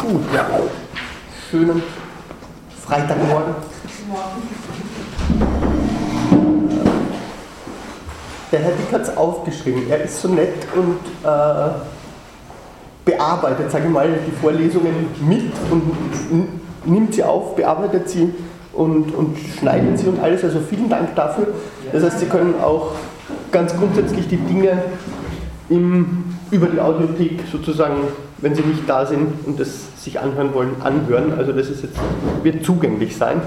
Gut, ja. Schönen Freitagmorgen. Der Herr Dick hat es aufgeschrieben. Er ist so nett und bearbeitet, sage ich mal, die Vorlesungen mit und nimmt sie auf, bearbeitet sie und schneidet sie und alles. Also vielen Dank dafür. Das heißt, Sie können auch ganz grundsätzlich die Dinge über die Audiothek sozusagen, wenn Sie nicht da sind und das sich anhören wollen, anhören. Also das ist jetzt, wird zugänglich sein.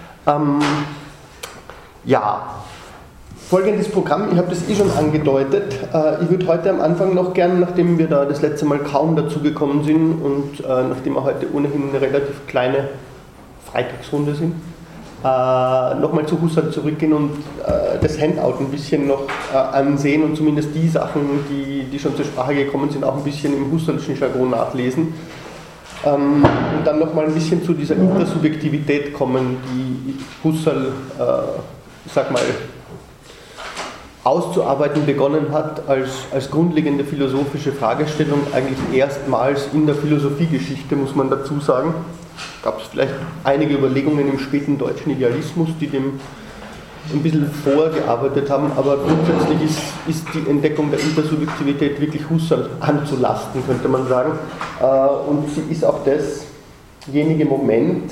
Ja, folgendes Programm, ich habe das schon angedeutet. Ich würde heute am Anfang noch gern, nachdem wir da das letzte Mal kaum dazu gekommen sind und nachdem wir heute ohnehin eine relativ kleine Freitagsrunde sind, nochmal zu Husserl zurückgehen und das Handout ein bisschen noch ansehen und zumindest die Sachen, die schon zur Sprache gekommen sind, auch ein bisschen im Husserlschen Jargon nachlesen. Und dann nochmal ein bisschen zu dieser Intersubjektivität kommen, die Husserl, sag mal, auszuarbeiten begonnen hat als grundlegende philosophische Fragestellung, eigentlich erstmals in der Philosophiegeschichte, muss man dazu sagen. Gab es vielleicht einige Überlegungen im späten deutschen Idealismus, die dem ein bisschen vorgearbeitet haben, aber grundsätzlich ist die Entdeckung der Intersubjektivität wirklich Husserl anzulasten, könnte man sagen. Und sie ist auch dasjenige Moment,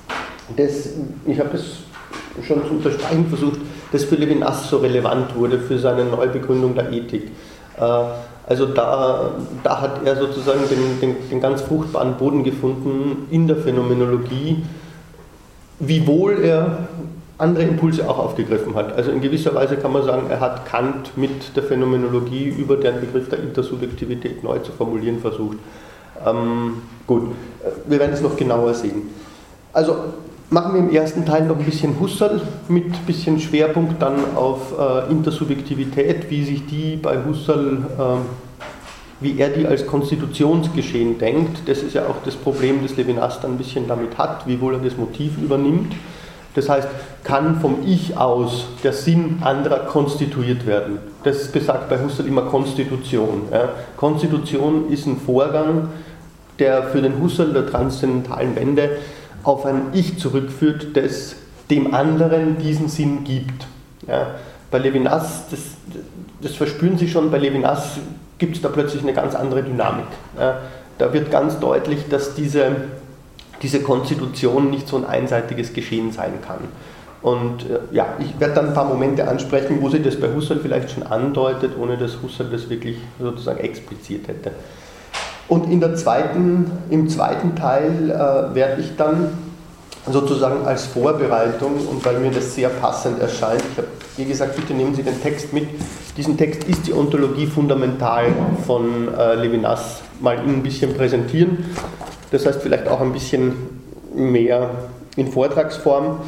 ich habe das schon zu unterstreichen versucht, das für Levinas so relevant wurde für seine Neubegründung der Ethik. Also da hat er sozusagen den ganz fruchtbaren Boden gefunden in der Phänomenologie, wiewohl er andere Impulse auch aufgegriffen hat. Also in gewisser Weise kann man sagen, er hat Kant mit der Phänomenologie über den Begriff der Intersubjektivität neu zu formulieren versucht. Gut, wir werden es noch genauer sehen. Also machen wir im ersten Teil noch ein bisschen Husserl mit ein bisschen Schwerpunkt dann auf Intersubjektivität, wie sich die bei Husserl, wie er die als Konstitutionsgeschehen denkt. Das ist ja auch das Problem, das Levinas dann ein bisschen damit hat, wiewohl er das Motiv übernimmt. Das heißt, kann vom Ich aus der Sinn anderer konstituiert werden. Das besagt bei Husserl immer Konstitution. Ja. Konstitution ist ein Vorgang, der für den Husserl der transzendentalen Wende auf ein Ich zurückführt, das dem anderen diesen Sinn gibt. Ja, bei Levinas, das verspüren Sie schon, bei Levinas gibt es da plötzlich eine ganz andere Dynamik. Ja, da wird ganz deutlich, dass diese Konstitution nicht so ein einseitiges Geschehen sein kann. Und ja, ich werde dann ein paar Momente ansprechen, wo sie das bei Husserl vielleicht schon andeutet, ohne dass Husserl das wirklich sozusagen explizit hätte. Und im zweiten Teil werde ich dann sozusagen als Vorbereitung, und weil mir das sehr passend erscheint, ich habe, wie gesagt, bitte nehmen Sie den Text mit, diesen Text ist die Ontologie fundamental von Levinas mal Ihnen ein bisschen präsentieren, das heißt vielleicht auch ein bisschen mehr in Vortragsform,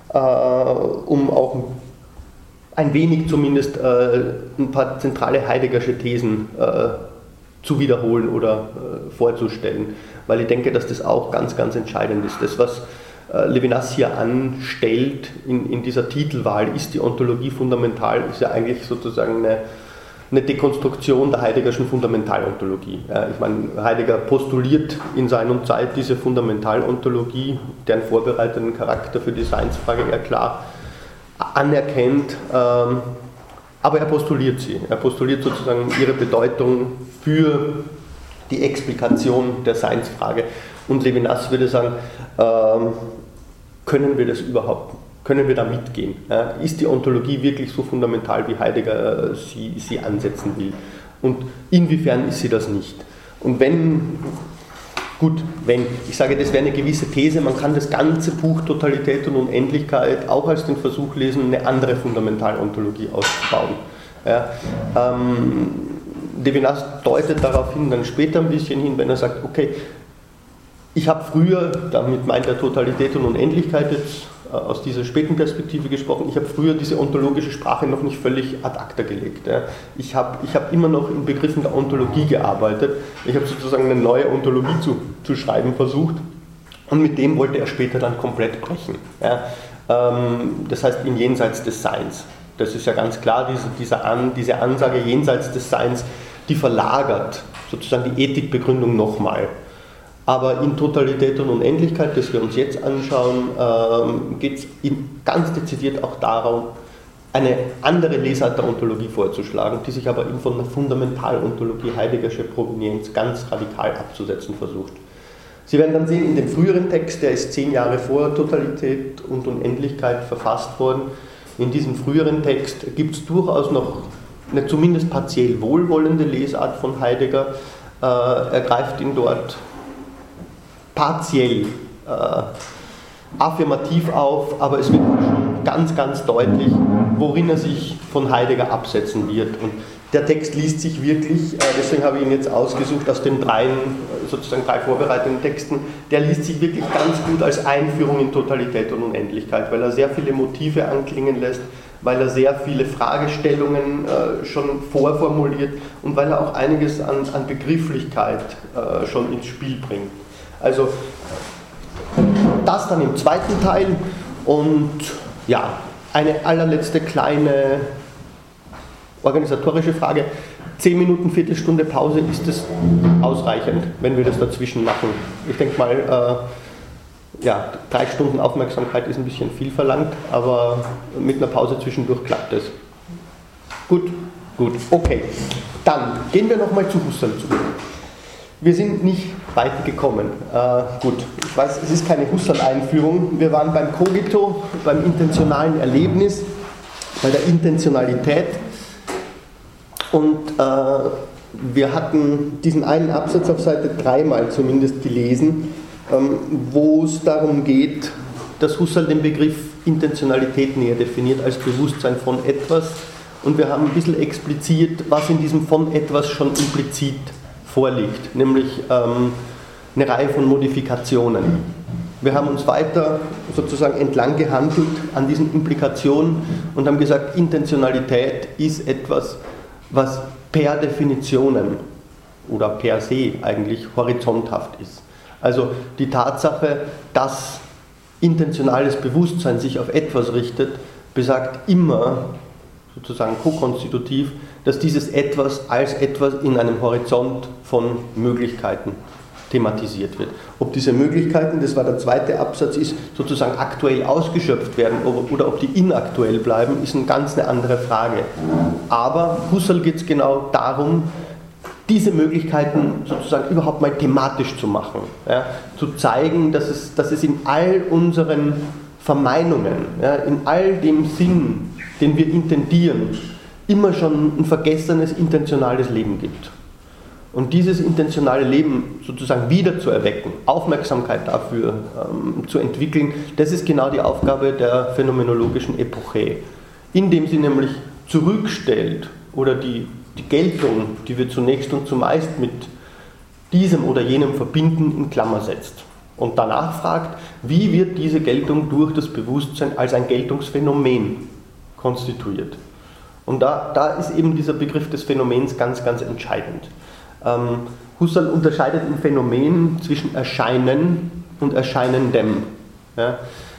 um auch ein wenig zumindest ein paar zentrale Heideggersche Thesen zu wiederholen oder vorzustellen, weil ich denke, dass das auch ganz, ganz entscheidend ist. Das, was Levinas hier anstellt in dieser Titelwahl, ist die Ontologie fundamental, ist ja eigentlich sozusagen eine Dekonstruktion der Heideggerschen Fundamentalontologie. Ich meine, Heidegger postuliert in Sein und Zeit diese Fundamentalontologie, deren vorbereitenden Charakter für die Seinsfrage er klar anerkennt, aber er postuliert sie. Er postuliert sozusagen ihre Bedeutung für die Explikation der Seinsfrage. Und Levinas würde sagen, können wir das überhaupt, können wir da mitgehen? Ist die Ontologie wirklich so fundamental, wie Heidegger sie ansetzen will? Und inwiefern ist sie das nicht? Und ich sage, das wäre eine gewisse These, man kann das ganze Buch Totalität und Unendlichkeit auch als den Versuch lesen, eine andere Fundamentalontologie auszubauen. Ja, Levinas deutet darauf hin, dann später ein bisschen hin, wenn er sagt, okay, ich habe früher, damit meint er Totalität und Unendlichkeit jetzt aus dieser späten Perspektive gesprochen, ich habe früher diese ontologische Sprache noch nicht völlig ad acta gelegt. Ja. Ich hab immer noch in Begriffen der Ontologie gearbeitet. Ich habe sozusagen eine neue Ontologie zu schreiben versucht und mit dem wollte er später dann komplett brechen. Ja. Das heißt, im Jenseits des Seins. Das ist ja ganz klar, diese Ansage jenseits des Seins, die verlagert sozusagen die Ethikbegründung nochmal. Aber in Totalität und Unendlichkeit, das wir uns jetzt anschauen, geht es ganz dezidiert auch darum, eine andere Lesart der Ontologie vorzuschlagen, die sich aber von der Fundamentalontologie Heideggersche Provenienz ganz radikal abzusetzen versucht. Sie werden dann sehen, in dem früheren Text, der ist 10 Jahre vor Totalität und Unendlichkeit verfasst worden, in diesem früheren Text gibt es durchaus noch eine zumindest partiell wohlwollende Lesart von Heidegger. Er greift ihn dort partiell affirmativ auf, aber es wird schon ganz, ganz deutlich, worin er sich von Heidegger absetzen wird. Und der Text liest sich wirklich, deswegen habe ich ihn jetzt ausgesucht aus den drei vorbereiteten Texten, der liest sich wirklich ganz gut als Einführung in Totalität und Unendlichkeit, weil er sehr viele Motive anklingen lässt, weil er sehr viele Fragestellungen schon vorformuliert und weil er auch einiges an Begrifflichkeit schon ins Spiel bringt. Also das dann im zweiten Teil und ja, eine allerletzte kleine organisatorische Frage. 10 Minuten, Viertelstunde Pause, ist das ausreichend, wenn wir das dazwischen machen? Ich denke mal, 3 Stunden Aufmerksamkeit ist ein bisschen viel verlangt, aber mit einer Pause zwischendurch klappt es. Gut, okay. Dann gehen wir nochmal zu Husserl zurück. Wir sind nicht weit gekommen. Ich weiß, es ist keine Husserl-Einführung. Wir waren beim Cogito, beim intentionalen Erlebnis, bei der Intentionalität. Und wir hatten diesen einen Absatz auf Seite 3 mal zumindest gelesen, wo es darum geht, dass Husserl den Begriff Intentionalität näher definiert als Bewusstsein von etwas. Und wir haben ein bisschen expliziert, was in diesem von etwas schon implizit vorliegt, nämlich eine Reihe von Modifikationen. Wir haben uns weiter sozusagen entlang gehandelt an diesen Implikationen und haben gesagt, Intentionalität ist etwas, was per Definitionen oder per se eigentlich horizonthaft ist. Also die Tatsache, dass intentionales Bewusstsein sich auf etwas richtet, besagt immer, sozusagen ko-konstitutiv, dass dieses Etwas als etwas in einem Horizont von Möglichkeiten thematisiert wird. Ob diese Möglichkeiten, das war der zweite Absatz, ist sozusagen aktuell ausgeschöpft werden oder ob die inaktuell bleiben, ist eine ganz andere Frage. Aber Husserl geht es genau darum, diese Möglichkeiten sozusagen überhaupt mal thematisch zu machen, ja, zu zeigen, dass es in all unseren Verneinungen, ja, in all dem Sinn, den wir intendieren, immer schon ein vergessenes, intentionales Leben gibt. Und dieses intentionale Leben sozusagen wieder zu erwecken, Aufmerksamkeit dafür zu entwickeln, das ist genau die Aufgabe der phänomenologischen Epoche, indem sie nämlich zurückstellt oder die Geltung, die wir zunächst und zumeist mit diesem oder jenem verbinden, in Klammer setzt. Und danach fragt, wie wird diese Geltung durch das Bewusstsein als ein Geltungsphänomen konstituiert. Und da ist eben dieser Begriff des Phänomens ganz, ganz entscheidend. Husserl unterscheidet im Phänomen zwischen Erscheinen und Erscheinendem. Ja,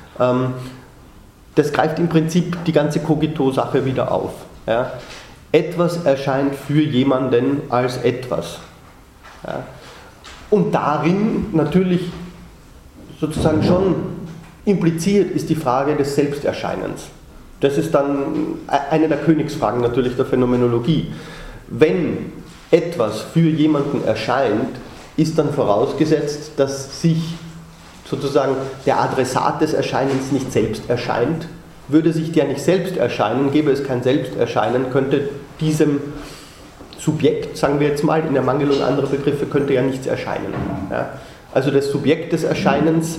das greift im Prinzip die ganze Cogito-Sache wieder auf. Ja. Etwas erscheint für jemanden als etwas. Ja. Und darin natürlich sozusagen schon impliziert ist die Frage des Selbsterscheinens. Das ist dann eine der Königsfragen natürlich der Phänomenologie. Wenn etwas für jemanden erscheint, ist dann vorausgesetzt, dass sich sozusagen der Adressat des Erscheinens nicht selbst erscheint. Würde sich der nicht selbst erscheinen, gäbe es kein Selbsterscheinen, könnte diesem Subjekt, sagen wir jetzt mal, in Ermangelung anderer Begriffe, könnte ja nichts erscheinen. Ja? Also das Subjekt des Erscheinens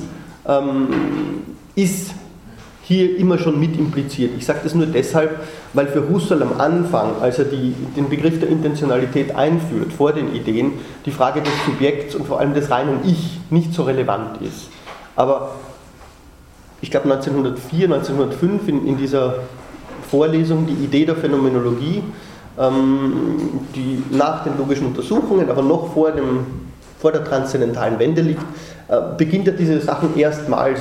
ist hier immer schon mit impliziert. Ich sage das nur deshalb, weil für Husserl am Anfang, als er den Begriff der Intentionalität einführt, vor den Ideen, die Frage des Subjekts und vor allem des reinen Ich nicht so relevant ist. Aber ich glaube 1904, 1905 in dieser Vorlesung die Idee der Phänomenologie, die nach den logischen Untersuchungen, aber noch vor der transzendentalen Wende liegt, beginnt er diese Sachen erstmals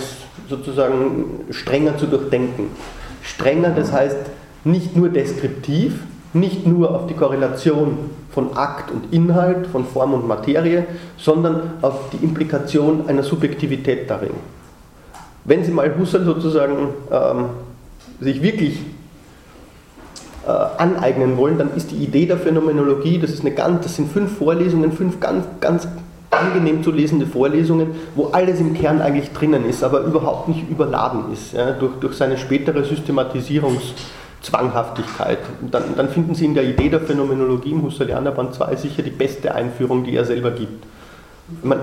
sozusagen strenger zu durchdenken. Strenger, das heißt nicht nur deskriptiv, nicht nur auf die Korrelation von Akt und Inhalt, von Form und Materie, sondern auf die Implikation einer Subjektivität darin. Wenn Sie mal Husserl sozusagen sich wirklich aneignen wollen, dann ist die Idee der Phänomenologie, das sind 5 Vorlesungen, 5 ganz angenehm zu lesende Vorlesungen, wo alles im Kern eigentlich drinnen ist, aber überhaupt nicht überladen ist, ja, durch seine spätere Systematisierungszwanghaftigkeit. Dann finden Sie in der Idee der Phänomenologie im Husserlianer Band 2 sicher die beste Einführung, die er selber gibt. Ich meine,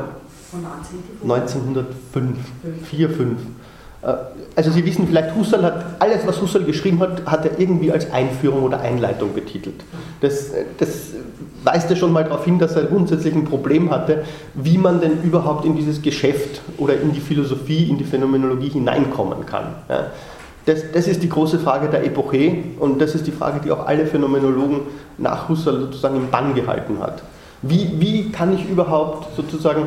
1905, 4, 5. Also Sie wissen vielleicht, Husserl hat alles, was Husserl geschrieben hat, hat er irgendwie als Einführung oder Einleitung betitelt. Das weist ja schon mal darauf hin, dass er grundsätzlich ein Problem hatte, wie man denn überhaupt in dieses Geschäft oder in die Philosophie, in die Phänomenologie hineinkommen kann. Ja. Das ist die große Frage der Epoche und das ist die Frage, die auch alle Phänomenologen nach Husserl sozusagen im Bann gehalten hat. Wie kann ich überhaupt sozusagen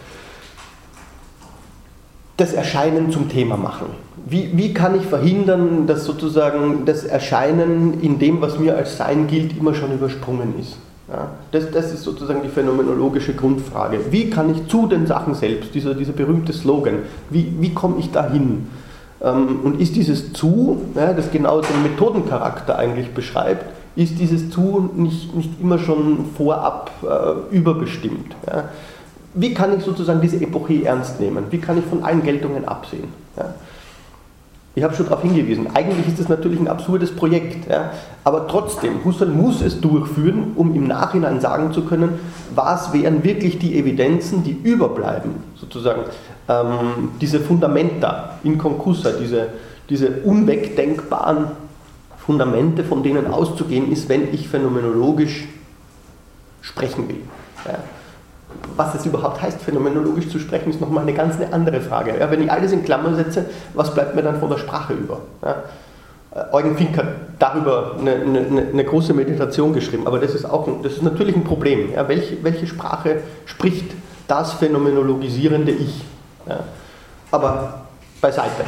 das Erscheinen zum Thema machen? Wie kann ich verhindern, dass sozusagen das Erscheinen in dem, was mir als Sein gilt, immer schon übersprungen ist? Ja, das ist sozusagen die phänomenologische Grundfrage. Wie kann ich zu den Sachen selbst, dieser berühmte Slogan, wie komme ich dahin? Und ist dieses Zu, ja, das genau den Methodencharakter eigentlich beschreibt, ist dieses Zu nicht immer schon vorab überbestimmt? Ja? Wie kann ich sozusagen diese Epoche ernst nehmen? Wie kann ich von allen Geltungen absehen? Ja? Ich habe schon darauf hingewiesen, eigentlich ist das natürlich ein absurdes Projekt, ja? Aber trotzdem, Husserl muss es durchführen, um im Nachhinein sagen zu können, was wären wirklich die Evidenzen, die überbleiben, sozusagen diese Fundamenta in concursa, diese unwegdenkbaren Fundamente, von denen auszugehen ist, wenn ich phänomenologisch sprechen will. Ja? Was es überhaupt heißt, phänomenologisch zu sprechen, ist nochmal eine ganz andere Frage. Ja, wenn ich alles in Klammern setze, was bleibt mir dann von der Sprache über? Ja, Eugen Fink hat darüber eine große Meditation geschrieben, aber das ist natürlich ein Problem. Ja, welche Sprache spricht das phänomenologisierende Ich? Ja, aber beiseite.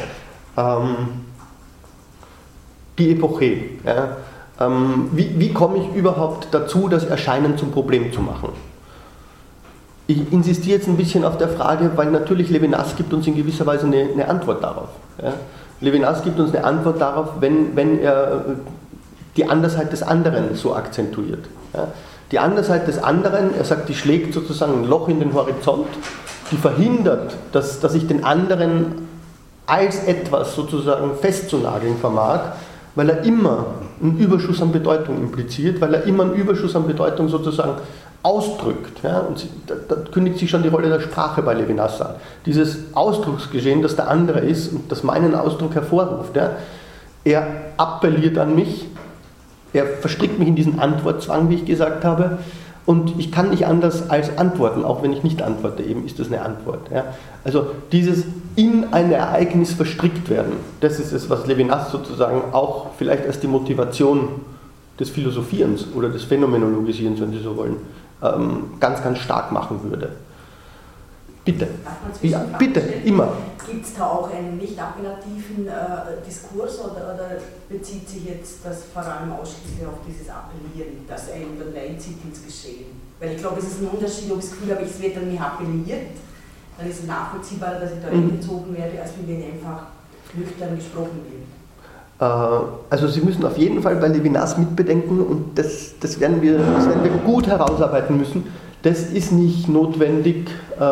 Die Epoche. Ja, wie komme ich überhaupt dazu, das Erscheinen zum Problem zu machen? Ich insistiere jetzt ein bisschen auf der Frage, weil natürlich Levinas gibt uns in gewisser Weise eine Antwort darauf. Ja? Levinas gibt uns eine Antwort darauf, wenn er die Andersheit des anderen so akzentuiert. Ja? Die Andersheit des anderen, er sagt, die schlägt sozusagen ein Loch in den Horizont, die verhindert, dass ich den anderen als etwas sozusagen festzunageln vermag, weil er immer einen Überschuss an Bedeutung impliziert, weil er immer einen Überschuss an Bedeutung sozusagen ausdrückt. Ja, und da kündigt sich schon die Rolle der Sprache bei Levinas an. Dieses Ausdrucksgeschehen, das der andere ist und das meinen Ausdruck hervorruft. Ja, er appelliert an mich, er verstrickt mich in diesen Antwortzwang, wie ich gesagt habe, und ich kann nicht anders als antworten, auch wenn ich nicht antworte, eben ist das eine Antwort. Ja. Also dieses in ein Ereignis verstrickt werden, das ist es, was Levinas sozusagen auch vielleicht als die Motivation des Philosophierens oder des Phänomenologisierens, wenn Sie so wollen, ganz, ganz stark machen würde. Bitte. Ja, bitte, immer. Gibt es da auch einen nicht appellativen Diskurs oder bezieht sich jetzt das vor allem ausschließlich auf dieses Appellieren, das einen dann reinzieht ins Geschehen? Weil ich glaube, es ist ein Unterschied, ob ich das Gefühl habe, es wird dann nicht appelliert, dann ist es nachvollziehbarer, dass ich da eingezogen werde, als wenn einfach nüchtern gesprochen wird. Also Sie müssen auf jeden Fall bei Levinas mitbedenken, und das werden wir gut herausarbeiten müssen. Das ist nicht notwendig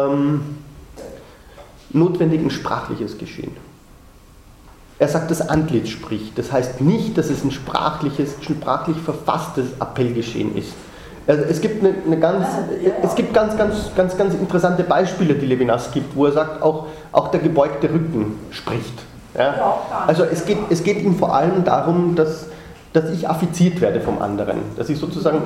ein sprachliches Geschehen. Er sagt, das Antlitz spricht. Das heißt nicht, dass es ein sprachlich verfasstes Appellgeschehen ist. Also es gibt ganz interessante Beispiele, die Levinas gibt, wo er sagt, auch der gebeugte Rücken spricht. Ja? Also es geht ihm vor allem darum, dass ich affiziert werde vom anderen, dass ich sozusagen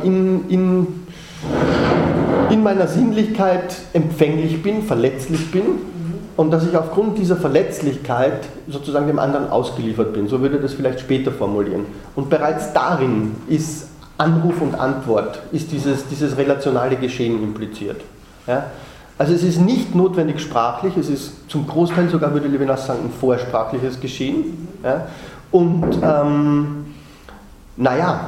in meiner Sinnlichkeit empfänglich bin, verletzlich bin, und dass ich aufgrund dieser Verletzlichkeit sozusagen dem anderen ausgeliefert bin. So würde er das vielleicht später formulieren. Und bereits darin ist Anruf und Antwort, ist dieses relationale Geschehen impliziert. Ja? Also es ist nicht notwendig sprachlich, es ist zum Großteil sogar, würde Levinas sagen, ein vorsprachliches Geschehen. Ja? Und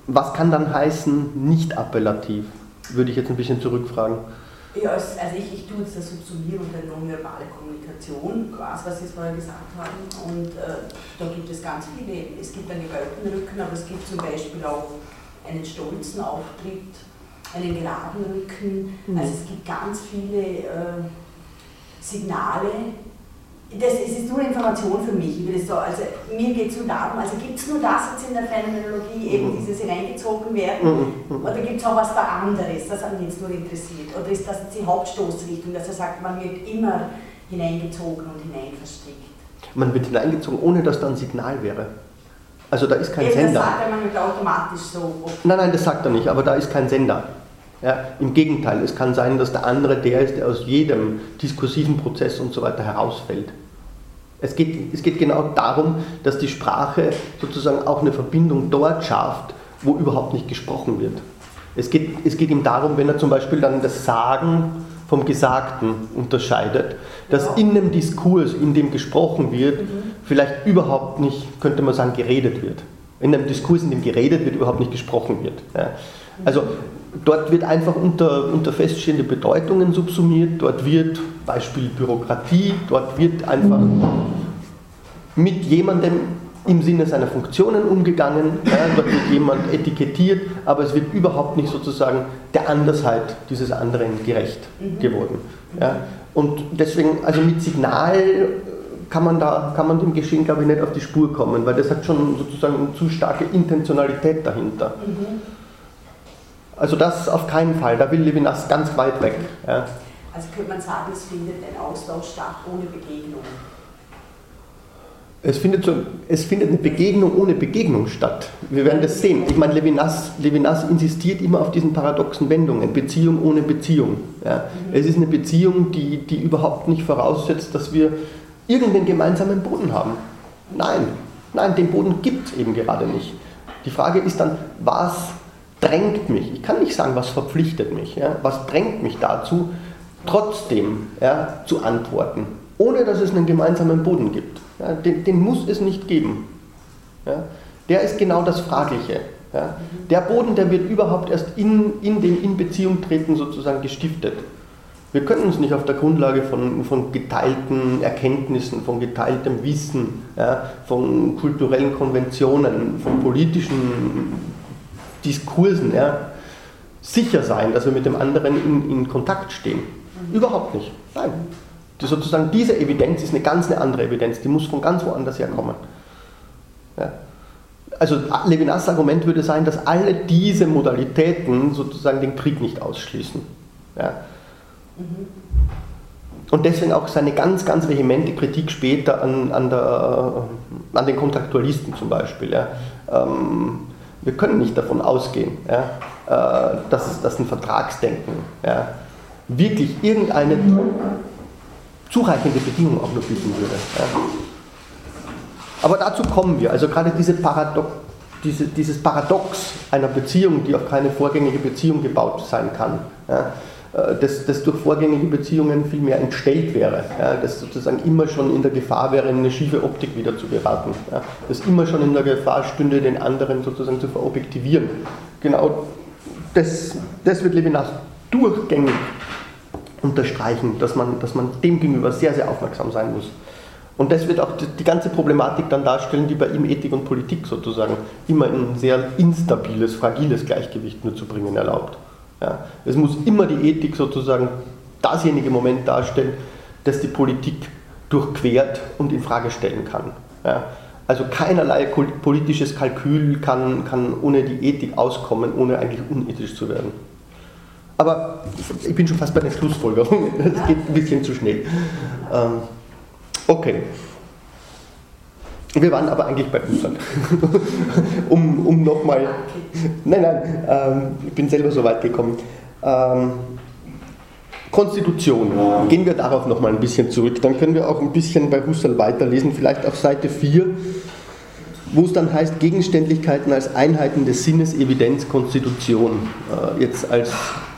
was kann dann heißen nicht appellativ? Würde ich jetzt ein bisschen zurückfragen. Ja, also ich tue jetzt das Subsumieren und eine nonverbale Kommunikation, quasi, was Sie vorher gesagt haben. Und da gibt es ganz viele. Es gibt einen gewölbten Rücken, aber es gibt zum Beispiel auch einen stolzen Auftritt, einen geraden Rücken. Also es gibt ganz viele Signale. Es ist nur Information für mich. Also mir geht es nur darum, also gibt es nur das jetzt in der Phänomenologie, eben dieses hineingezogen werden, oder gibt es auch was da anderes, das hat mich jetzt nur interessiert? Oder ist das jetzt die Hauptstoßrichtung, dass er sagt, man wird immer hineingezogen und hineinverstrickt? Man wird hineingezogen, ohne dass da ein Signal wäre. Also da ist kein eben, Sender. Das sagt er man automatisch so. Nein, das sagt er nicht, aber da ist kein Sender. Ja, im Gegenteil, es kann sein, dass der andere der ist, der aus jedem diskursiven Prozess und so weiter herausfällt. Es geht genau darum, dass die Sprache sozusagen auch eine Verbindung dort schafft, wo überhaupt nicht gesprochen wird. Es geht ihm darum, wenn er zum Beispiel dann das Sagen vom Gesagten unterscheidet, dass in einem Diskurs, in dem gesprochen wird, vielleicht überhaupt nicht, könnte man sagen, geredet wird. In einem Diskurs, in dem geredet wird, überhaupt nicht gesprochen wird. Ja. Also dort wird einfach unter feststehende Bedeutungen subsumiert, dort wird, Beispiel Bürokratie, dort wird einfach mit jemandem im Sinne seiner Funktionen umgegangen, ja, dort wird jemand etikettiert, aber es wird überhaupt nicht sozusagen der Andersheit dieses anderen gerecht geworden. Ja. Und deswegen, also mit Signal kann man dem Geschehen, glaube ich, nicht auf die Spur kommen, weil das hat schon sozusagen eine zu starke Intentionalität dahinter. Also das auf keinen Fall, da will Levinas ganz weit weg. Ja. Also könnte man sagen, es findet ein Austausch statt ohne Begegnung? Es findet eine Begegnung ohne Begegnung statt. Wir werden das sehen. Ich meine, Levinas insistiert immer auf diesen paradoxen Wendungen. Beziehung ohne Beziehung. Ja. Es ist eine Beziehung, die überhaupt nicht voraussetzt, dass wir irgendeinen gemeinsamen Boden haben. Nein, den Boden gibt es eben gerade nicht. Die Frage ist dann, was drängt mich? Ich kann nicht sagen, was verpflichtet mich. Ja. Was drängt mich dazu, trotzdem zu antworten, ohne dass es einen gemeinsamen Boden gibt. Ja, den muss es nicht geben. Ja, der ist genau das Fragliche. Ja. Der Boden, der wird überhaupt erst in dem In-Beziehung-Treten sozusagen gestiftet. Wir können uns nicht auf der Grundlage von geteilten Erkenntnissen, von geteiltem Wissen, von kulturellen Konventionen, von politischen Diskursen sicher sein, dass wir mit dem anderen in Kontakt stehen. Überhaupt nicht. Nein. Sozusagen diese Evidenz ist eine ganz andere Evidenz, die muss von ganz woanders herkommen. Ja. Also Levinas Argument würde sein, dass alle diese Modalitäten sozusagen den Krieg nicht ausschließen. Ja. Und deswegen auch seine ganz vehemente Kritik später an den Kontraktualisten zum Beispiel. Ja. Wir können nicht davon ausgehen, dass ein Vertragsdenken wirklich irgendeine zureichende Bedingung auch nur bieten würde. Ja. Aber dazu kommen wir. Also gerade dieses Paradox einer Beziehung, die auf keine vorgängige Beziehung gebaut sein kann, das durch vorgängige Beziehungen viel mehr entstellt wäre, das sozusagen immer schon in der Gefahr wäre, in eine schiefe Optik wieder zu geraten, das immer schon in der Gefahr stünde, den anderen sozusagen zu verobjektivieren. Genau das wird Levinas durchgängig unterstreichen, dass man dem gegenüber sehr, sehr aufmerksam sein muss. Und das wird auch die ganze Problematik dann darstellen, die bei ihm Ethik und Politik sozusagen immer ein sehr instabiles, fragiles Gleichgewicht nur zu bringen erlaubt. Ja. Es muss immer die Ethik sozusagen dasjenige Moment darstellen, das die Politik durchquert und in Frage stellen kann. Ja. Also keinerlei politisches Kalkül kann ohne die Ethik auskommen, ohne eigentlich unethisch zu werden. Aber ich bin schon fast bei den Schlussfolgerungen, das geht ein bisschen zu schnell. Okay. Wir waren aber eigentlich bei Husserl. um nochmal... Nein, ich bin selber so weit gekommen. Konstitution. Gehen wir darauf nochmal ein bisschen zurück. Dann können wir auch ein bisschen bei Husserl weiterlesen, vielleicht auf Seite 4, wo es dann heißt, Gegenständlichkeiten als Einheiten des Sinnes, Evidenz, Konstitution. Jetzt als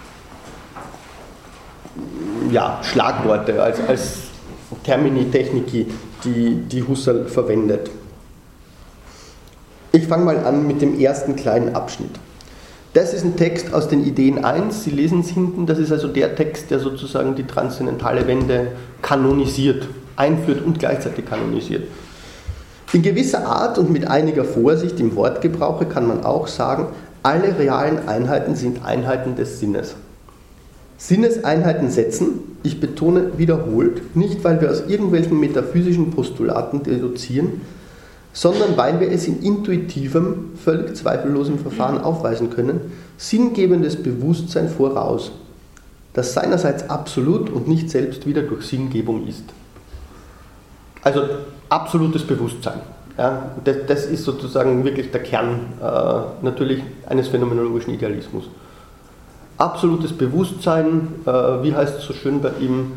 Schlagworte, als Termini technici, die Husserl verwendet. Ich fange mal an mit dem ersten kleinen Abschnitt. Das ist ein Text aus den Ideen 1, Sie lesen es hinten, das ist also der Text, der sozusagen die transzendentale Wende kanonisiert, einführt und gleichzeitig kanonisiert. In gewisser Art und mit einiger Vorsicht im Wortgebrauche kann man auch sagen, alle realen Einheiten sind Einheiten des Sinnes. Sinneseinheiten setzen, ich betone wiederholt, nicht weil wir aus irgendwelchen metaphysischen Postulaten deduzieren, sondern weil wir es in intuitivem, völlig zweifellosem Verfahren aufweisen können, sinngebendes Bewusstsein voraus, das seinerseits absolut und nicht selbst wieder durch Sinngebung ist. Also absolutes Bewusstsein. Ja, das ist sozusagen wirklich der Kern natürlich eines phänomenologischen Idealismus. Absolutes Bewusstsein, wie heißt es so schön bei ihm,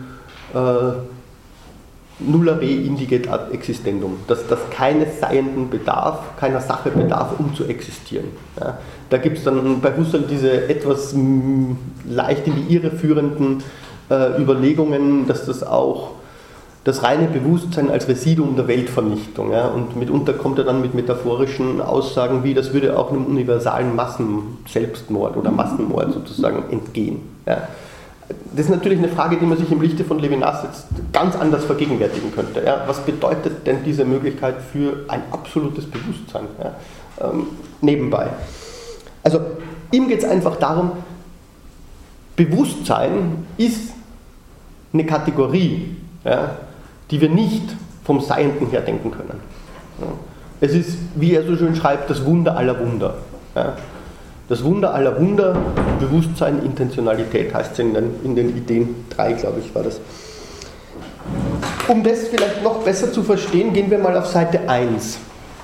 nulla re indiget ad existendum, dass keines Seienden bedarf, keiner Sache bedarf, um zu existieren. Ja, da gibt es dann bei Husserl diese etwas leicht in die Irre führenden Überlegungen, dass das auch das reine Bewusstsein als Residuum der Weltvernichtung, ja, und mitunter kommt er dann mit metaphorischen Aussagen wie, das würde auch einem universalen Massenselbstmord oder Massenmord sozusagen entgehen. Ja. Das ist natürlich eine Frage, die man sich im Lichte von Levinas jetzt ganz anders vergegenwärtigen könnte. Ja. Was bedeutet denn diese Möglichkeit für ein absolutes Bewusstsein? Ja. Nebenbei. Also ihm geht es einfach darum, Bewusstsein ist eine Kategorie, ja, die wir nicht vom Seienden her denken können. Ja. Es ist, wie er so schön schreibt, das Wunder aller Wunder. Ja. Das Wunder aller Wunder, Bewusstsein, Intentionalität heißt es in den Ideen 3, glaube ich, war das. Um das vielleicht noch besser zu verstehen, gehen wir mal auf Seite 1.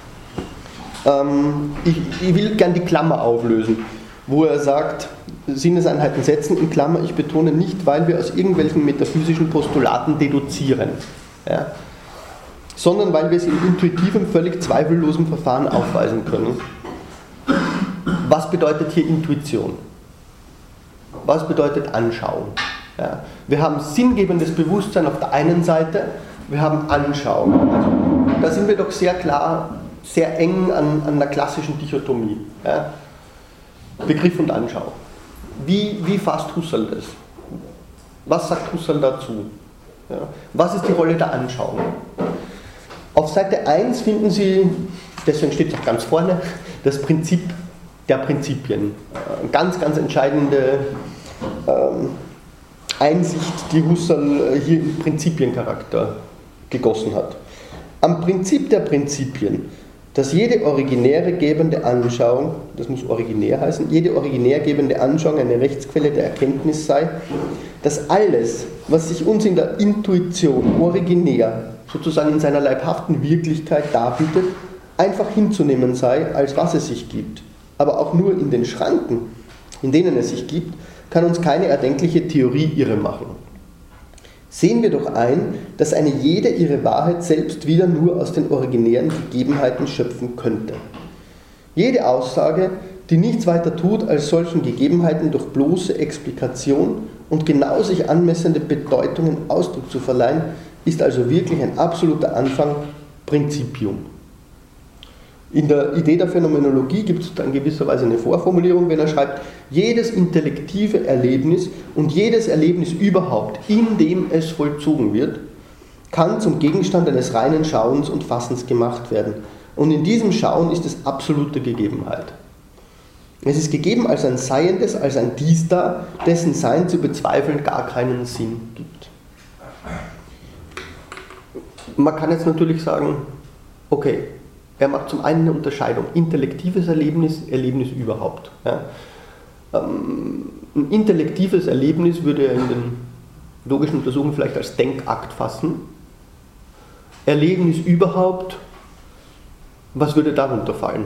Ich will gern die Klammer auflösen, wo er sagt, Sinneseinheiten setzen, in Klammer, ich betone nicht, weil wir aus irgendwelchen metaphysischen Postulaten deduzieren, ja, sondern weil wir es in intuitivem, völlig zweifellosem Verfahren aufweisen können. Was bedeutet hier Intuition? Was bedeutet Anschauung? Ja, wir haben sinngebendes Bewusstsein auf der einen Seite, wir haben Anschauung. Also, da sind wir doch sehr klar, sehr eng an der klassischen Dichotomie. Ja. Begriff und Anschauung. Wie fasst Husserl das? Was sagt Husserl dazu? Ja. Was ist die Rolle der Anschauung? Auf Seite 1 finden Sie, deswegen steht es auch ganz vorne, das Prinzip der Prinzipien. Ganz, ganz entscheidende Einsicht, die Husserl hier im Prinzipiencharakter gegossen hat. Am Prinzip der Prinzipien, dass jede originäre gebende Anschauung, das muss originär heißen, jede originär gebende Anschauung eine Rechtsquelle der Erkenntnis sei, dass alles, was sich uns in der Intuition originär, sozusagen in seiner leibhaften Wirklichkeit darbietet, einfach hinzunehmen sei, als was es sich gibt, aber auch nur in den Schranken, in denen es sich gibt, kann uns keine erdenkliche Theorie irre machen. Sehen wir doch ein, dass eine jede ihre Wahrheit selbst wieder nur aus den originären Gegebenheiten schöpfen könnte. Jede Aussage, die nichts weiter tut, als solchen Gegebenheiten durch bloße Explikation und genau sich anmessende Bedeutungen Ausdruck zu verleihen, ist also wirklich ein absoluter Anfang, Prinzipium. In der Idee der Phänomenologie gibt es dann gewisserweise eine Vorformulierung, wenn er schreibt, jedes intellektive Erlebnis und jedes Erlebnis überhaupt, in dem es vollzogen wird, kann zum Gegenstand eines reinen Schauens und Fassens gemacht werden. Und in diesem Schauen ist es absolute Gegebenheit. Es ist gegeben als ein Seiendes, als ein Dies da, dessen Sein zu bezweifeln gar keinen Sinn gibt. Man kann jetzt natürlich sagen, okay, er macht zum einen eine Unterscheidung, intellektives Erlebnis, Erlebnis überhaupt. Ja. Ein intellektives Erlebnis würde er in den logischen Untersuchungen vielleicht als Denkakt fassen. Erlebnis überhaupt, was würde darunter fallen?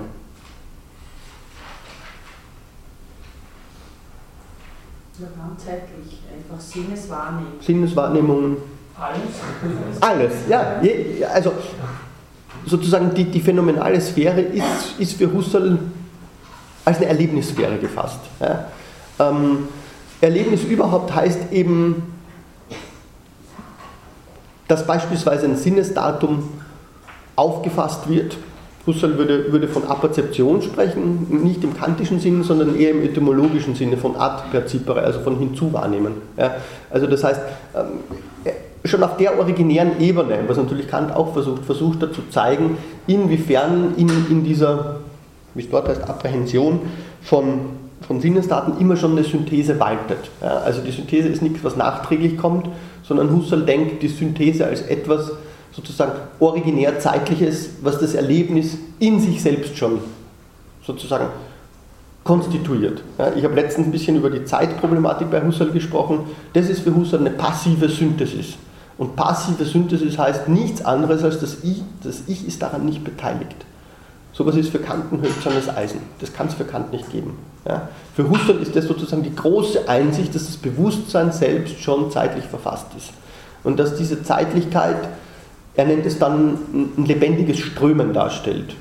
Ja, ganzheitlich, einfach Sinneswahrnehmung. Sinneswahrnehmung. Alles, ja. Also sozusagen die phänomenale Sphäre ist für Husserl als eine Erlebnissphäre gefasst. Ja. Erlebnis überhaupt heißt eben, dass beispielsweise ein Sinnesdatum aufgefasst wird Husserl würde von Apperzeption sprechen, nicht im kantischen Sinne, sondern eher im etymologischen Sinne von ad percipere, also von hinzuwahrnehmen. Ja, also das heißt, schon auf der originären Ebene, was natürlich Kant auch versucht er zu zeigen, inwiefern in dieser, wie es dort heißt, Apprehension von Sinnesdaten immer schon eine Synthese waltet. Ja, also die Synthese ist nichts, was nachträglich kommt, sondern Husserl denkt die Synthese als etwas sozusagen originär Zeitliches, was das Erlebnis in sich selbst schon sozusagen konstituiert. Ja, ich habe letztens ein bisschen über die Zeitproblematik bei Husserl gesprochen. Das ist für Husserl eine passive Synthesis. Und passive Synthesis heißt nichts anderes, als das Ich ist daran nicht beteiligt. Sowas ist für Kant ein hölzernes Eisen. Das kann es für Kant nicht geben. Ja? Für Husserl ist das sozusagen die große Einsicht, dass das Bewusstsein selbst schon zeitlich verfasst ist. Und dass diese Zeitlichkeit, er nennt es dann, ein lebendiges Strömen darstellt.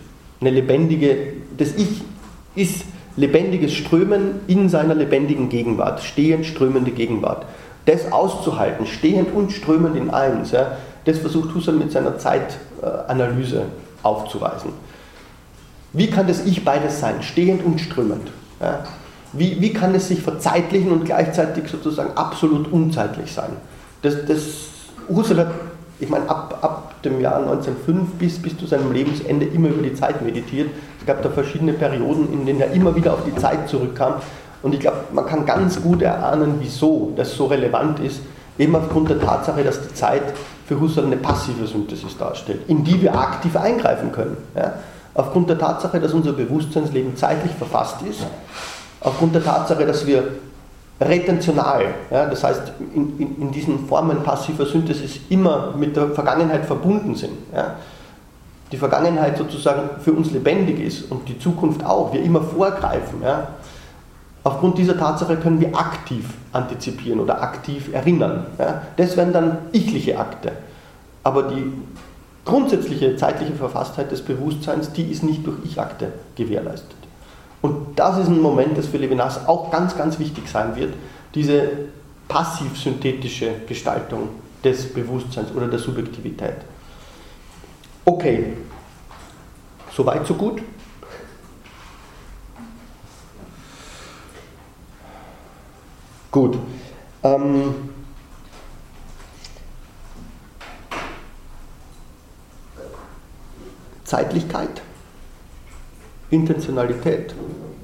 Das Ich ist lebendiges Strömen in seiner lebendigen Gegenwart, stehend strömende Gegenwart. Das auszuhalten, stehend und strömend in eins, ja, das versucht Husserl mit seiner Zeitanalyse aufzuweisen. Wie kann das Ich beides sein, stehend und strömend? Ja? Wie kann es sich verzeitlichen und gleichzeitig sozusagen absolut unzeitlich sein? Husserl hat, ich meine, ab dem Jahr 1905 bis zu seinem Lebensende immer über die Zeit meditiert. Es gab da verschiedene Perioden, in denen er immer wieder auf die Zeit zurückkam. Und ich glaube, man kann ganz gut erahnen, wieso das so relevant ist, eben aufgrund der Tatsache, dass die Zeit für Husserl eine passive Synthesis darstellt, in die wir aktiv eingreifen können. Ja? Aufgrund der Tatsache, dass unser Bewusstseinsleben zeitlich verfasst ist, aufgrund der Tatsache, dass wir retentional, ja, das heißt in diesen Formen passiver Synthesis immer mit der Vergangenheit verbunden sind. Ja? Die Vergangenheit sozusagen für uns lebendig ist und die Zukunft auch, wir immer vorgreifen. Ja? Aufgrund dieser Tatsache können wir aktiv antizipieren oder aktiv erinnern. Ja? Das wären dann ichliche Akte. Aber die grundsätzliche zeitliche Verfasstheit des Bewusstseins, die ist nicht durch Ich-Akte gewährleistet. Und das ist ein Moment, das für Levinas auch ganz, ganz wichtig sein wird, diese passiv-synthetische Gestaltung des Bewusstseins oder der Subjektivität. Okay, soweit so gut. Gut. Zeitlichkeit, Intentionalität.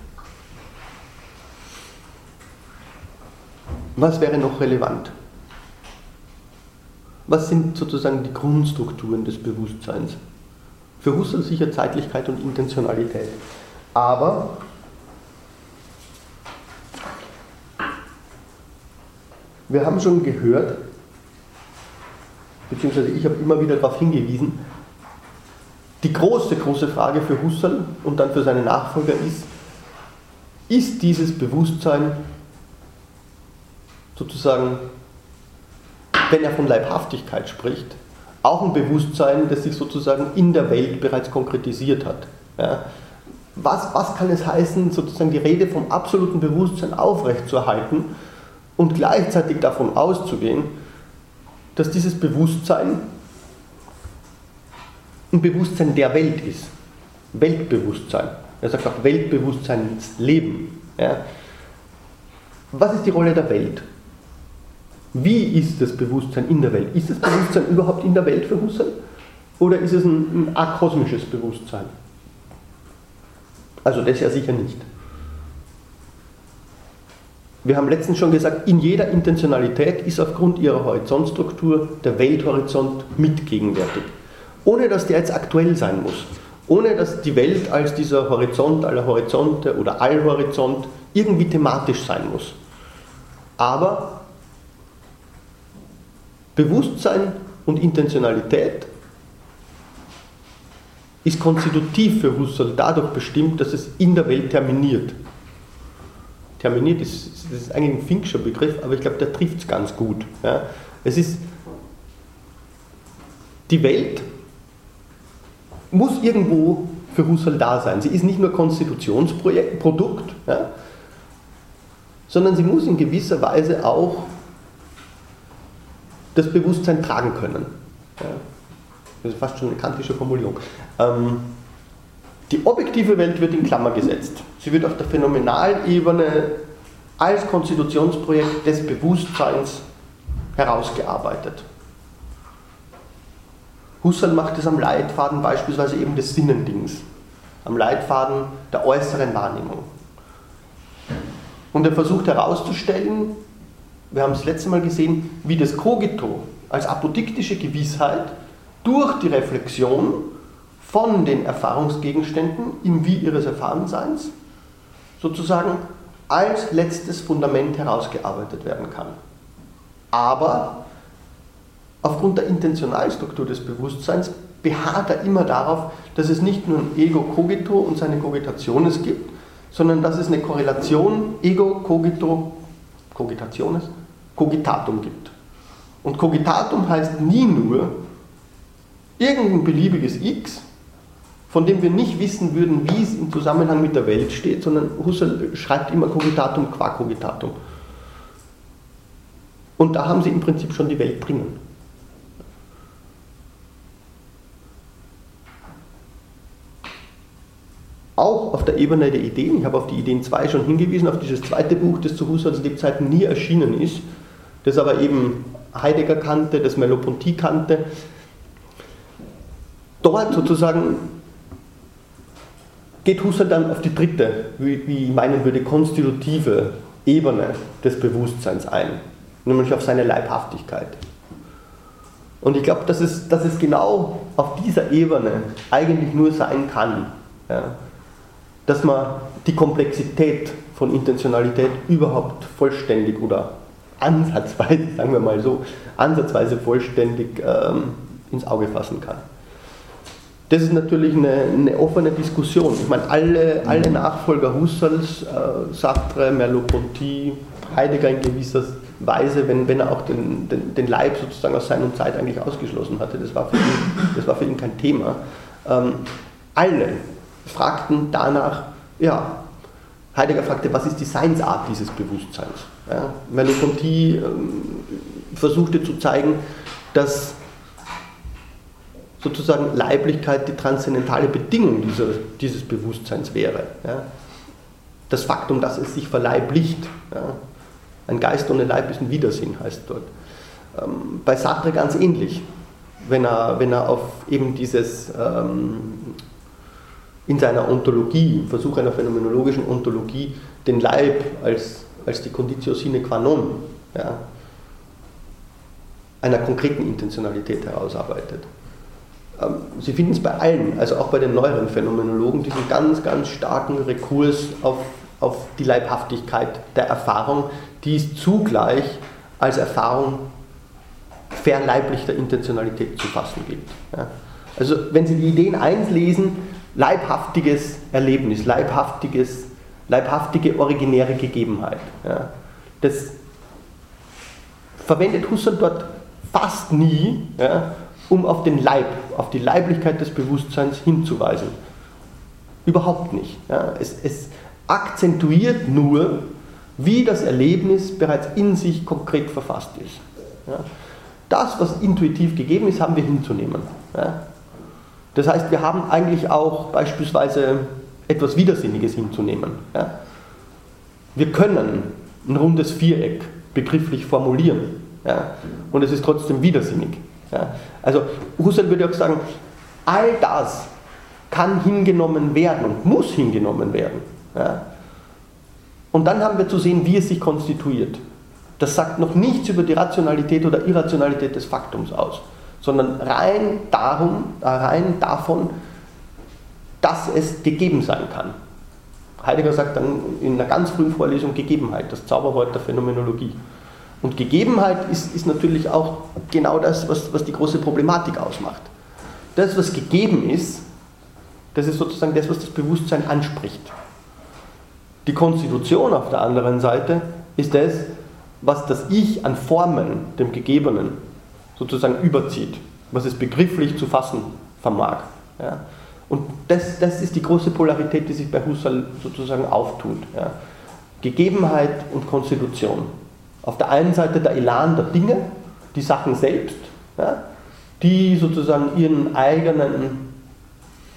Was wäre noch relevant? Was sind sozusagen die Grundstrukturen des Bewusstseins? Für Husserl sicher Zeitlichkeit und Intentionalität. Aber wir haben schon gehört, beziehungsweise ich habe immer wieder darauf hingewiesen, die große Frage für Husserl und dann für seine Nachfolger ist dieses Bewusstsein sozusagen, wenn er von Leibhaftigkeit spricht, auch ein Bewusstsein, das sich sozusagen in der Welt bereits konkretisiert hat. Ja? Was kann es heißen, sozusagen die Rede vom absoluten Bewusstsein aufrechtzuerhalten und gleichzeitig davon auszugehen, dass dieses Bewusstsein ein Bewusstsein der Welt ist. Weltbewusstsein. Er sagt auch Weltbewusstseinsleben. Ja. Was ist die Rolle der Welt? Wie ist das Bewusstsein in der Welt? Ist das Bewusstsein überhaupt in der Welt für Husserl? Oder ist es ein akosmisches Bewusstsein? Also das ja sicher nicht. Wir haben letztens schon gesagt, in jeder Intentionalität ist aufgrund ihrer Horizontstruktur der Welthorizont mitgegenwärtig. Ohne dass der jetzt aktuell sein muss. Ohne dass die Welt als dieser Horizont aller Horizonte oder Allhorizont irgendwie thematisch sein muss. Aber Bewusstsein und Intentionalität ist konstitutiv für Husserl dadurch bestimmt, dass es in der Welt terminiert. Terminiert das ist eigentlich ein Finkscher Begriff, aber ich glaube, der trifft es ganz gut. Ja. Es ist die Welt muss irgendwo für Husserl da sein. Sie ist nicht nur Konstitutionsprodukt, ja, sondern sie muss in gewisser Weise auch das Bewusstsein tragen können. Ja. Das ist fast schon eine kantische Formulierung. Die objektive Welt wird in Klammer gesetzt. Sie wird auf der Phänomenalebene als Konstitutionsprojekt des Bewusstseins herausgearbeitet. Husserl macht es am Leitfaden beispielsweise eben des Sinnendings, am Leitfaden der äußeren Wahrnehmung. Und er versucht herauszustellen, wir haben es das letzte Mal gesehen, wie das Cogito als apodiktische Gewissheit durch die Reflexion von den Erfahrungsgegenständen im Wie ihres Erfahrenseins sozusagen als letztes Fundament herausgearbeitet werden kann. Aber aufgrund der Intentionalstruktur des Bewusstseins beharrt er immer darauf, dass es nicht nur ein Ego cogito und seine Cogitationes gibt, sondern dass es eine Korrelation Ego cogito Cogitationes Cogitatum gibt. Und Cogitatum heißt nie nur irgendein beliebiges X, von dem wir nicht wissen würden, wie es im Zusammenhang mit der Welt steht, sondern Husserl schreibt immer Cogitatum qua Cogitatum. Und da haben sie im Prinzip schon die Welt drinnen. Auch auf der Ebene der Ideen, ich habe auf die Ideen 2 schon hingewiesen, auf dieses zweite Buch, das zu Husserls Lebzeiten nie erschienen ist, das aber eben Heidegger kannte, das Merleau-Ponty kannte. Dort sozusagen geht Husserl dann auf die dritte, wie ich meinen würde, konstitutive Ebene des Bewusstseins ein, nämlich auf seine Leibhaftigkeit. Und ich glaube, dass es genau auf dieser Ebene eigentlich nur sein kann, ja, dass man die Komplexität von Intentionalität überhaupt vollständig oder ansatzweise, sagen wir mal so, ansatzweise vollständig ins Auge fassen kann. Das ist natürlich eine offene Diskussion. Ich meine, alle Nachfolger Husserls, Sartre, Merleau-Ponty, Heidegger in gewisser Weise, wenn er auch den Leib sozusagen aus Sein und Zeit eigentlich ausgeschlossen hatte, das war für ihn kein Thema. Alle fragten danach, ja, Heidegger fragte, was ist die Seinsart dieses Bewusstseins? Ja, Merleau-Ponty versuchte zu zeigen, dass sozusagen Leiblichkeit die transzendentale Bedingung dieses Bewusstseins wäre. Ja. Das Faktum, dass es sich verleiblicht. Ja. Ein Geist ohne Leib ist ein Widersinn, heißt dort. Bei Sartre ganz ähnlich, wenn er auf eben dieses in seiner Ontologie, im Versuch einer phänomenologischen Ontologie, den Leib als die Conditio sine qua non, ja, einer konkreten Intentionalität herausarbeitet. Sie finden es bei allen, also auch bei den neueren Phänomenologen, diesen ganz, ganz starken Rekurs auf die Leibhaftigkeit der Erfahrung, die es zugleich als Erfahrung verleiblichter Intentionalität zu fassen gibt. Ja. Also wenn Sie die Ideen 1 lesen, leibhaftiges Erlebnis, leibhaftige originäre Gegebenheit. Ja. Das verwendet Husserl dort fast nie, ja, um auf den Leib, auf die Leiblichkeit des Bewusstseins hinzuweisen. Überhaupt nicht. Ja. Es akzentuiert nur, wie das Erlebnis bereits in sich konkret verfasst ist. Ja. Das, was intuitiv gegeben ist, haben wir hinzunehmen. Ja. Das heißt, wir haben eigentlich auch beispielsweise etwas Widersinniges hinzunehmen. Ja. Wir können ein rundes Viereck begrifflich formulieren, ja, und es ist trotzdem widersinnig. Ja. Also Husserl würde auch sagen, all das kann hingenommen werden und muss hingenommen werden. Ja. Und dann haben wir zu sehen, wie es sich konstituiert. Das sagt noch nichts über die Rationalität oder Irrationalität des Faktums aus, sondern rein davon, dass es gegeben sein kann. Heidegger sagt dann in einer ganz frühen Vorlesung Gegebenheit, das Zauberwort der Phänomenologie. Und Gegebenheit ist natürlich auch genau das, was die große Problematik ausmacht. Das, was gegeben ist, das ist sozusagen das, was das Bewusstsein anspricht. Die Konstitution auf der anderen Seite ist das, was das Ich an Formen dem Gegebenen sozusagen überzieht, was es begrifflich zu fassen vermag. Ja. Und das ist die große Polarität, die sich bei Husserl sozusagen auftut. Ja. Gegebenheit und Konstitution. Auf der einen Seite der Elan der Dinge, die Sachen selbst, ja, die sozusagen ihren eigenen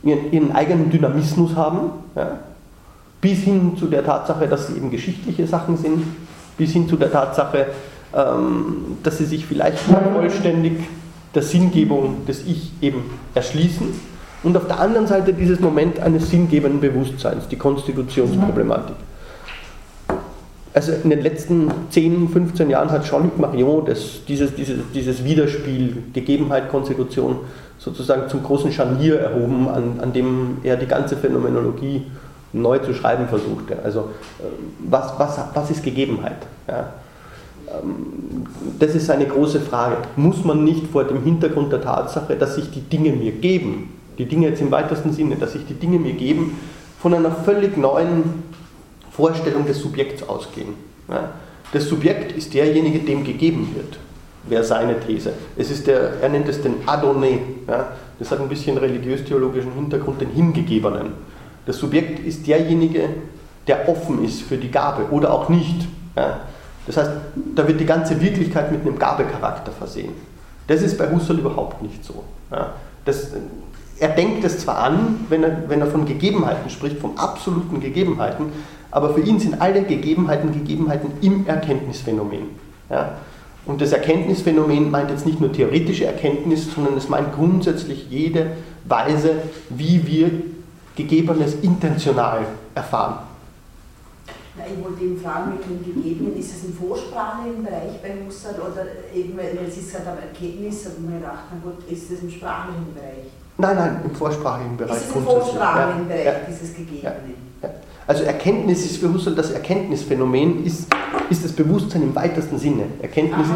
ihren eigenen Dynamismus haben, ja, bis hin zu der Tatsache, dass sie eben geschichtliche Sachen sind, bis hin zu der Tatsache, dass sie sich vielleicht vollständig der Sinngebung des Ich eben erschließen, und auf der anderen Seite dieses Moment eines sinngebenden Bewusstseins, die Konstitutionsproblematik. Also in den letzten 10, 15 Jahren hat Jean-Luc Marion dieses Widerspiel Gegebenheit, Konstitution sozusagen zum großen Scharnier erhoben, an dem er die ganze Phänomenologie neu zu schreiben versuchte. Also was ist Gegebenheit? Ja. Das ist eine große Frage. Muss man nicht vor dem Hintergrund der Tatsache, dass sich die Dinge mir geben, die Dinge jetzt im weitesten Sinne, dass sich die Dinge mir geben, von einer völlig neuen Vorstellung des Subjekts ausgehen? Ja. Das Subjekt ist derjenige, dem gegeben wird, wäre seine These. Es ist er nennt es den Adonai, ja. Das hat ein bisschen religiös-theologischen Hintergrund, den Hingegebenen. Das Subjekt ist derjenige, der offen ist für die Gabe oder auch nicht. Ja. Das heißt, da wird die ganze Wirklichkeit mit einem Gabecharakter versehen. Das ist bei Husserl überhaupt nicht so. Ja. Er denkt es zwar an, wenn er von Gegebenheiten spricht, von absoluten Gegebenheiten, aber für ihn sind alle Gegebenheiten im Erkenntnisphänomen. Ja. Und das Erkenntnisphänomen meint jetzt nicht nur theoretische Erkenntnis, sondern es meint grundsätzlich jede Weise, wie wir Gegebenes intentional erfahren. Na, ich wollte eben fragen, mit dem Gegebenen, ist es im vorsprachigen Bereich bei Husserl oder eben, weil es ist halt am Erkenntnis, hat man gedacht, na gut, ist es im sprachlichen Bereich? Nein, im vorsprachigen Bereich. Ist es im vorsprachigen Bereich, dieses Gegebene? Ja. Also Erkenntnis ist für Husserl das Erkenntnisphänomen, ist das Bewusstsein im weitesten Sinne. Erkenntnis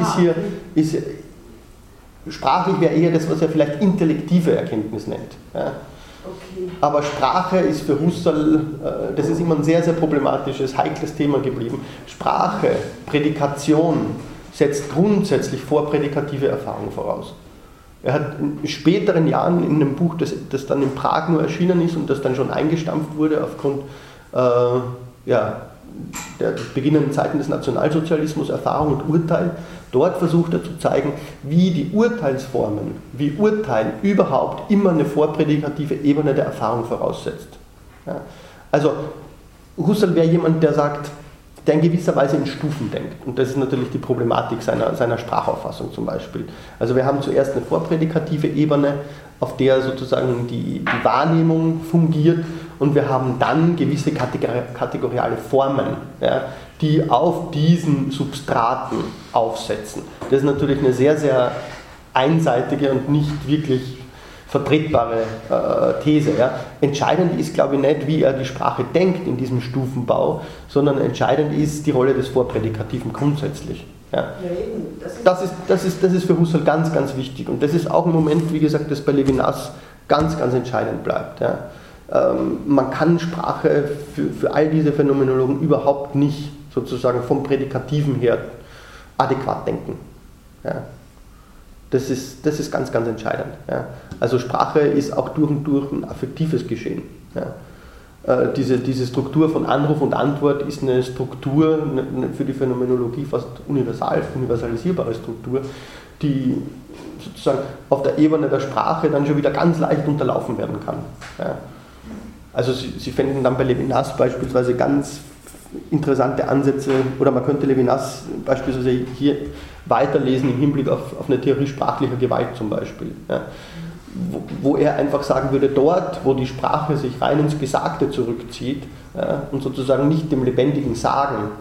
sprachlich wäre eher das, was er vielleicht intellektive Erkenntnis nennt. Ja. Okay. Aber Sprache ist für Husserl, das ist immer ein sehr, sehr problematisches, heikles Thema geblieben. Sprache, Prädikation setzt grundsätzlich vorprädikative Erfahrung voraus. Er hat in späteren Jahren in einem Buch, das dann in Prag nur erschienen ist und das dann schon eingestampft wurde aufgrund der beginnenden Zeiten des Nationalsozialismus, Erfahrung und Urteil, dort versucht er zu zeigen, wie die Urteilsformen, wie Urteil überhaupt immer eine vorprädikative Ebene der Erfahrung voraussetzt. Ja. Also Husserl wäre jemand, der sagt, der in gewisser Weise in Stufen denkt. Und das ist natürlich die Problematik seiner Sprachauffassung zum Beispiel. Also wir haben zuerst eine vorprädikative Ebene, auf der sozusagen die Wahrnehmung fungiert, und wir haben dann gewisse kategoriale Formen, ja, die auf diesen Substraten aufsetzen. Das ist natürlich eine sehr, sehr einseitige und nicht wirklich vertretbare These. Ja. Entscheidend ist, glaube ich, nicht, wie er die Sprache denkt in diesem Stufenbau, sondern entscheidend ist die Rolle des Vorprädikativen grundsätzlich. Ja. Das ist für Husserl ganz, ganz wichtig, und das ist auch ein Moment, wie gesagt, das bei Levinas ganz, ganz entscheidend bleibt. Ja. Man kann Sprache für all diese Phänomenologen überhaupt nicht sozusagen vom Prädikativen her adäquat denken. Ja. Das ist ganz, ganz entscheidend. Ja. Also Sprache ist auch durch und durch ein affektives Geschehen. Ja. Diese Struktur von Anruf und Antwort ist eine Struktur, für die Phänomenologie fast universalisierbare Struktur, die sozusagen auf der Ebene der Sprache dann schon wieder ganz leicht unterlaufen werden kann. Ja. Also Sie fänden dann bei Levinas beispielsweise ganz interessante Ansätze, oder man könnte Levinas beispielsweise hier weiterlesen im Hinblick auf eine Theorie sprachlicher Gewalt zum Beispiel. Ja. Wo er einfach sagen würde, dort, wo die Sprache sich rein ins Gesagte zurückzieht, ja, und sozusagen nicht dem lebendigen Sagen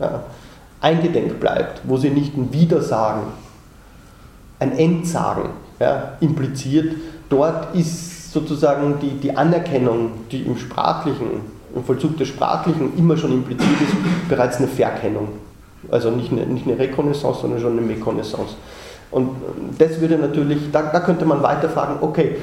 eingedenk bleibt, wo sie nicht ein Widersagen, ein Entsagen impliziert, dort ist sozusagen die Anerkennung, die im Vollzug des Sprachlichen immer schon impliziert ist, bereits eine Verkennung. Also nicht eine Rekonnaissance, sondern schon eine Mekonnaissance. Und das würde natürlich, da könnte man weiterfragen, okay,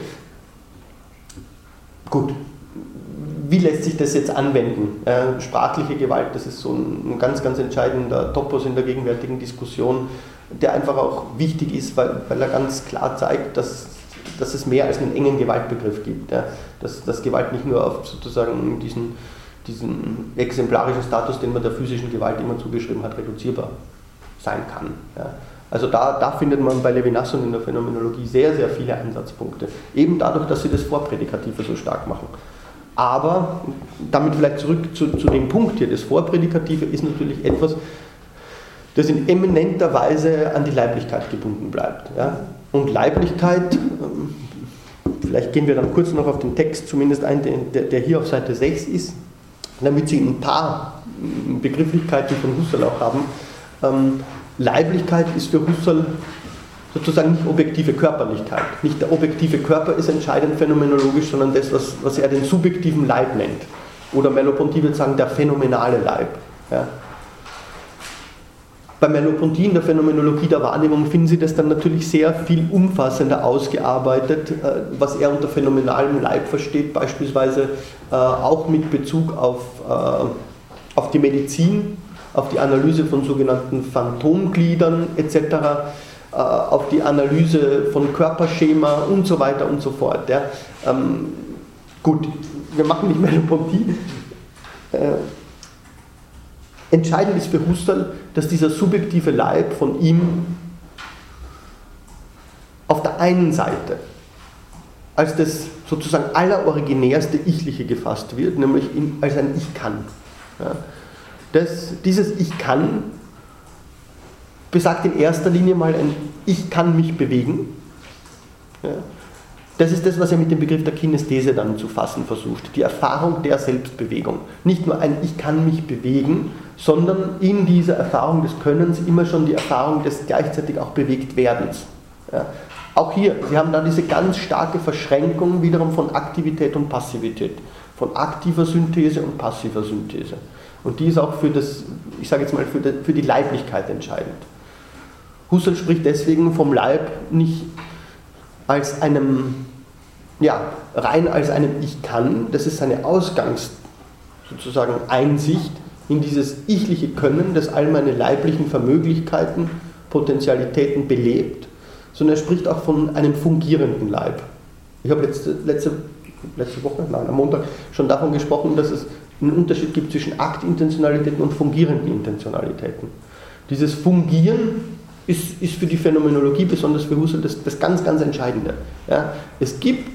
gut, wie lässt sich das jetzt anwenden? Sprachliche Gewalt, das ist so ein ganz, ganz entscheidender Topos in der gegenwärtigen Diskussion, der einfach auch wichtig ist, weil er ganz klar zeigt, dass es mehr als einen engen Gewaltbegriff gibt. Ja? Dass Gewalt nicht nur auf sozusagen diesen exemplarischen Status, den man der physischen Gewalt immer zugeschrieben hat, reduzierbar sein kann. Ja? Also da findet man bei Levinas und in der Phänomenologie sehr, sehr viele Ansatzpunkte. Eben dadurch, dass sie das Vorprädikative so stark machen. Aber, damit vielleicht zurück zu dem Punkt hier, das Vorprädikative ist natürlich etwas, das in eminenter Weise an die Leiblichkeit gebunden bleibt. Ja? Und Leiblichkeit, vielleicht gehen wir dann kurz noch auf den Text zumindest ein, der hier auf Seite 6 ist, damit Sie ein paar Begrifflichkeiten von Husserl auch haben. Leiblichkeit ist für Husserl sozusagen nicht objektive Körperlichkeit. Nicht der objektive Körper ist entscheidend phänomenologisch, sondern das, was er den subjektiven Leib nennt. Oder Merleau-Ponty würde sagen, der phänomenale Leib. Ja. Bei Merleau-Ponty in der Phänomenologie der Wahrnehmung finden Sie das dann natürlich sehr viel umfassender ausgearbeitet, was er unter phänomenalem Leib versteht, beispielsweise auch mit Bezug auf die Medizin, auf die Analyse von sogenannten Phantomgliedern etc., auf die Analyse von Körperschema und so weiter und so fort. Ja. Gut, wir machen nicht Merleau-Ponty. Entscheidend ist für Husserl, dass dieser subjektive Leib von ihm auf der einen Seite als das sozusagen alleroriginärste Ichliche gefasst wird, nämlich als ein Ich kann. Ja. Dieses Ich kann besagt in erster Linie mal ein Ich kann mich bewegen. Ja. Das ist das, was er mit dem Begriff der Kinesthese dann zu fassen versucht. Die Erfahrung der Selbstbewegung. Nicht nur ein Ich kann mich bewegen, sondern in dieser Erfahrung des Könnens immer schon die Erfahrung des gleichzeitig auch Bewegtwerdens. Ja. Auch hier, Sie haben da diese ganz starke Verschränkung wiederum von Aktivität und Passivität. Von aktiver Synthese und passiver Synthese. Und die ist auch für das, ich sage jetzt mal, für die Leiblichkeit entscheidend. Husserl spricht deswegen vom Leib nicht als einem, rein als einem Ich kann, das ist seine sozusagen Einsicht in dieses ichliche Können, das all meine leiblichen Vermöglichkeiten, Potentialitäten belebt, sondern er spricht auch von einem fungierenden Leib. Ich habe letzte Woche, am Montag, schon davon gesprochen, dass es einen Unterschied gibt zwischen Aktintentionalitäten und fungierenden Intentionalitäten. Dieses Fungieren ist für die Phänomenologie, besonders für Husserl, das ganz, ganz Entscheidende. Ja, es gibt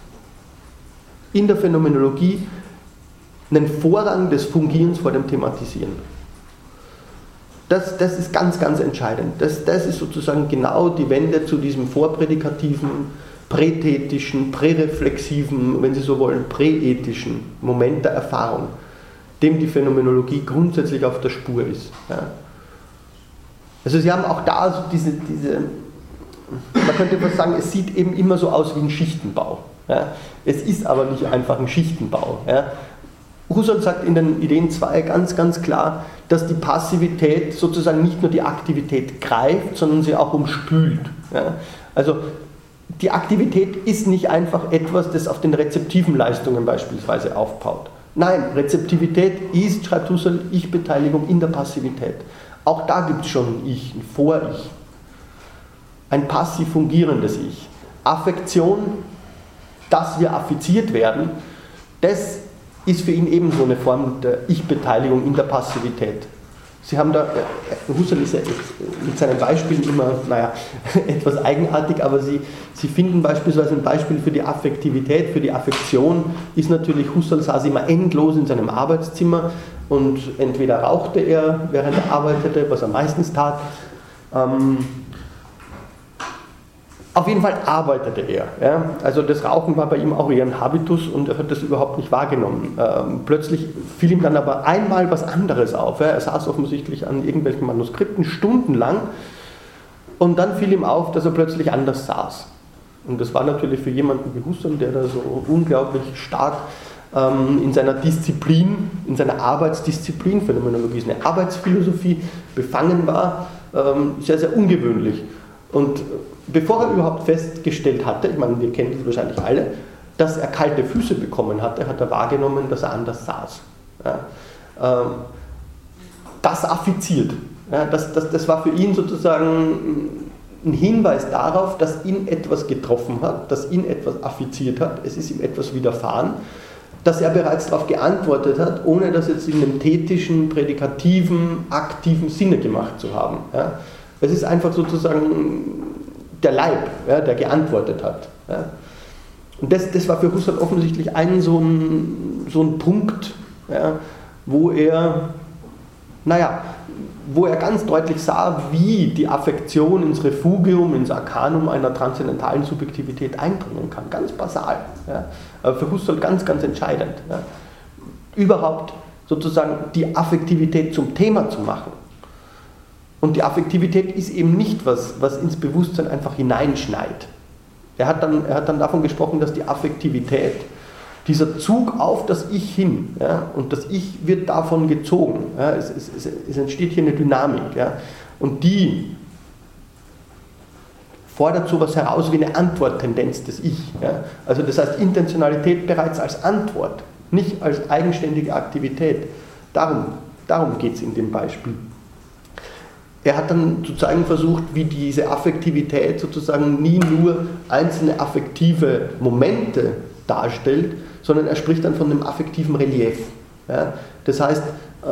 in der Phänomenologie einen Vorrang des Fungierens vor dem Thematisieren. Das ist ganz, ganz entscheidend. Das ist sozusagen genau die Wende zu diesem vorprädikativen, präthetischen, präreflexiven, wenn Sie so wollen, präethischen Moment der Erfahrung, dem die Phänomenologie grundsätzlich auf der Spur ist. Ja. Also Sie haben auch da so diese, man könnte fast sagen, es sieht eben immer so aus wie ein Schichtenbau. Ja. Es ist aber nicht einfach ein Schichtenbau. Ja. Husserl sagt in den Ideen 2 ganz, ganz klar, dass die Passivität sozusagen nicht nur die Aktivität greift, sondern sie auch umspült. Ja. Also die Aktivität ist nicht einfach etwas, das auf den rezeptiven Leistungen beispielsweise aufbaut. Nein, Rezeptivität ist, schreibt Husserl, Ich-Beteiligung in der Passivität. Auch da gibt es schon ein Ich, ein Vor-Ich, ein passiv fungierendes Ich. Affektion, dass wir affiziert werden, das ist für ihn ebenso eine Form der Ich-Beteiligung in der Passivität. Sie haben da, Husserl ist ja mit seinen Beispielen immer, etwas eigenartig, aber Sie finden beispielsweise ein Beispiel für die Affektivität, für die Affektion, ist natürlich, Husserl saß immer endlos in seinem Arbeitszimmer und entweder rauchte er, während er arbeitete, was er meistens tat, auf jeden Fall arbeitete er. Ja? Also das Rauchen war bei ihm auch eher ein Habitus und er hat das überhaupt nicht wahrgenommen. Plötzlich fiel ihm dann aber einmal was anderes auf. Ja? Er saß offensichtlich an irgendwelchen Manuskripten stundenlang und dann fiel ihm auf, dass er plötzlich anders saß. Und das war natürlich für jemanden wie Husserl, der da so unglaublich stark in seiner Disziplin, in seiner Arbeitsdisziplin, Phänomenologie ist eine Arbeitsphilosophie, befangen war, sehr, sehr ungewöhnlich. Und bevor er überhaupt festgestellt hatte, ich meine, wir kennen das wahrscheinlich alle, dass er kalte Füße bekommen hatte, hat er wahrgenommen, dass er anders saß. Ja. Das affiziert. Ja, das war für ihn sozusagen ein Hinweis darauf, dass ihn etwas getroffen hat, dass ihn etwas affiziert hat, es ist ihm etwas widerfahren, dass er bereits darauf geantwortet hat, ohne das jetzt in einem thetischen, prädikativen, aktiven Sinne gemacht zu haben. Ja. Es ist einfach sozusagen der Leib, ja, der geantwortet hat. Ja. Und das war für Husserl offensichtlich so ein Punkt, ja, wo er ganz deutlich sah, wie die Affektion ins Refugium, ins Arkanum einer transzendentalen Subjektivität eindringen kann. Ganz basal. Ja. Aber für Husserl ganz, ganz entscheidend. Ja. Überhaupt sozusagen die Affektivität zum Thema zu machen. Und die Affektivität ist eben nicht was ins Bewusstsein einfach hineinschneit. Er hat dann davon gesprochen, dass die Affektivität, dieser Zug auf das Ich hin, ja, und das Ich wird davon gezogen. Ja, es entsteht hier eine Dynamik. Ja, und die fordert sowas heraus wie eine Antworttendenz des Ich. Ja. Also das heißt Intentionalität bereits als Antwort, nicht als eigenständige Aktivität. Darum geht es in dem Beispiel. Er hat dann zu zeigen versucht, wie diese Affektivität sozusagen nie nur einzelne affektive Momente darstellt, sondern er spricht dann von dem affektiven Relief. Ja? Das heißt,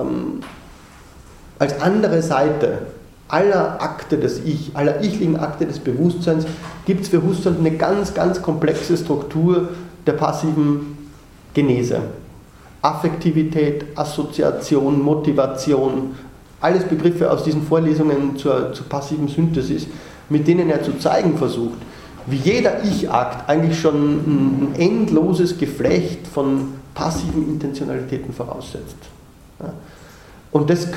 als andere Seite aller Akte des Ich, aller ichlichen Akte des Bewusstseins, gibt es für Husserl eine ganz, ganz komplexe Struktur der passiven Genese. Affektivität, Assoziation, Motivation, alles Begriffe aus diesen Vorlesungen zur passiven Synthesis, mit denen er zu zeigen versucht, wie jeder Ich-Akt eigentlich schon ein endloses Geflecht von passiven Intentionalitäten voraussetzt. Ja. Und das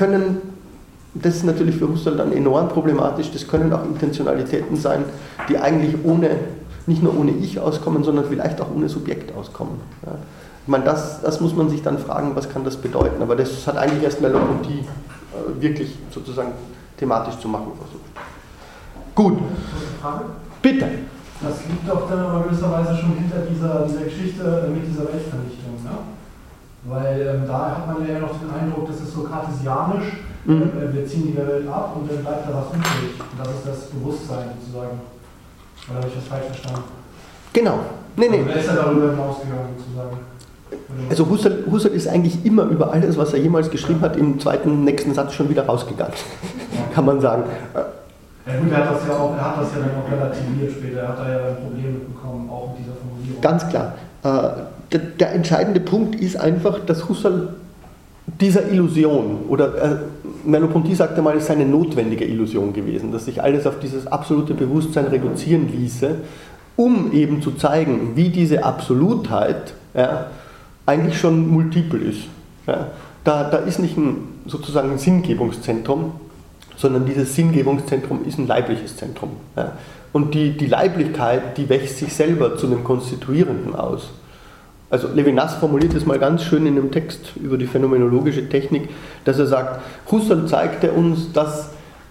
ist natürlich für Husserl dann enorm problematisch, das können auch Intentionalitäten sein, die eigentlich nicht nur ohne Ich auskommen, sondern vielleicht auch ohne Subjekt auskommen. Ja. Ich meine, das muss man sich dann fragen, was kann das bedeuten, aber das hat eigentlich erst Merleau-Ponty wirklich sozusagen thematisch zu machen versucht. Gut. Frage? Bitte. Das liegt doch dann aber gewisserweise schon hinter dieser Geschichte mit dieser Weltvernichtung, ne? Weil da hat man ja noch den Eindruck, das ist so kartesianisch, wir ziehen die Welt ab und dann bleibt da was übrig. Und das ist das Bewusstsein sozusagen. Oder habe ich das falsch verstanden? Genau. Nee. Also wer ist ja darüber hinausgegangen sozusagen? Also Husserl ist eigentlich immer über alles, was er jemals geschrieben hat, im nächsten Satz schon wieder rausgegangen, kann man sagen. Ja gut, er hat das ja dann auch relativiert später, er hat da ja ein Problem mitbekommen, auch mit dieser Formulierung. Ganz klar. Der entscheidende Punkt ist einfach, dass Husserl dieser Illusion, oder Merleau-Ponty sagte mal, es sei eine notwendige Illusion gewesen, dass sich alles auf dieses absolute Bewusstsein reduzieren ließe, um eben zu zeigen, wie diese Absolutheit eigentlich schon multiple ist. Ja. Da ist nicht sozusagen ein Sinngebungszentrum, sondern dieses Sinngebungszentrum ist ein leibliches Zentrum. Ja. Und die Leiblichkeit, die wächst sich selber zu einem Konstituierenden aus. Also Levinas formuliert es mal ganz schön in einem Text über die phänomenologische Technik, dass er sagt, Husserl zeigte uns, dass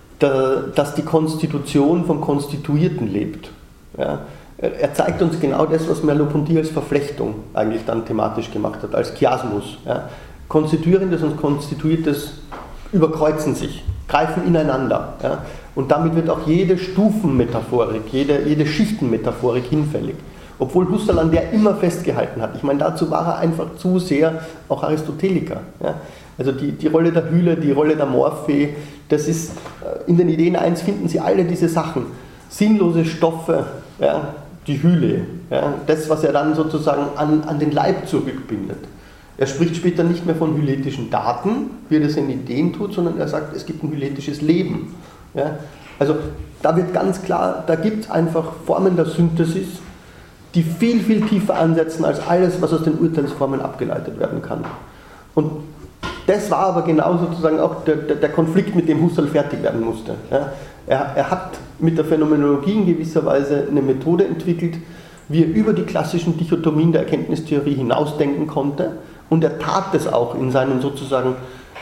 die Konstitution von Konstituierten lebt. Ja. Er zeigt uns genau das, was Merleau-Ponty als Verflechtung eigentlich dann thematisch gemacht hat, als Chiasmus. Ja. Konstituierendes und Konstituiertes überkreuzen sich, greifen ineinander. Ja. Und damit wird auch jede Stufenmetaphorik, jede Schichtenmetaphorik hinfällig. Obwohl Husserl an der immer festgehalten hat. Ich meine, dazu war er einfach zu sehr auch Aristoteliker. Ja. Also die Rolle der Hyle, die Rolle der Morphe, das ist, in den Ideen 1 finden Sie alle diese Sachen. Sinnlose Stoffe, ja, die Hyle, ja, das, was er dann sozusagen an den Leib zurückbindet. Er spricht später nicht mehr von hyletischen Daten, wie er das in Ideen tut, sondern er sagt, es gibt ein hyletisches Leben. Ja. Also da wird ganz klar, da gibt es einfach Formen der Synthesis, die viel, viel tiefer ansetzen als alles, was aus den Urteilsformen abgeleitet werden kann. Und das war aber genau sozusagen auch der Konflikt, mit dem Husserl fertig werden musste. Ja. Er hat mit der Phänomenologie in gewisser Weise eine Methode entwickelt, wie er über die klassischen Dichotomien der Erkenntnistheorie hinausdenken konnte, und er tat das auch in seinen sozusagen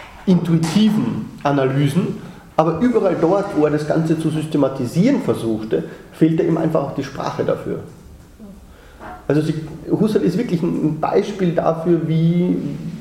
intuitiven Analysen, aber überall dort, wo er das Ganze zu systematisieren versuchte, fehlte ihm einfach auch die Sprache dafür. Also Husserl ist wirklich ein Beispiel dafür, wie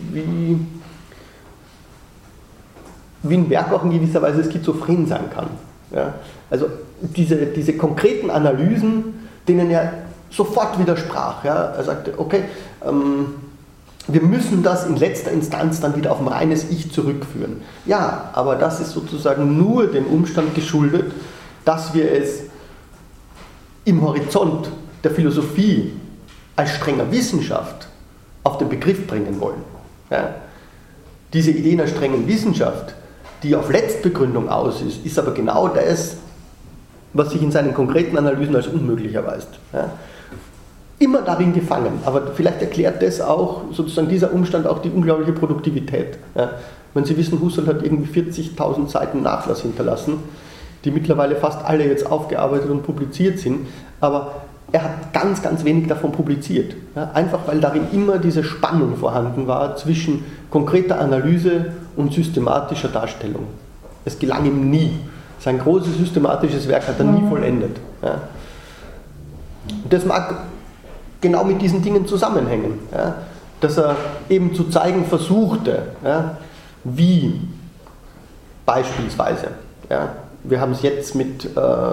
ein Werk auch in gewisser Weise schizophren sein kann. Ja? Also diese konkreten Analysen, denen er sofort widersprach. Ja? Er sagte, okay, wir müssen das in letzter Instanz dann wieder auf ein reines Ich zurückführen. Ja, aber das ist sozusagen nur dem Umstand geschuldet, dass wir es im Horizont der Philosophie als strenger Wissenschaft auf den Begriff bringen wollen. Ja? Diese Idee einer strengen Wissenschaft, die auf Letztbegründung aus ist, ist aber genau das, was sich in seinen konkreten Analysen als unmöglich erweist. Ja? Immer darin gefangen, aber vielleicht erklärt das auch, sozusagen dieser Umstand auch die unglaubliche Produktivität. Ja? Wenn Sie wissen, Husserl hat irgendwie 40.000 Seiten Nachlass hinterlassen, die mittlerweile fast alle jetzt aufgearbeitet und publiziert sind, aber er hat ganz, ganz wenig davon publiziert. Ja? Einfach weil darin immer diese Spannung vorhanden war zwischen konkreter Analyse und systematischer Darstellung. Es gelang ihm nie. Sein großes systematisches Werk hat er nie vollendet. Ja? Und das mag genau mit diesen Dingen zusammenhängen, ja? Dass er eben zu zeigen versuchte, ja? Wie beispielsweise, ja? Wir haben es jetzt mit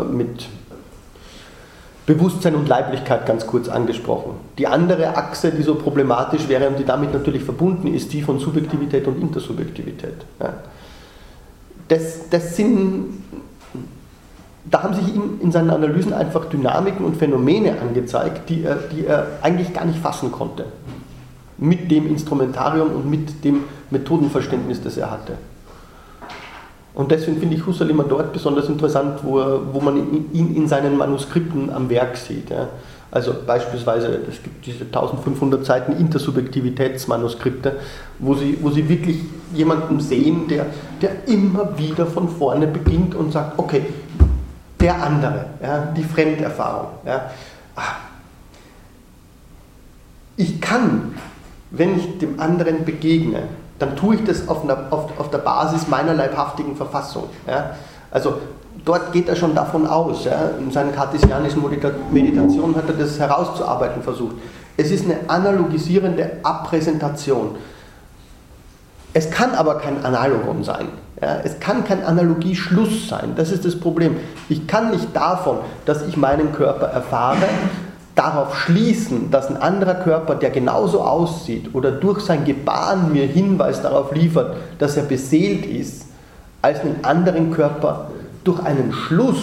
Bewusstsein und Leiblichkeit ganz kurz angesprochen. Die andere Achse, die so problematisch wäre und die damit natürlich verbunden ist, die von Subjektivität und Intersubjektivität. Ja? Da haben sich ihm in seinen Analysen einfach Dynamiken und Phänomene angezeigt, die er eigentlich gar nicht fassen konnte. Mit dem Instrumentarium und mit dem Methodenverständnis, das er hatte. Und deswegen finde ich Husserl immer dort besonders interessant, wo man ihn in seinen Manuskripten am Werk sieht. Ja. Also beispielsweise, es gibt diese 1500 Seiten Intersubjektivitätsmanuskripte, wo sie wirklich jemanden sehen, der immer wieder von vorne beginnt und sagt, okay, der andere, ja, die Fremderfahrung. Ja. Ich kann, wenn ich dem anderen begegne, dann tue ich das auf der Basis meiner leibhaftigen Verfassung. Ja. Also dort geht er schon davon aus. Ja. In seinen kartesianischen Meditationen hat er das herauszuarbeiten versucht. Es ist eine analogisierende Appräsentation. Es kann aber kein Analogon sein. Ja. Es kann kein Analogieschluss sein. Das ist das Problem. Ich kann nicht davon, dass ich meinen Körper erfahre, darauf schließen, dass ein anderer Körper, der genauso aussieht oder durch sein Gebaren mir Hinweis darauf liefert, dass er beseelt ist, als einen anderen Körper durch einen Schluss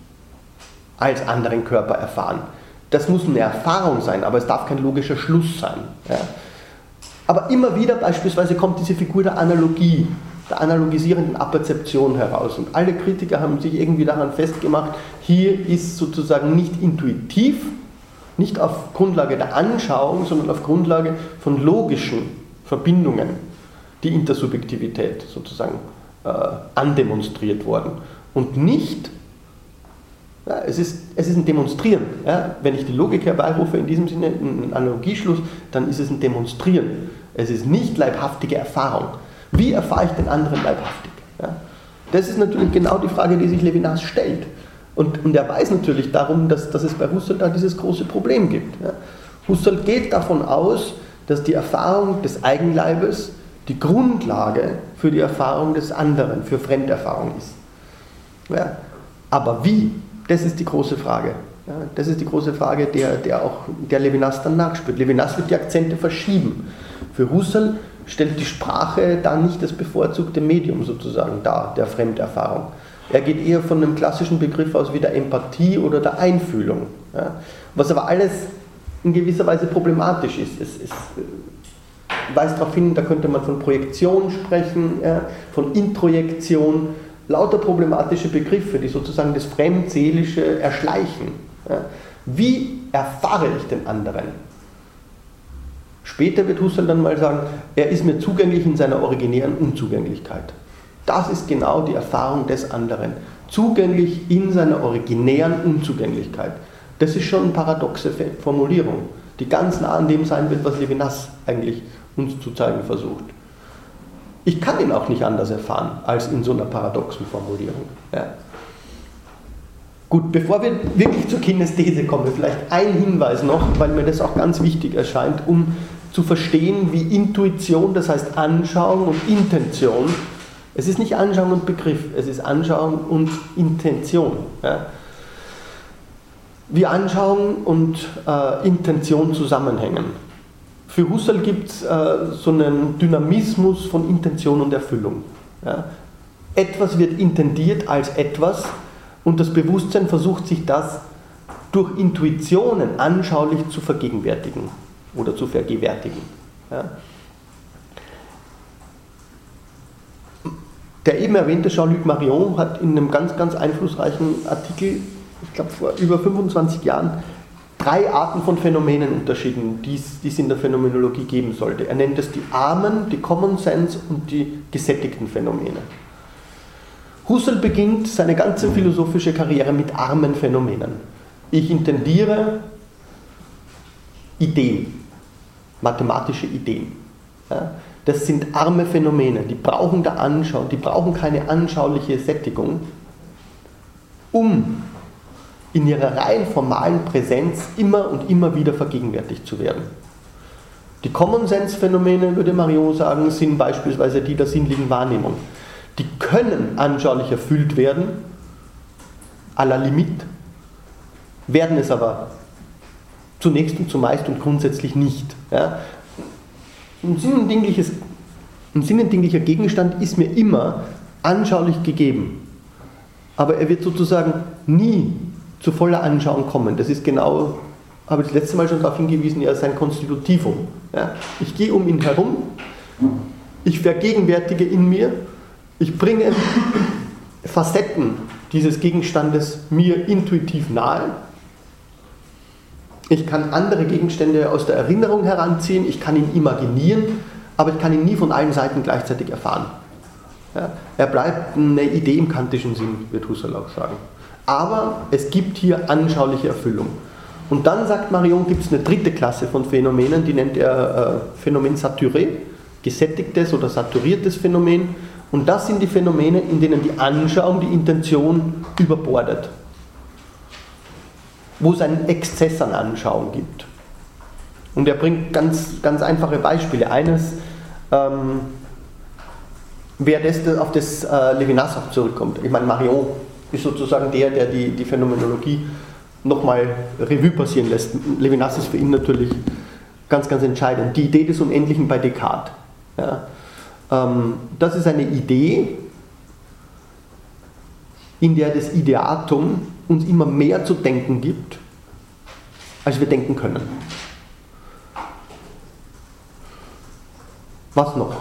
als anderen Körper erfahren. Das muss eine Erfahrung sein, aber es darf kein logischer Schluss sein. Ja. Aber immer wieder beispielsweise kommt diese Figur der Analogie, der analogisierenden Apperzeption heraus. Und alle Kritiker haben sich irgendwie daran festgemacht, hier ist sozusagen nicht intuitiv, nicht auf Grundlage der Anschauung, sondern auf Grundlage von logischen Verbindungen die Intersubjektivität sozusagen andemonstriert worden. Und nicht, ja, es ist ein Demonstrieren. Ja, wenn ich die Logik herbeirufe, in diesem Sinne einen Analogieschluss, dann ist es ein Demonstrieren. Es ist nicht leibhaftige Erfahrung. Wie erfahre ich den anderen leibhaftig? Ja, das ist natürlich genau die Frage, die sich Levinas stellt. Und er weiß natürlich darum, dass es bei Husserl da dieses große Problem gibt. Ja. Husserl geht davon aus, dass die Erfahrung des Eigenleibes die Grundlage für die Erfahrung des anderen, für Fremderfahrung ist. Ja. Aber wie? Das ist die große Frage. Ja. Das ist die große Frage, der Levinas dann nachspürt. Levinas wird die Akzente verschieben. Für Husserl stellt die Sprache da nicht das bevorzugte Medium sozusagen dar, der Fremderfahrung. Er geht eher von einem klassischen Begriff aus wie der Empathie oder der Einfühlung. Ja. Was aber alles in gewisser Weise problematisch ist. Es weist darauf hin, da könnte man von Projektion sprechen, ja, von Introjektion, lauter problematische Begriffe, die sozusagen das Fremdseelische erschleichen. Ja. Wie erfahre ich den anderen? Später wird Husserl dann mal sagen, er ist mir zugänglich in seiner originären Unzugänglichkeit. Das ist genau die Erfahrung des anderen. Zugänglich in seiner originären Unzugänglichkeit. Das ist schon eine paradoxe Formulierung, die ganz nah an dem sein wird, was Levinas eigentlich uns zu zeigen versucht. Ich kann ihn auch nicht anders erfahren, als in so einer paradoxen Formulierung. Ja. Gut, bevor wir wirklich zur Kinesthese kommen, vielleicht ein Hinweis noch, weil mir das auch ganz wichtig erscheint, um zu verstehen, wie Intuition, das heißt Anschauung und Intention, es ist nicht Anschauung und Begriff, es ist Anschauung und Intention. Ja. Wie Anschauung und Intention zusammenhängen. für Husserl gibt es so einen Dynamismus von Intention und Erfüllung. Ja? Etwas wird intendiert als etwas und das Bewusstsein versucht sich das durch Intuitionen anschaulich zu vergegenwärtigen oder zu vergewärtigen. Ja? Der eben erwähnte Jean-Luc Marion hat in einem ganz, ganz einflussreichen Artikel, ich glaube vor über 25 Jahren, 3 Arten von Phänomenen unterschieden, die es in der Phänomenologie geben sollte. Er nennt es die armen, die Common Sense und die gesättigten Phänomene. Husserl beginnt seine ganze philosophische Karriere mit armen Phänomenen. Ich intendiere Ideen, mathematische Ideen. Ja, das sind arme Phänomene, die brauchen keine anschauliche Sättigung, um in ihrer rein formalen Präsenz immer und immer wieder vergegenwärtigt zu werden. Die Common-Sense-Phänomene, würde Marion sagen, sind beispielsweise die der sinnlichen Wahrnehmung. Die können anschaulich erfüllt werden, à la limite, werden es aber zunächst und zumeist und grundsätzlich nicht. Ja? Ein sinnendinglicher Gegenstand ist mir immer anschaulich gegeben, aber er wird sozusagen nie zu voller Anschauung kommen. Das ist genau, habe ich das letzte Mal schon darauf hingewiesen, ja, sein Konstitutivum. Ja? Ich gehe um ihn herum, ich vergegenwärtige in mir, ich bringe Facetten dieses Gegenstandes mir intuitiv nahe. Ich kann andere Gegenstände aus der Erinnerung heranziehen, ich kann ihn imaginieren, aber ich kann ihn nie von allen Seiten gleichzeitig erfahren. Ja? Er bleibt eine Idee im kantischen Sinn, wird Husserl auch sagen. Aber es gibt hier anschauliche Erfüllung. Und dann, sagt Marion, gibt es eine dritte Klasse von Phänomenen, die nennt er Phänomen saturé, gesättigtes oder saturiertes Phänomen. Und das sind die Phänomene, in denen die Anschauung, die Intention überbordet. Wo es einen Exzess an Anschauung gibt. Und er bringt ganz, ganz einfache Beispiele. Eines, wer auf das Levinas auch zurückkommt. Ich meine, Marion ist sozusagen der die Phänomenologie nochmal Revue passieren lässt. Levinas ist für ihn natürlich ganz, ganz entscheidend. Die Idee des Unendlichen bei Descartes. Ja. Das ist eine Idee, in der das Ideatum uns immer mehr zu denken gibt, als wir denken können. Was noch?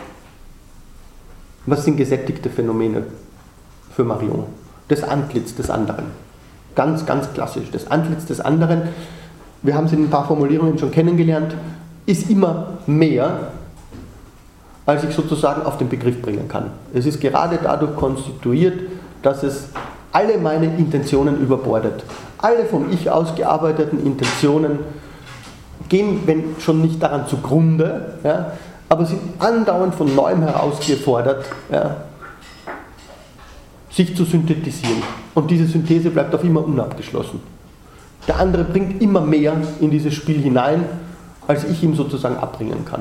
Was sind gesättigte Phänomene für Marion? Das Antlitz des anderen. Ganz, ganz klassisch. Das Antlitz des anderen, wir haben es in ein paar Formulierungen schon kennengelernt, ist immer mehr, als ich sozusagen auf den Begriff bringen kann. Es ist gerade dadurch konstituiert, dass es alle meine Intentionen überbordet. Alle vom Ich ausgearbeiteten Intentionen gehen, wenn schon nicht daran zugrunde, ja, aber sind andauernd von Neuem herausgefordert, ja, sich zu synthetisieren. Und diese Synthese bleibt auf immer unabgeschlossen. Der andere bringt immer mehr in dieses Spiel hinein, als ich ihm sozusagen abbringen kann.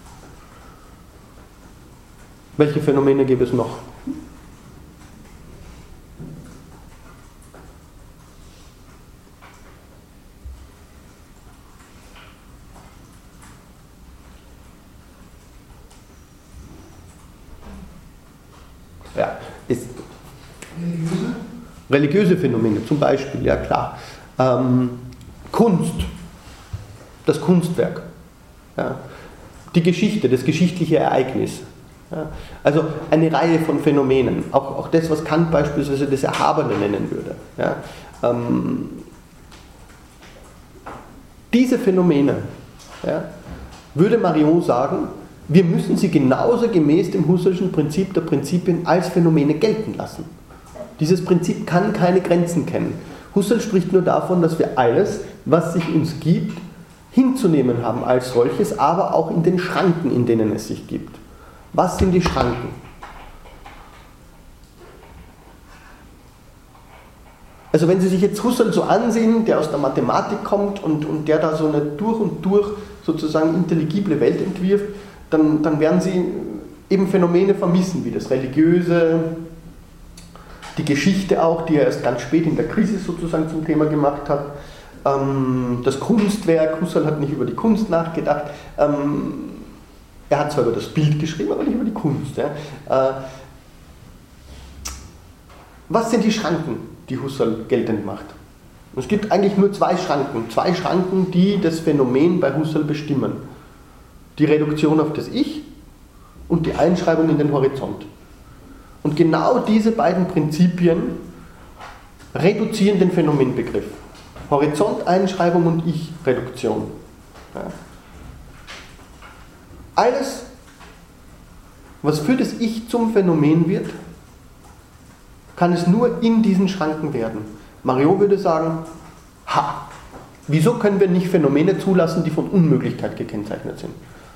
Welche Phänomene gibt es noch? Ja, ist religiöse Phänomene, zum Beispiel, ja klar. Kunst, das Kunstwerk, ja. Die Geschichte, das geschichtliche Ereignis. Ja. Also eine Reihe von Phänomenen, auch das, was Kant beispielsweise das Erhabene nennen würde. Ja. Diese Phänomene, ja, würde Marion sagen, wir müssen sie genauso gemäß dem Husserlschen Prinzip der Prinzipien als Phänomene gelten lassen. Dieses Prinzip kann keine Grenzen kennen. Husserl spricht nur davon, dass wir alles, was sich uns gibt, hinzunehmen haben als solches, aber auch in den Schranken, in denen es sich gibt. Was sind die Schranken? Also wenn Sie sich jetzt Husserl so ansehen, der aus der Mathematik kommt und der da so eine durch und durch sozusagen intelligible Welt entwirft, dann werden Sie eben Phänomene vermissen, wie das Religiöse, die Geschichte auch, die er erst ganz spät in der Krise sozusagen zum Thema gemacht hat, Das Kunstwerk, Husserl hat nicht über die Kunst nachgedacht. Er hat zwar über das Bild geschrieben, aber nicht über die Kunst. Ja. Was sind die Schranken, die Husserl geltend macht? Es gibt eigentlich nur zwei Schranken, die das Phänomen bei Husserl bestimmen. Die Reduktion auf das Ich und die Einschreibung in den Horizont. Und genau diese beiden Prinzipien reduzieren den Phänomenbegriff. Horizonteinschreibung und Ich-Reduktion. Ja. Alles, was für das Ich zum Phänomen wird, kann es nur in diesen Schranken werden. Mariot würde sagen, wieso können wir nicht Phänomene zulassen, die von Unmöglichkeit gekennzeichnet sind?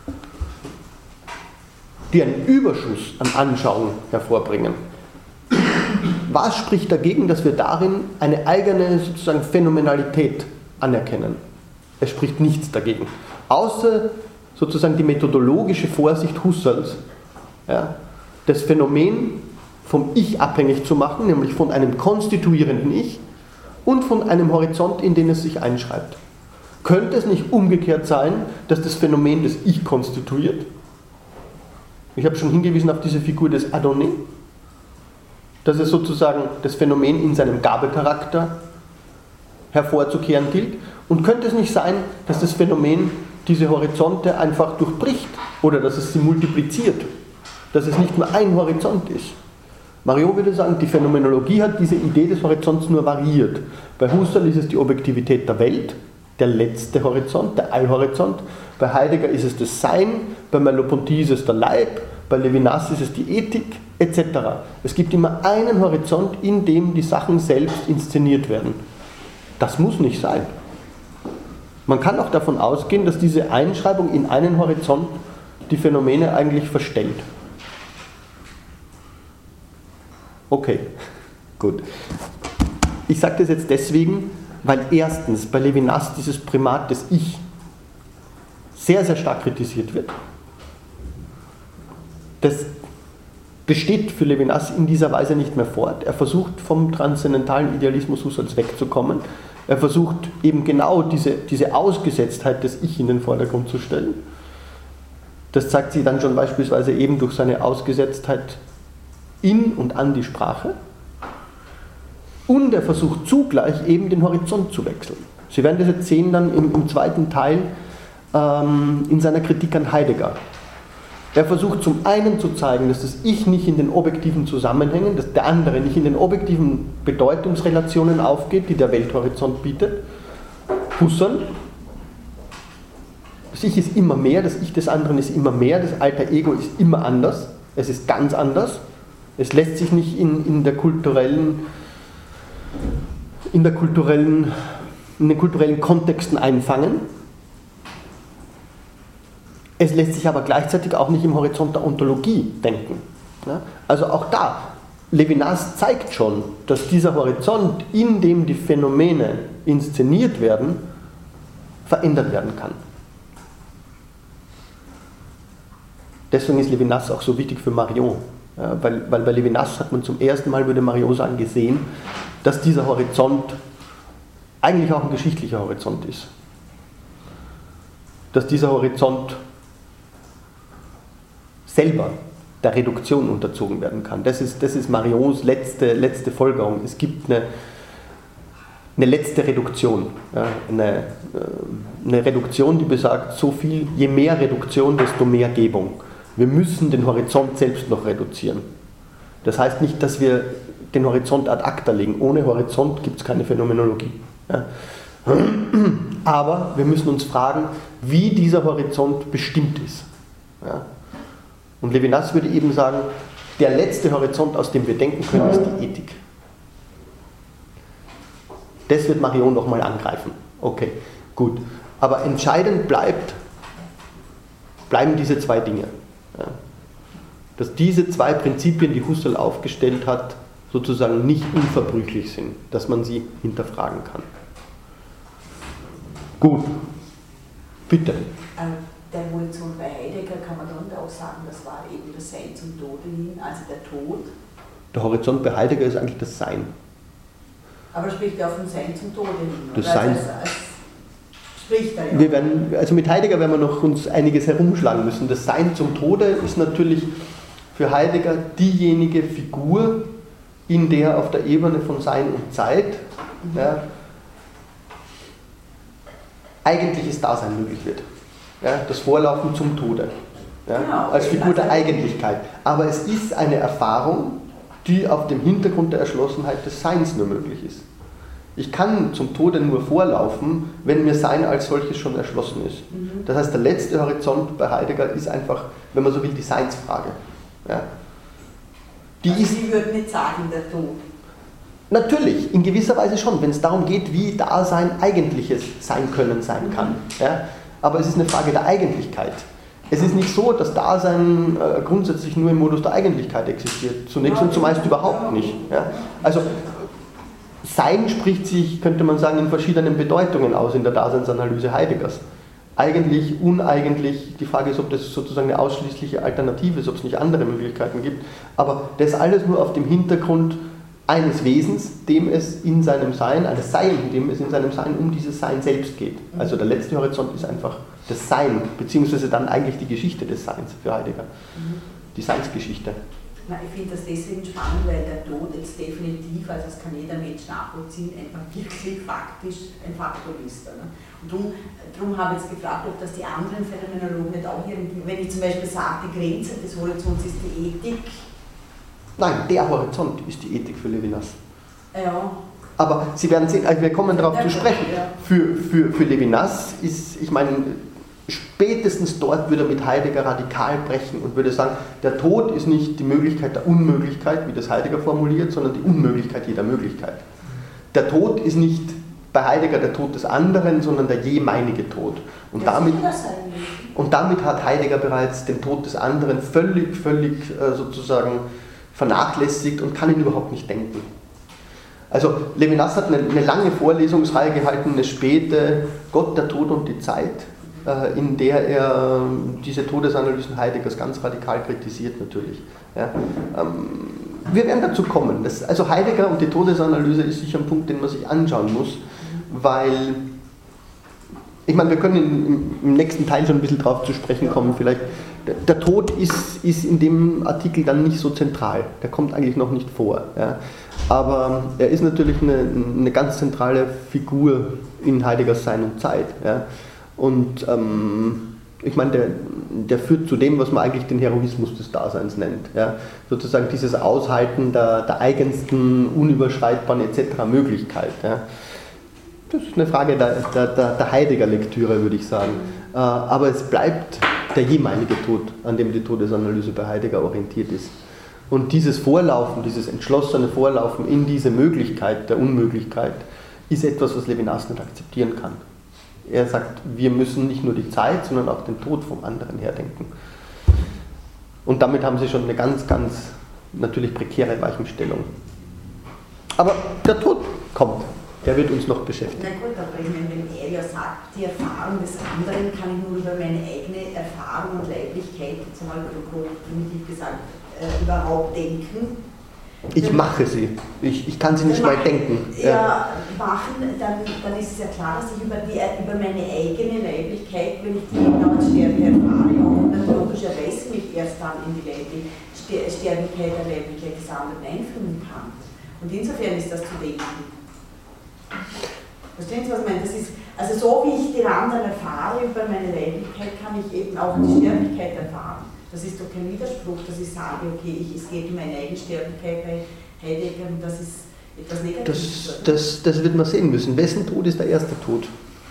Die einen Überschuss an Anschauung hervorbringen. Was spricht dagegen, dass wir darin eine eigene sozusagen Phänomenalität anerkennen? Es spricht nichts dagegen, außer sozusagen die methodologische Vorsicht Husserls, ja, das Phänomen vom Ich abhängig zu machen, nämlich von einem konstituierenden Ich und von einem Horizont, in den es sich einschreibt. Könnte es nicht umgekehrt sein, dass das Phänomen das Ich konstituiert? Ich habe schon hingewiesen auf diese Figur des Adonais, dass es sozusagen das Phänomen in seinem Gabecharakter hervorzukehren gilt. Und könnte es nicht sein, dass das Phänomen diese Horizonte einfach durchbricht oder dass es sie multipliziert, dass es nicht nur ein Horizont ist? Mariot würde sagen, die Phänomenologie hat diese Idee des Horizonts nur variiert. Bei Husserl ist es die Objektivität der Welt, der letzte Horizont, der Allhorizont. Bei Heidegger ist es das Sein, bei Merleau-Ponty ist es der Leib, bei Levinas ist es die Ethik, etc. Es gibt immer einen Horizont, in dem die Sachen selbst inszeniert werden. Das muss nicht sein. Man kann auch davon ausgehen, dass diese Einschreibung in einen Horizont die Phänomene eigentlich verstellt. Okay, gut. Ich sage das jetzt deswegen, weil erstens bei Levinas dieses Primat des Ich sehr, sehr stark kritisiert wird. Das besteht für Levinas in dieser Weise nicht mehr fort. Er versucht vom transzendentalen Idealismus Husserls wegzukommen. Er versucht eben genau diese Ausgesetztheit des Ich in den Vordergrund zu stellen. Das zeigt sich dann schon beispielsweise eben durch seine Ausgesetztheit in und an die Sprache. Und er versucht zugleich eben den Horizont zu wechseln. Sie werden das jetzt sehen dann im zweiten Teil in seiner Kritik an Heidegger. Er versucht zum einen zu zeigen, dass das Ich nicht in den objektiven Zusammenhängen, dass der andere nicht in den objektiven Bedeutungsrelationen aufgeht, die der Welthorizont bietet. Husserl. Das Ich ist immer mehr, das Ich des anderen ist immer mehr, das Alter Ego ist immer anders, es ist ganz anders. Es lässt sich nicht in den kulturellen Kontexten einfangen. Es lässt sich aber gleichzeitig auch nicht im Horizont der Ontologie denken. Also auch da, Levinas zeigt schon, dass dieser Horizont, in dem die Phänomene inszeniert werden, verändert werden kann. Deswegen ist Levinas auch so wichtig für Mariot. Ja, weil bei Levinas hat man zum ersten Mal, würde Mariot sagen, gesehen, dass dieser Horizont eigentlich auch ein geschichtlicher Horizont ist. Dass dieser Horizont selber der Reduktion unterzogen werden kann. Das ist Mariots letzte Folgerung. Es gibt eine letzte Reduktion. Ja, eine Reduktion, die besagt, so viel, je mehr Reduktion, desto mehr Gebung. Wir müssen den Horizont selbst noch reduzieren. Das heißt nicht, dass wir den Horizont ad acta legen. Ohne Horizont gibt es keine Phänomenologie. Ja. Aber wir müssen uns fragen, wie dieser Horizont bestimmt ist. Ja. Und Levinas würde eben sagen, der letzte Horizont, aus dem wir denken können, ist die Ethik. Das wird Mariot nochmal angreifen. Okay, gut. Aber entscheidend bleiben diese zwei Dinge. Ja. Dass diese zwei Prinzipien, die Husserl aufgestellt hat, sozusagen nicht unverbrüchlich sind, dass man sie hinterfragen kann. Gut, bitte. Der Evolution bei Heidegger kann man dann auch sagen, das war eben das Sein zum Tode hin, also der Tod. Der Horizont bei Heidegger ist eigentlich das Sein. Aber spricht er auch von Sein zum Tode hin? Das Sein. Spricht er ja. Wir werden, also mit Heidegger werden wir noch uns einiges herumschlagen müssen. Das Sein zum Tode ist natürlich für Heidegger diejenige Figur, in der auf der Ebene von Sein und Zeit eigentliches Dasein möglich wird. Ja, das Vorlaufen zum Tode. Ja, genau, als Figur der Eigentlichkeit. Aber es ist eine Erfahrung, die auf dem Hintergrund der Erschlossenheit des Seins nur möglich ist. Ich kann zum Tode nur vorlaufen, wenn mir Sein als solches schon erschlossen ist. Das heißt, der letzte Horizont bei Heidegger ist einfach, wenn man so will, die Seinsfrage. Ja. Sie würden nicht sagen, der Tod. Natürlich, in gewisser Weise schon, wenn es darum geht, wie Dasein eigentliches Sein können sein kann. Ja. Aber es ist eine Frage der Eigentlichkeit. Es ist nicht so, dass Dasein grundsätzlich nur im Modus der Eigentlichkeit existiert. Zunächst und zumeist überhaupt nicht. Ja. Also Sein spricht sich, könnte man sagen, in verschiedenen Bedeutungen aus in der Daseinsanalyse Heideggers. Eigentlich, uneigentlich, die Frage ist, ob das sozusagen eine ausschließliche Alternative ist, ob es nicht andere Möglichkeiten gibt. Aber das alles nur auf dem Hintergrund eines Wesens, dem es in seinem Sein, eines Sein, dem es in seinem Sein um dieses Sein selbst geht. Also der letzte Horizont ist einfach das Sein, beziehungsweise dann eigentlich die Geschichte des Seins für Heidegger. Die Seinsgeschichte. Na, ich finde das deswegen spannend, weil der Tod jetzt definitiv, also das kann jeder Mensch nachvollziehen, einfach wirklich faktisch ein Faktor ist. Ne? Und darum habe ich jetzt gefragt, ob das die anderen Phänomenologen nicht auch irgendwie, wenn ich zum Beispiel sage, die Grenze des Horizonts ist die Ethik. Nein, der Horizont ist die Ethik für Levinas. Ja. Aber Sie werden sehen, also wir kommen darauf zu sprechen. Ja. Für Levinas ist, ich meine, spätestens dort würde er mit Heidegger radikal brechen und würde sagen, der Tod ist nicht die Möglichkeit der Unmöglichkeit, wie das Heidegger formuliert, sondern die Unmöglichkeit jeder Möglichkeit. Der Tod ist nicht bei Heidegger der Tod des anderen, sondern der jemeinige Tod. Und damit hat Heidegger bereits den Tod des anderen völlig sozusagen vernachlässigt und kann ihn überhaupt nicht denken. Also Levinas hat eine lange Vorlesungsreihe gehalten, eine späte Gott, der Tod und die Zeit, in der er diese Todesanalysen Heideggers ganz radikal kritisiert natürlich. Ja. Wir werden dazu kommen. Also Heidegger und die Todesanalyse ist sicher ein Punkt, den man sich anschauen muss, weil, ich meine, wir können im nächsten Teil schon ein bisschen drauf zu sprechen kommen, vielleicht. Der Tod ist in dem Artikel dann nicht so zentral, der kommt eigentlich noch nicht vor. Ja. Aber er ist natürlich eine ganz zentrale Figur in Heideggers Sein und Zeit. Ja. Und ich meine, der führt zu dem, was man eigentlich den Heroismus des Daseins nennt. Ja. Sozusagen dieses Aushalten der eigensten, unüberschreitbaren etc. Möglichkeit. Ja. Das ist eine Frage der Heidegger-Lektüre, würde ich sagen. Aber es bleibt der jemeinige Tod, an dem die Todesanalyse bei Heidegger orientiert ist. Und dieses Vorlaufen, dieses entschlossene Vorlaufen in diese Möglichkeit der Unmöglichkeit, ist etwas, was Levinas nicht akzeptieren kann. Er sagt, wir müssen nicht nur die Zeit, sondern auch den Tod vom anderen her denken. Und damit haben sie schon eine ganz, ganz natürlich prekäre Weichenstellung. Aber der Tod kommt. Der wird uns noch beschäftigen. Na gut, aber ich meine, wenn er ja sagt, die Erfahrung des anderen kann ich nur über meine eigene Erfahrung und Leiblichkeit, jetzt mal primitiv gesagt, überhaupt denken. Ich mache sie. Ich kann sie nicht mal denken. Ja, machen, dann ist es ja klar, dass ich über meine eigene Leiblichkeit, wenn ich die genau als Sterbe erfahre, auch dann logischerweise mich erst dann in die Sterblichkeit der Leiblichkeit des anderen einführen kann. Und insofern ist das zu denken. Verstehen Sie, was ich meine? Das ist, also so wie ich den anderen erfahre über meine Leiblichkeit, kann ich eben auch die Sterblichkeit erfahren. Das ist doch kein Widerspruch, dass ich sage, okay, es geht um meine Eigensterblichkeit bei Heidegger und das ist etwas Negatives. Das wird man sehen müssen. Wessen Tod ist der erste Tod?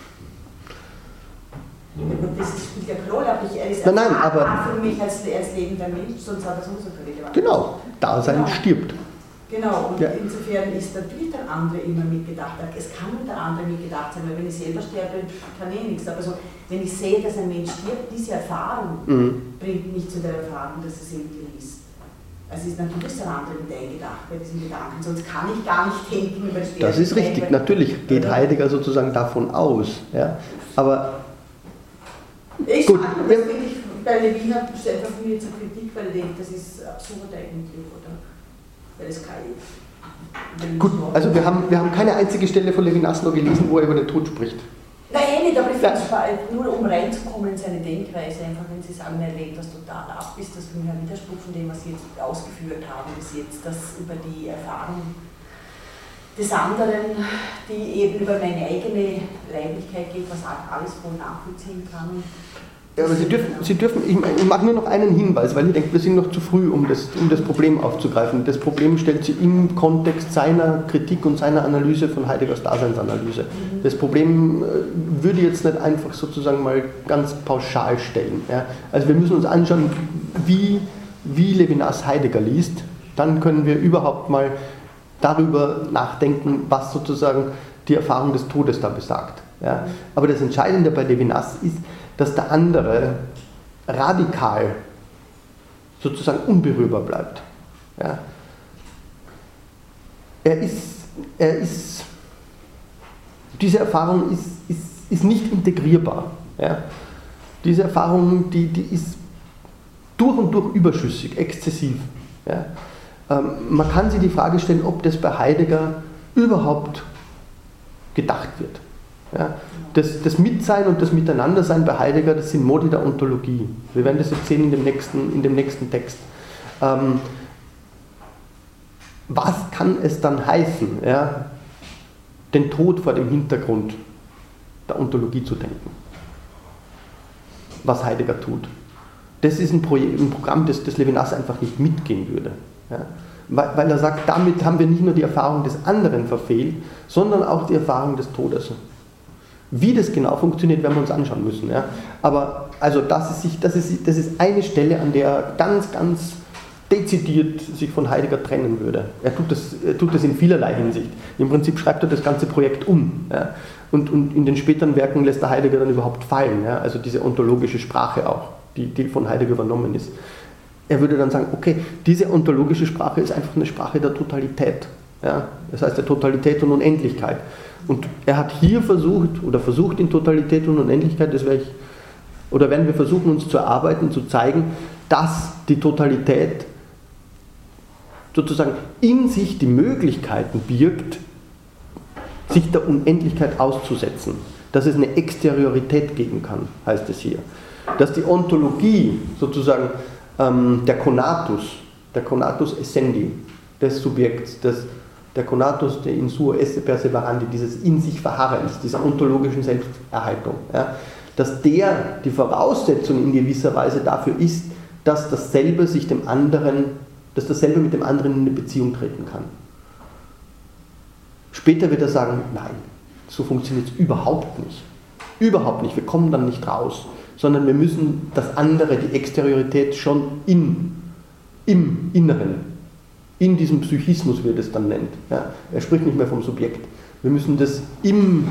Ja, gut, das spielt ja keine Rolle, aber er ist aber für mich als lebender Mensch, sonst hat das sowieso keine Relevanz. Genau, Dasein stirbt. Genau, und insofern ist natürlich der andere immer mitgedacht. Es kann nur der andere mitgedacht sein, weil wenn ich selber sterbe, kann ich nichts. Aber so, wenn ich sehe, dass ein Mensch stirbt, diese Erfahrung bringt mich zu der Erfahrung, dass es irgendwie ist. Also ist natürlich der andere mit eingedacht bei diesen Gedanken, sonst kann ich gar nicht denken über das Sterben. Das ist richtig, natürlich geht Heidegger sozusagen davon aus. Ja? Aber das finde ich bei Levina einfach von mir zur Kritik, weil ich denke, das ist absurd eigentlich, oder? Weil es KI ist. Gut, also wir haben keine einzige Stelle von Levinas noch gelesen, wo er über den Tod spricht. Nein, nicht, aber ich finde es spannend, nur um reinzukommen in seine Denkweise, einfach wenn Sie sagen, er lehnt das total ab, ist das für mich ein Widerspruch von dem, was Sie jetzt ausgeführt haben bis jetzt, dass über die Erfahrung des anderen, die eben über meine eigene Leiblichkeit geht, was auch alles voll nachvollziehen kann. Ja, aber Sie dürfen, ich mache nur noch einen Hinweis, weil ich denke, wir sind noch zu früh, um das Problem aufzugreifen. Das Problem stellt sich im Kontext seiner Kritik und seiner Analyse von Heideggers Daseinsanalyse. Das Problem würde ich jetzt nicht einfach sozusagen mal ganz pauschal stellen. Ja. Also wir müssen uns anschauen, wie Levinas Heidegger liest, dann können wir überhaupt mal darüber nachdenken, was sozusagen die Erfahrung des Todes da besagt. Ja. Aber das Entscheidende bei Levinas ist, dass der andere radikal sozusagen unberührbar bleibt. Ja. Diese Erfahrung ist nicht integrierbar. Ja. Diese Erfahrung, die ist durch und durch überschüssig, exzessiv. Ja. Man kann sich die Frage stellen, ob das bei Heidegger überhaupt gedacht wird. Ja. Das Mitsein und das Miteinandersein bei Heidegger, das sind Modi der Ontologie. Wir werden das jetzt sehen in dem nächsten Text. Was kann es dann heißen, ja, den Tod vor dem Hintergrund der Ontologie zu denken? Was Heidegger tut. Das ist ein Programm, das Levinas einfach nicht mitgehen würde. Ja. Weil er sagt, damit haben wir nicht nur die Erfahrung des anderen verfehlt, sondern auch die Erfahrung des Todes. Wie das genau funktioniert, werden wir uns anschauen müssen. Ja. Aber also das ist eine Stelle, an der er ganz, ganz dezidiert sich von Heidegger trennen würde. Er tut das in vielerlei Hinsicht. Im Prinzip schreibt er das ganze Projekt um. Ja. Und in den späteren Werken lässt er Heidegger dann überhaupt fallen. Ja. Also diese ontologische Sprache auch, die von Heidegger übernommen ist. Er würde dann sagen, okay, diese ontologische Sprache ist einfach eine Sprache der Totalität. Ja. Das heißt der Totalität und Unendlichkeit. Und er hat hier versucht in Totalität und Unendlichkeit, werden wir versuchen, uns zu erarbeiten, zu zeigen, dass die Totalität sozusagen in sich die Möglichkeiten birgt, sich der Unendlichkeit auszusetzen. Dass es eine Exteriorität geben kann, heißt es hier. Dass die Ontologie sozusagen der Conatus essendi des Subjekts, der Conatus de in suo esse perseverandi, dieses in sich Verharrens, dieser ontologischen Selbsterhaltung, ja, dass der die Voraussetzung in gewisser Weise dafür ist, dass dasselbe mit dem anderen in eine Beziehung treten kann. Später wird er sagen, nein, so funktioniert es überhaupt nicht. Überhaupt nicht, wir kommen dann nicht raus, sondern wir müssen das andere, die Exteriorität schon im Inneren, in diesem Psychismus, wie er das dann nennt. Ja, er spricht nicht mehr vom Subjekt. Wir müssen das im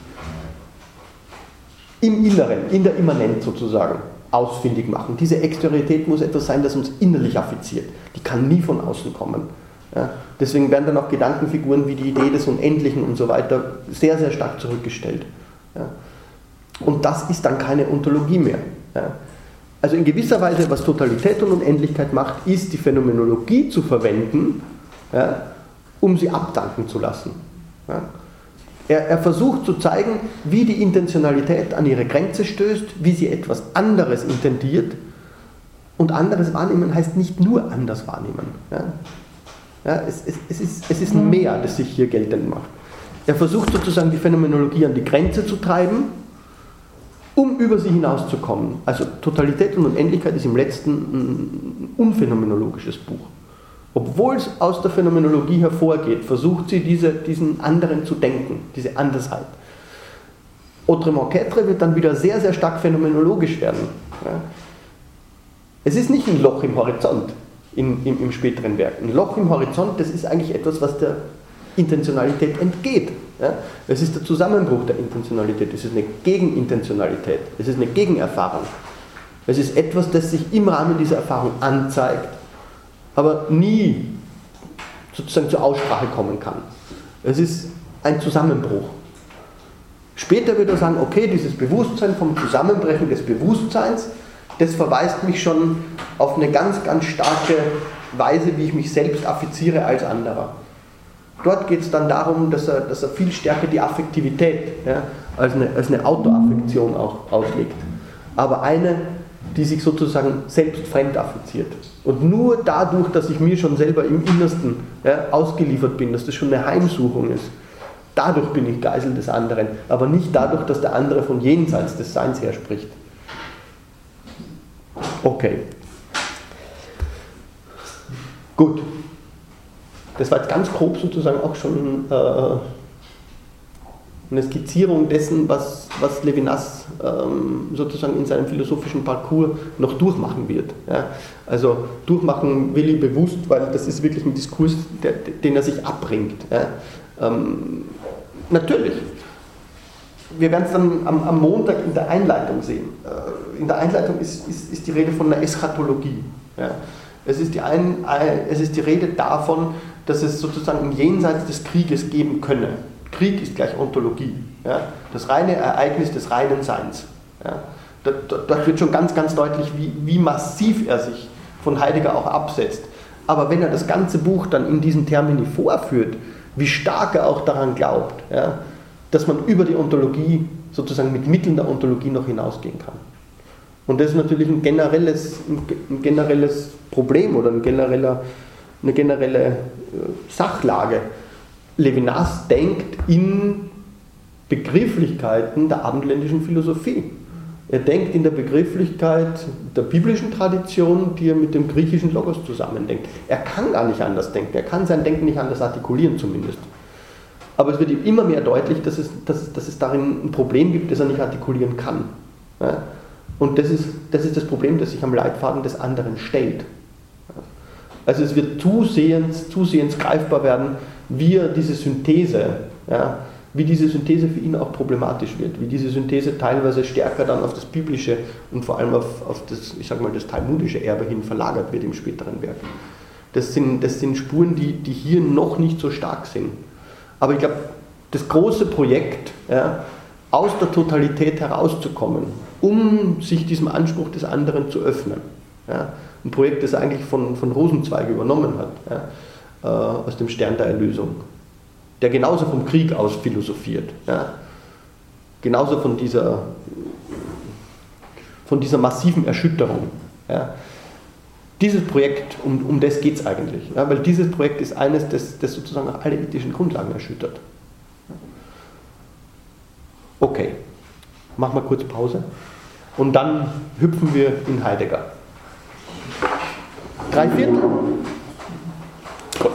Inneren, in der Immanenz sozusagen, ausfindig machen. Diese Exteriorität muss etwas sein, das uns innerlich affiziert. Die kann nie von außen kommen. Ja, deswegen werden dann auch Gedankenfiguren wie die Idee des Unendlichen und so weiter sehr, sehr stark zurückgestellt. Ja. Und das ist dann keine Ontologie mehr. Ja. Also in gewisser Weise, was Totalität und Unendlichkeit macht, ist die Phänomenologie zu verwenden, ja, um sie abdanken zu lassen. Ja. Er versucht zu zeigen, wie die Intentionalität an ihre Grenze stößt, wie sie etwas anderes intendiert. Und anderes wahrnehmen heißt nicht nur anders wahrnehmen. Ja. Ja, es ist mehr, das sich hier geltend macht. Er versucht sozusagen die Phänomenologie an die Grenze zu treiben, um über sie hinauszukommen. Also Totalität und Unendlichkeit ist im letzten ein unphänomenologisches Buch. Obwohl es aus der Phänomenologie hervorgeht, versucht sie diesen anderen zu denken, diese Andersheit. Autrement qu'être wird dann wieder sehr, sehr stark phänomenologisch werden. Ja. Es ist nicht ein Loch im Horizont im späteren Werk. Ein Loch im Horizont, das ist eigentlich etwas, was der Intentionalität entgeht. Ja? Es ist der Zusammenbruch der Intentionalität, es ist eine Gegenintentionalität, es ist eine Gegenerfahrung. Es ist etwas, das sich im Rahmen dieser Erfahrung anzeigt, aber nie sozusagen zur Aussprache kommen kann. Es ist ein Zusammenbruch. Später wird er sagen, okay, dieses Bewusstsein vom Zusammenbrechen des Bewusstseins, das verweist mich schon auf eine ganz, ganz starke Weise, wie ich mich selbst affiziere als anderer. dort geht es dann darum, dass er viel stärker die Affektivität, ja, als eine Autoaffektion auch auslegt. Aber eine, die sich sozusagen selbst fremdaffiziert. Und nur dadurch, dass ich mir schon selber im Innersten, ja, ausgeliefert bin, dass das schon eine Heimsuchung ist, dadurch bin ich Geisel des anderen, aber nicht dadurch, dass der andere von jenseits des Seins her spricht. Okay. Gut. Das war jetzt ganz grob sozusagen auch schon eine Skizzierung dessen, was Levinas sozusagen in seinem philosophischen Parcours noch durchmachen wird. Ja. Also durchmachen will ich bewusst, weil das ist wirklich ein Diskurs, den er sich abbringt. Ja. Natürlich. Wir werden es dann am Montag in der Einleitung sehen. In der Einleitung ist die Rede von einer Eschatologie. Ja. Es ist die Rede davon, dass es sozusagen im Jenseits des Krieges geben könne. Krieg ist gleich Ontologie. Ja. Das reine Ereignis des reinen Seins. Ja. Dort wird schon ganz, ganz deutlich, wie massiv er sich von Heidegger auch absetzt. Aber wenn er das ganze Buch dann in diesen Termini vorführt, wie stark er auch daran glaubt, ja, dass man über die Ontologie, sozusagen mit Mitteln der Ontologie noch hinausgehen kann. Und das ist natürlich ein generelles Problem oder eine generelle Sachlage. Levinas denkt in Begrifflichkeiten der abendländischen Philosophie. Er denkt in der Begrifflichkeit der biblischen Tradition, die er mit dem griechischen Logos zusammendenkt. Er kann gar nicht anders denken, er kann sein Denken nicht anders artikulieren zumindest. Aber es wird ihm immer mehr deutlich, dass es darin ein Problem gibt, das er nicht artikulieren kann. Ja? Und das ist das Problem, das sich am Leitfaden des anderen stellt. Also es wird zusehends greifbar werden, wie diese Synthese für ihn auch problematisch wird, wie diese Synthese teilweise stärker dann auf das biblische und vor allem auf das, ich sag mal, das talmudische Erbe hin verlagert wird im späteren Werk. Das sind Spuren, die hier noch nicht so stark sind. Aber ich glaube, das große Projekt, ja, aus der Totalität herauszukommen, um sich diesem Anspruch des anderen zu öffnen, ja, ein Projekt, das er eigentlich von Rosenzweig übernommen hat, ja, aus dem Stern der Erlösung, der genauso vom Krieg aus philosophiert, ja, genauso von dieser massiven Erschütterung. Ja. Dieses Projekt, um das geht es eigentlich, ja, weil dieses Projekt ist eines, das sozusagen alle ethischen Grundlagen erschüttert. Okay, machen wir kurz Pause und dann hüpfen wir in Heidegger. 3/4? Gut.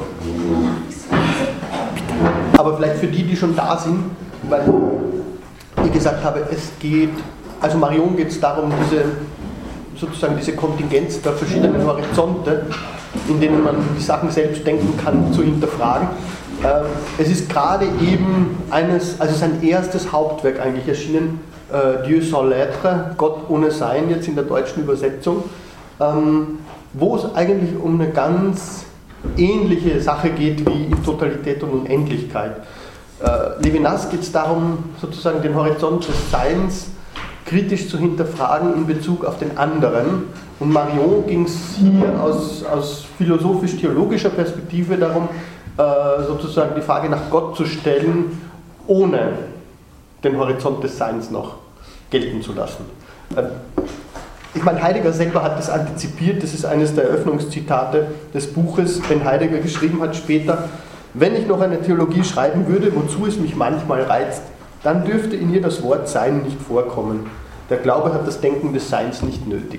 Aber vielleicht für die schon da sind, weil ich gesagt habe, also Marion geht es darum, diese Kontingenz der verschiedenen Horizonte, in denen man die Sachen selbst denken kann, zu hinterfragen. Es ist gerade eben sein erstes Hauptwerk eigentlich erschienen, Dieu sans l'être, Gott ohne Sein, jetzt in der deutschen Übersetzung, wo es eigentlich um eine ganz ähnliche Sache geht wie in Totalität und Unendlichkeit. Levinas geht es darum, sozusagen den Horizont des Seins kritisch zu hinterfragen in Bezug auf den anderen. Und Marion ging es hier aus philosophisch-theologischer Perspektive darum, sozusagen die Frage nach Gott zu stellen, ohne den Horizont des Seins noch gelten zu lassen. Ich meine, Heidegger selber hat das antizipiert, das ist eines der Eröffnungszitate des Buches, wenn Heidegger geschrieben hat später, wenn ich noch eine Theologie schreiben würde, wozu es mich manchmal reizt, dann dürfte in ihr das Wort Sein nicht vorkommen. Der Glaube hat das Denken des Seins nicht nötig.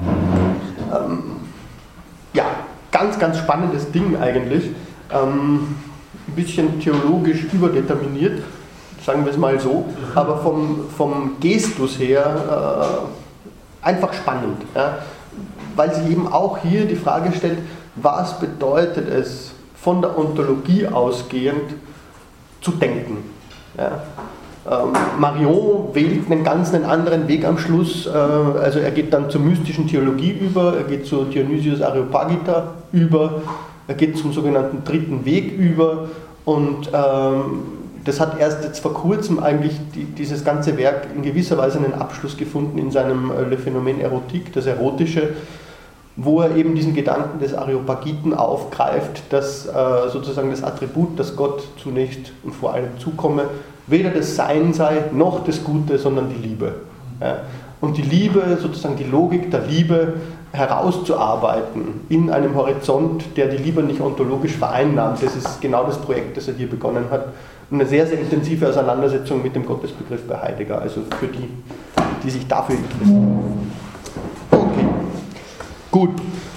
Ja, ganz, ganz spannendes Ding eigentlich. Ein bisschen theologisch überdeterminiert, sagen wir es mal so, aber vom Gestus her einfach spannend, ja, weil sie eben auch hier die Frage stellt, was bedeutet es, von der Ontologie ausgehend zu denken. Ja. Marion wählt einen ganz anderen Weg am Schluss, also er geht dann zur mystischen Theologie über, er geht zu Dionysius Areopagita über, er geht zum sogenannten dritten Weg über und das hat erst jetzt vor kurzem eigentlich dieses ganze Werk in gewisser Weise einen Abschluss gefunden in seinem Le Phénomène Érotique, das Erotische, wo er eben diesen Gedanken des Areopagiten aufgreift, dass sozusagen das Attribut, das Gott zunächst und vor allem zukomme, weder das Sein sei, noch das Gute, sondern die Liebe. Ja? Und die Liebe, sozusagen die Logik der Liebe herauszuarbeiten in einem Horizont, der die Liebe nicht ontologisch vereinnahmt, das ist genau das Projekt, das er hier begonnen hat. Eine sehr, sehr intensive Auseinandersetzung mit dem Gottesbegriff bei Heidegger, also für die, die sich dafür interessieren. Okay, gut.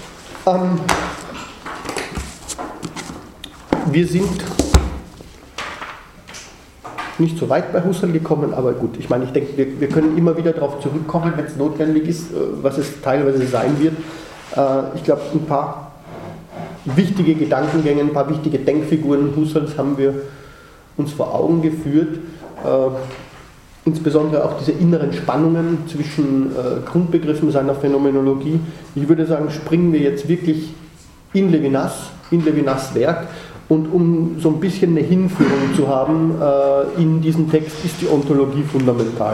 Wir sind nicht so weit bei Husserl gekommen, aber gut, ich meine, ich denke, wir können immer wieder darauf zurückkommen, wenn es notwendig ist, was es teilweise sein wird. Ich glaube, ein paar wichtige Gedankengänge, ein paar wichtige Denkfiguren Husserls haben wir uns vor Augen geführt. Insbesondere auch diese inneren Spannungen zwischen Grundbegriffen seiner Phänomenologie. Ich würde sagen, springen wir jetzt wirklich in Levinas Werk. Und um so ein bisschen eine Hinführung zu haben in diesem Text, ist die Ontologie fundamental.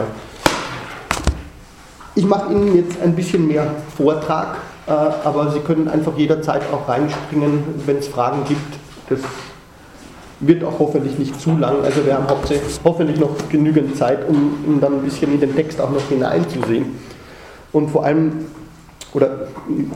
Ich mache Ihnen jetzt ein bisschen mehr Vortrag, aber Sie können einfach jederzeit auch reinspringen, wenn es Fragen gibt. Das wird auch hoffentlich nicht zu lang. Also wir haben hoffentlich noch genügend Zeit, um dann ein bisschen in den Text auch noch hineinzusehen. Und vor allem, oder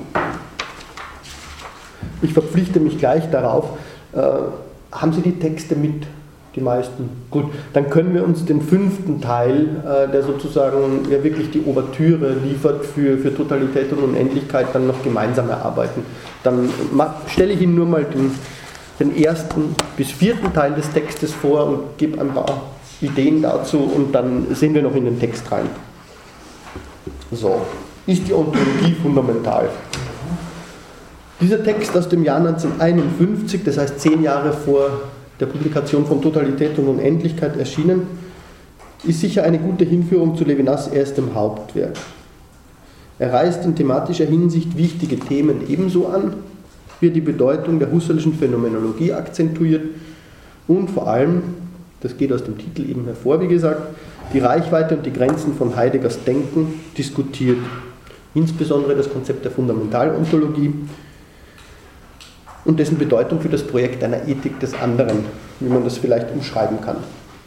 ich verpflichte mich gleich darauf, haben Sie die Texte mit, die meisten? Gut, dann können wir uns den 5. Teil, der sozusagen ja wirklich die Ouvertüre liefert für Totalität und Unendlichkeit, dann noch gemeinsam erarbeiten. Dann stelle ich Ihnen nur mal den 1. bis 4. Teil des Textes vor und gebe ein paar Ideen dazu und dann sehen wir noch in den Text rein. So, ist die Ontologie fundamental? Dieser Text aus dem Jahr 1951, das heißt 10 Jahre vor der Publikation von Totalität und Unendlichkeit erschienen, ist sicher eine gute Hinführung zu Levinas erstem Hauptwerk. Er reißt in thematischer Hinsicht wichtige Themen ebenso an, wie er die Bedeutung der husserlischen Phänomenologie akzentuiert und vor allem, das geht aus dem Titel eben hervor, wie gesagt, die Reichweite und die Grenzen von Heideggers Denken diskutiert, insbesondere das Konzept der Fundamentalontologie und dessen Bedeutung für das Projekt einer Ethik des anderen, wie man das vielleicht umschreiben kann.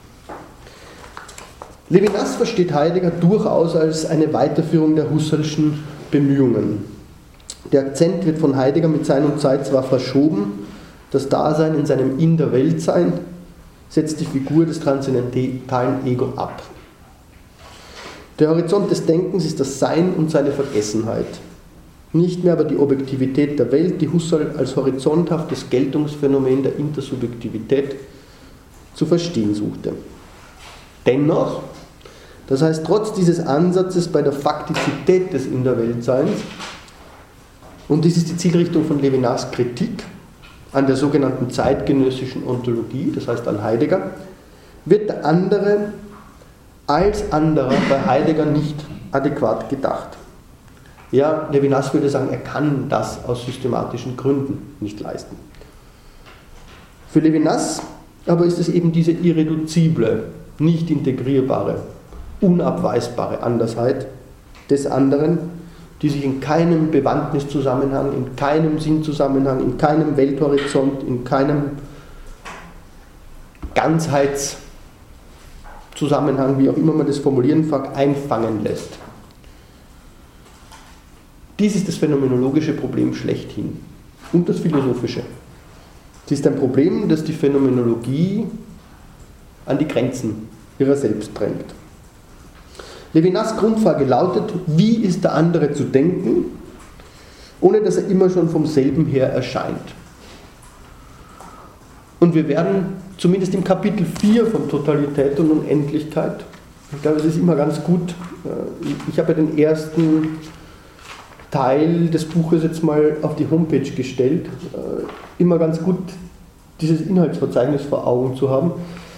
Levinas versteht Heidegger durchaus als eine Weiterführung der husserlschen Bemühungen. Der Akzent wird von Heidegger mit Sein und Zeit zwar verschoben, das Dasein in seinem In der Welt sein setzt die Figur des transzendentalen Ego ab. Der Horizont des Denkens ist das Sein und seine Vergessenheit. Nicht mehr aber die Objektivität der Welt, die Husserl als horizonthaftes Geltungsphänomen der Intersubjektivität zu verstehen suchte. Dennoch, das heißt trotz dieses Ansatzes bei der Faktizität des In der Weltseins, und dies ist die Zielrichtung von Levinas Kritik an der sogenannten zeitgenössischen Ontologie, das heißt an Heidegger, wird der andere als anderer bei Heidegger nicht adäquat gedacht. Ja, Levinas würde sagen, er kann das aus systematischen Gründen nicht leisten. Für Levinas aber ist es eben diese irreduzible, nicht integrierbare, unabweisbare Andersheit des anderen, die sich in keinem Bewandtniszusammenhang, in keinem Sinnzusammenhang, in keinem Welthorizont, in keinem Ganzheitszusammenhang, wie auch immer man das formulieren mag, einfangen lässt. Dies ist das phänomenologische Problem schlechthin und das philosophische. Es ist ein Problem, das die Phänomenologie an die Grenzen ihrer selbst drängt. Levinas Grundfrage lautet, wie ist der andere zu denken, ohne dass er immer schon vom selben her erscheint. Und wir werden zumindest im Kapitel 4 von Totalität und Unendlichkeit, ich glaube, es ist immer ganz gut, ich habe ja den ersten Teil des Buches jetzt mal auf die Homepage gestellt, immer ganz gut dieses Inhaltsverzeichnis vor Augen zu haben.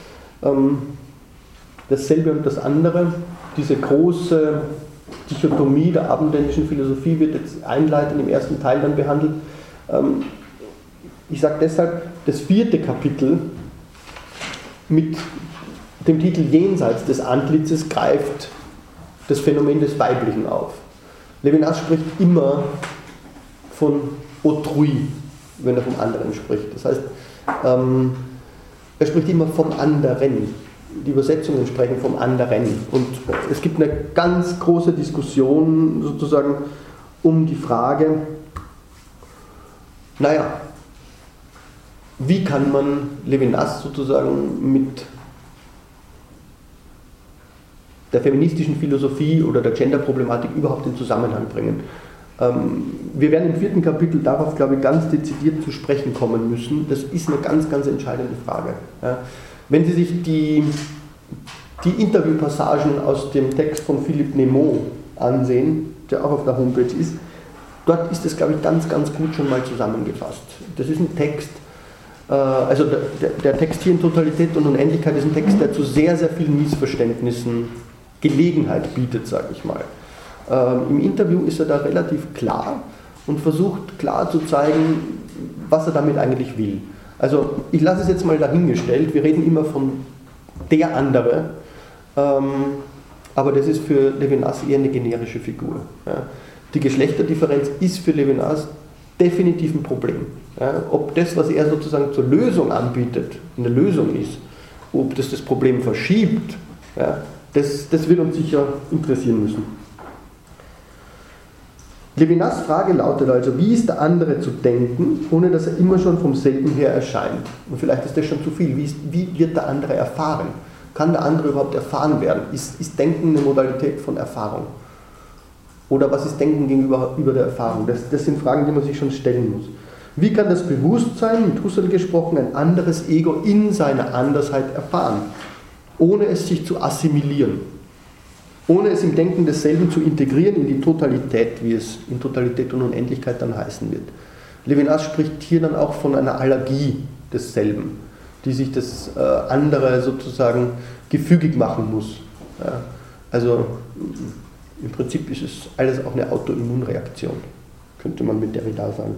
Dasselbe und das andere, diese große Dichotomie der abendländischen Philosophie wird jetzt einleitend im ersten Teil dann behandelt. Ich sage deshalb, das 4. Kapitel mit dem Titel Jenseits des Antlitzes greift das Phänomen des Weiblichen auf. Levinas spricht immer von autrui, wenn er vom anderen spricht. Das heißt, er spricht immer vom anderen. Die Übersetzungen sprechen vom anderen. Und es gibt eine ganz große Diskussion sozusagen um die Frage, naja, wie kann man Levinas sozusagen mit der feministischen Philosophie oder der Gender-Problematik überhaupt in Zusammenhang bringen. Wir werden im 4. Kapitel darauf, glaube ich, ganz dezidiert zu sprechen kommen müssen. Das ist eine ganz, ganz entscheidende Frage. Ja. Wenn Sie sich die Interviewpassagen aus dem Text von Philippe Nemo ansehen, der auch auf der Homepage ist, dort ist es, glaube ich, ganz, ganz gut schon mal zusammengefasst. Das ist ein Text, also der Text hier in Totalität und Unendlichkeit ist ein Text, der zu sehr, sehr vielen Missverständnissen Gelegenheit bietet, sage ich mal. Im Interview ist er da relativ klar und versucht klar zu zeigen, was er damit eigentlich will. Also ich lasse es jetzt mal dahingestellt, wir reden immer von der andere, aber das ist für Levinas eher eine generische Figur. Ja. Die Geschlechterdifferenz ist für Levinas definitiv ein Problem. Ja. Ob das, was er sozusagen zur Lösung anbietet, eine Lösung ist, ob das Problem verschiebt, ja, das wird uns sicher interessieren müssen. Levinas Frage lautet also, wie ist der andere zu denken, ohne dass er immer schon vom selben her erscheint? Und vielleicht ist das schon zu viel. Wie wird der andere erfahren? Kann der andere überhaupt erfahren werden? Ist Denken eine Modalität von Erfahrung? Oder was ist Denken gegenüber der Erfahrung? Das sind Fragen, die man sich schon stellen muss. Wie kann das Bewusstsein, mit Husserl gesprochen, ein anderes Ego in seiner Andersheit erfahren, ohne es sich zu assimilieren, ohne es im Denken desselben zu integrieren in die Totalität, wie es in Totalität und Unendlichkeit dann heißen wird. Levinas spricht hier dann auch von einer Allergie desselben, die sich das andere sozusagen gefügig machen muss. Ja, also im Prinzip ist es alles auch eine Autoimmunreaktion, könnte man mit Derrida sagen.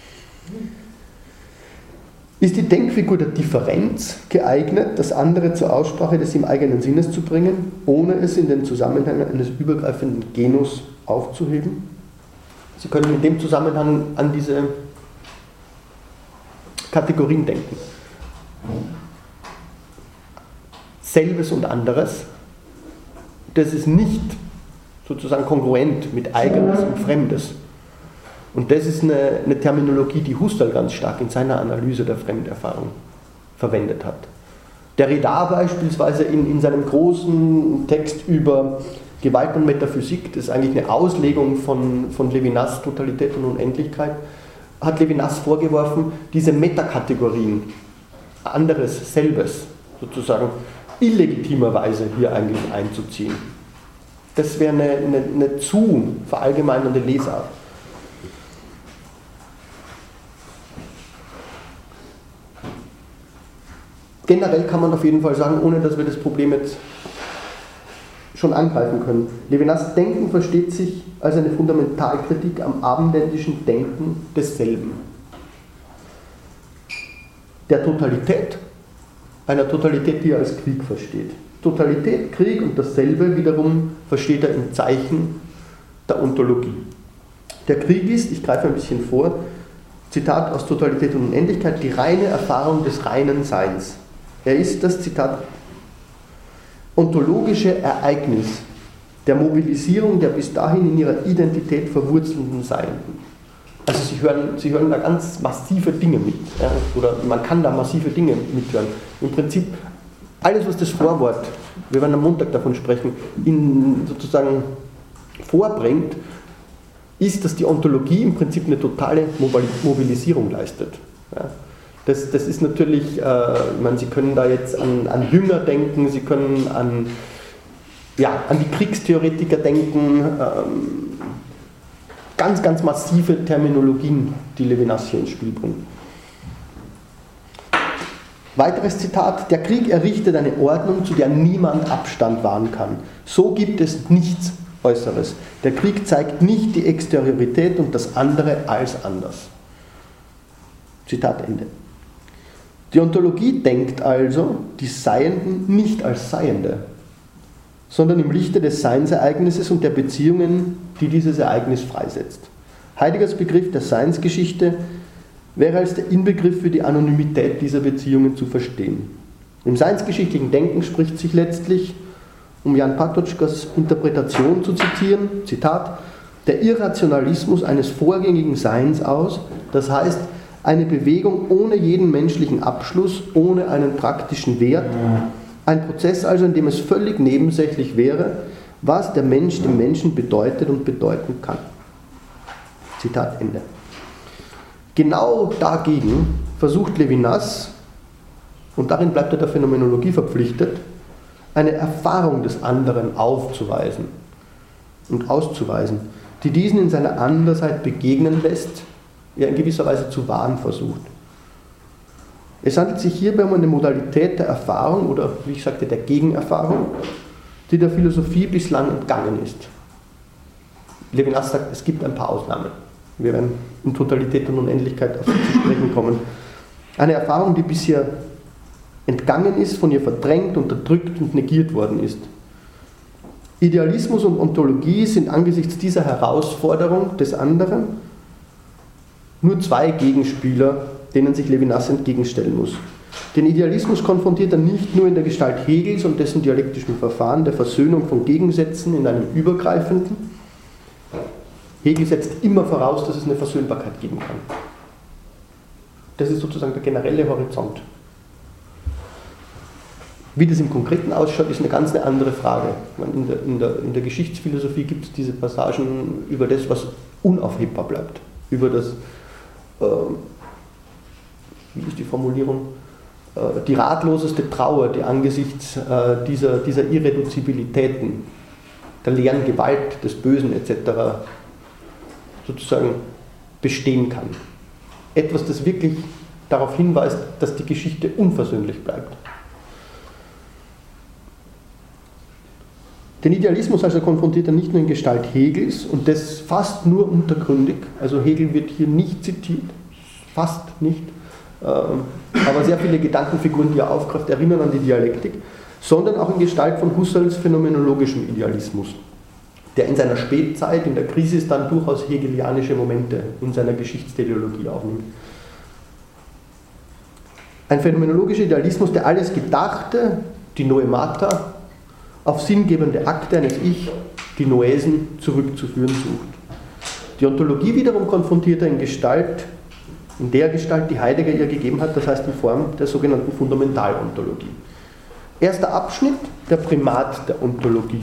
Ist die Denkfigur der Differenz geeignet, das andere zur Aussprache des ihm eigenen Sinnes zu bringen, ohne es in den Zusammenhang eines übergreifenden Genus aufzuheben? Sie können in dem Zusammenhang an diese Kategorien denken. Selbes und anderes, das ist nicht sozusagen kongruent mit Eigenes und Fremdes. Und das ist eine Terminologie, die Husserl ganz stark in seiner Analyse der Fremderfahrung verwendet hat. Derrida beispielsweise in seinem großen Text über Gewalt und Metaphysik, das ist eigentlich eine Auslegung von Levinas Totalität und Unendlichkeit, hat Levinas vorgeworfen, diese Metakategorien, anderes, selbes, sozusagen illegitimerweise hier eigentlich einzuziehen. Das wäre eine zu verallgemeinernde Lesart. Generell kann man auf jeden Fall sagen, ohne dass wir das Problem jetzt schon angreifen können. Levinas Denken versteht sich als eine Fundamentalkritik am abendländischen Denken desselben. Der Totalität, einer Totalität, die er als Krieg versteht. Totalität, Krieg und dasselbe wiederum versteht er im Zeichen der Ontologie. Der Krieg ist, ich greife ein bisschen vor, Zitat aus Totalität und Unendlichkeit, die reine Erfahrung des reinen Seins. Er ist das, Zitat, ontologische Ereignis der Mobilisierung der bis dahin in ihrer Identität verwurzelnden Seienden. Also Sie hören da ganz massive Dinge mit, ja, oder man kann da massive Dinge mithören. Im Prinzip alles, was das Vorwort, wir werden am Montag davon sprechen, sozusagen vorbringt, ist, dass die Ontologie im Prinzip eine totale Mobilisierung leistet. Ja. Das ist natürlich, ich meine, Sie können da jetzt an Jünger denken, Sie können an die Kriegstheoretiker denken, ganz, ganz massive Terminologien, die Levinas hier ins Spiel bringt. Weiteres Zitat: Der Krieg errichtet eine Ordnung, zu der niemand Abstand wahren kann. So gibt es nichts Äußeres. Der Krieg zeigt nicht die Exteriorität und das andere als anders. Zitat Ende. Die Ontologie denkt also die Seienden nicht als Seiende, sondern im Lichte des Seinsereignisses und der Beziehungen, die dieses Ereignis freisetzt. Heideggers Begriff der Seinsgeschichte wäre als der Inbegriff für die Anonymität dieser Beziehungen zu verstehen. Im seinsgeschichtlichen Denken spricht sich letztlich, um Jan Patočkas Interpretation zu zitieren, Zitat, der Irrationalismus eines vorgängigen Seins aus, das heißt, eine Bewegung ohne jeden menschlichen Abschluss, ohne einen praktischen Wert, ein Prozess also, in dem es völlig nebensächlich wäre, was der Mensch dem Menschen bedeutet und bedeuten kann. Zitat Ende. Genau dagegen versucht Levinas, und darin bleibt er der Phänomenologie verpflichtet, eine Erfahrung des anderen aufzuweisen und auszuweisen, die diesen in seiner Andersheit begegnen lässt, ja in gewisser Weise zu wahren versucht. Es handelt sich hierbei um eine Modalität der Erfahrung oder, wie ich sagte, der Gegenerfahrung, die der Philosophie bislang entgangen ist. Levinas sagt, es gibt ein paar Ausnahmen. Wir werden in Totalität und Unendlichkeit auf sie zu sprechen kommen. Eine Erfahrung, die bisher entgangen ist, von ihr verdrängt, unterdrückt und negiert worden ist. Idealismus und Ontologie sind angesichts dieser Herausforderung des anderen nur zwei Gegenspieler, denen sich Levinas entgegenstellen muss. Den Idealismus konfrontiert er nicht nur in der Gestalt Hegels und dessen dialektischen Verfahren der Versöhnung von Gegensätzen in einem übergreifenden. Hegel setzt immer voraus, dass es eine Versöhnbarkeit geben kann. Das ist sozusagen der generelle Horizont. Wie das im Konkreten ausschaut, ist eine ganz andere Frage. In der Geschichtsphilosophie gibt es diese Passagen über das, was unaufhebbar bleibt. Über das, wie ist die Formulierung, die ratloseste Trauer, die angesichts dieser Irreduzibilitäten, der leeren Gewalt, des Bösen etc. sozusagen bestehen kann. Etwas, das wirklich darauf hinweist, dass die Geschichte unversöhnlich bleibt. Den Idealismus also konfrontiert er nicht nur in Gestalt Hegels und das fast nur untergründig, also Hegel wird hier nicht zitiert, fast nicht, aber sehr viele Gedankenfiguren, die er aufgreift, erinnern an die Dialektik, sondern auch in Gestalt von Husserls phänomenologischem Idealismus, der in seiner Spätzeit, in der Krise, dann durchaus hegelianische Momente in seiner Geschichtsteleologie aufnimmt. Ein phänomenologischer Idealismus, der alles Gedachte, die Noemata, auf sinngebende Akte eines Ich, die Noesen, zurückzuführen sucht. Die Ontologie wiederum konfrontiert er in der Gestalt, die Heidegger ihr gegeben hat, das heißt in Form der sogenannten Fundamentalontologie. Erster Abschnitt, der Primat der Ontologie.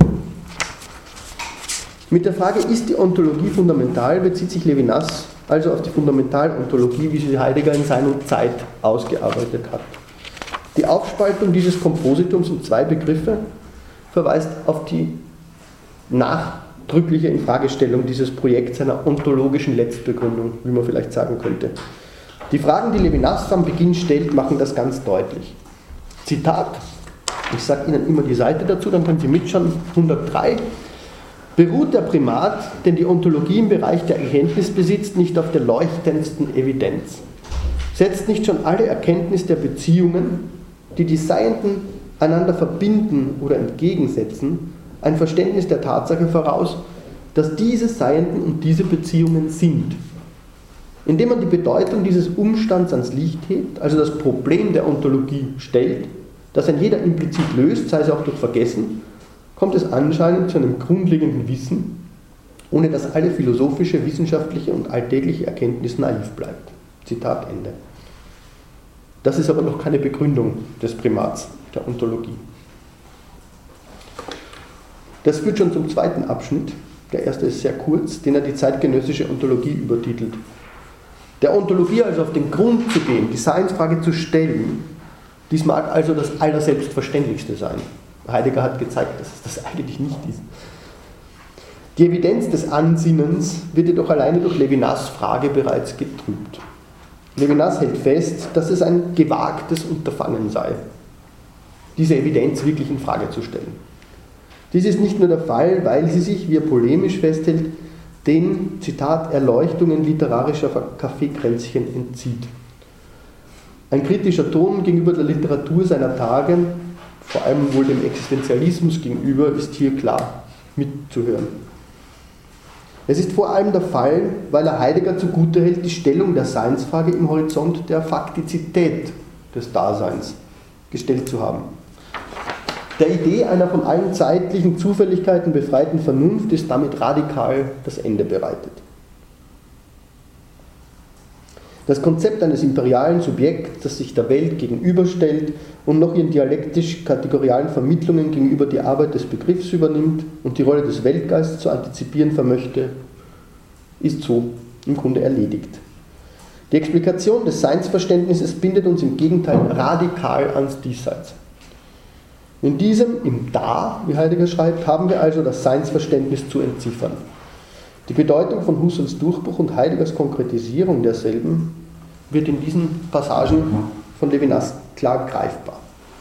Mit der Frage, ist die Ontologie fundamental, bezieht sich Levinas also auf die Fundamentalontologie, wie sie Heidegger in seiner Zeit ausgearbeitet hat. Die Aufspaltung dieses Kompositums in zwei Begriffe verweist auf die nachdrückliche Infragestellung dieses Projekts einer ontologischen Letztbegründung, wie man vielleicht sagen könnte. Die Fragen, die Levinas am Beginn stellt, machen das ganz deutlich. Zitat, ich sage Ihnen immer die Seite dazu, dann können Sie mitschauen, 103. Beruht der Primat, den die Ontologie im Bereich der Erkenntnis besitzt, nicht auf der leuchtendsten Evidenz? Setzt nicht schon alle Erkenntnis der Beziehungen, die die Seienden einander verbinden oder entgegensetzen, ein Verständnis der Tatsache voraus, dass diese Seienden und diese Beziehungen sind? Indem man die Bedeutung dieses Umstands ans Licht hebt, also das Problem der Ontologie stellt, das ein jeder implizit löst, sei es auch durch Vergessen, kommt es anscheinend zu einem grundlegenden Wissen, ohne dass alle philosophische, wissenschaftliche und alltägliche Erkenntnis naiv bleibt. Zitat Ende. Das ist aber noch keine Begründung des Primats der Ontologie. Das führt schon zum zweiten Abschnitt. Der erste ist sehr kurz, den er die zeitgenössische Ontologie übertitelt. Der Ontologie also auf den Grund zu gehen, die Seinsfrage zu stellen, dies mag also das Allerselbstverständlichste sein. Heidegger hat gezeigt, dass es das eigentlich nicht ist. Die Evidenz des Ansinnens wird jedoch alleine durch Levinas Frage bereits getrübt. Levinas hält fest, dass es ein gewagtes Unterfangen sei, diese Evidenz wirklich in Frage zu stellen. Dies ist nicht nur der Fall, weil sie sich, wie er polemisch festhält, den, Zitat, Erleuchtungen literarischer Kaffeekränzchen entzieht. Ein kritischer Ton gegenüber der Literatur seiner Tage, vor allem wohl dem Existenzialismus gegenüber, ist hier klar mitzuhören. Es ist vor allem der Fall, weil er Heidegger zugute hält, die Stellung der Seinsfrage im Horizont der Faktizität des Daseins gestellt zu haben. Der Idee einer von allen zeitlichen Zufälligkeiten befreiten Vernunft ist damit radikal das Ende bereitet. Das Konzept eines imperialen Subjekts, das sich der Welt gegenüberstellt und noch ihren dialektisch-kategorialen Vermittlungen gegenüber die Arbeit des Begriffs übernimmt und die Rolle des Weltgeists zu antizipieren vermöchte, ist so im Grunde erledigt. Die Explikation des Seinsverständnisses bindet uns im Gegenteil radikal ans Diesseits. In diesem, im Da, wie Heidegger schreibt, haben wir also das Seinsverständnis zu entziffern. Die Bedeutung von Husserls Durchbruch und Heideggers Konkretisierung derselben wird in diesen Passagen von Levinas klar greifbar.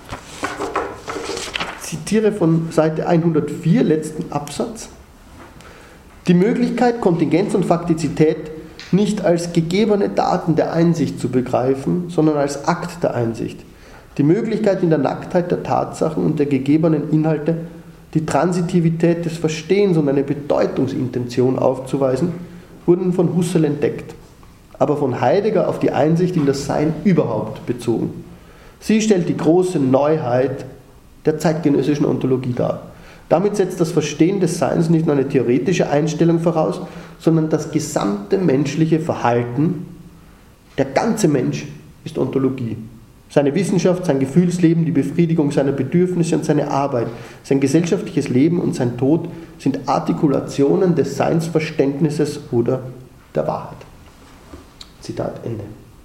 Ich zitiere von Seite 104, letzten Absatz. Die Möglichkeit, Kontingenz und Faktizität nicht als gegebene Daten der Einsicht zu begreifen, sondern als Akt der Einsicht. Die Möglichkeit, in der Nacktheit der Tatsachen und der gegebenen Inhalte die Transitivität des Verstehens und eine Bedeutungsintention aufzuweisen, wurden von Husserl entdeckt, aber von Heidegger auf die Einsicht in das Sein überhaupt bezogen. Sie stellt die große Neuheit der zeitgenössischen Ontologie dar. Damit setzt das Verstehen des Seins nicht nur eine theoretische Einstellung voraus, sondern das gesamte menschliche Verhalten. Der ganze Mensch ist Ontologie. Seine Wissenschaft, sein Gefühlsleben, die Befriedigung seiner Bedürfnisse und seine Arbeit, sein gesellschaftliches Leben und sein Tod sind Artikulationen des Seinsverständnisses oder der Wahrheit. Zitat Ende.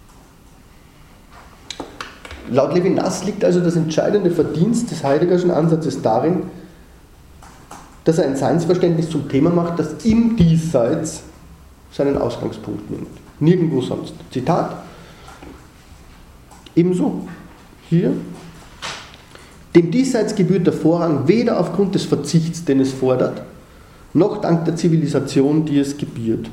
Laut Levinas liegt also das entscheidende Verdienst des Heideggerschen Ansatzes darin, dass er ein Seinsverständnis zum Thema macht, das im Diesseits seinen Ausgangspunkt nimmt. Nirgendwo sonst. Zitat. Ebenso hier. Dem Diesseits gebührt der Vorrang weder aufgrund des Verzichts, den es fordert, noch dank der Zivilisation, die es gebiert.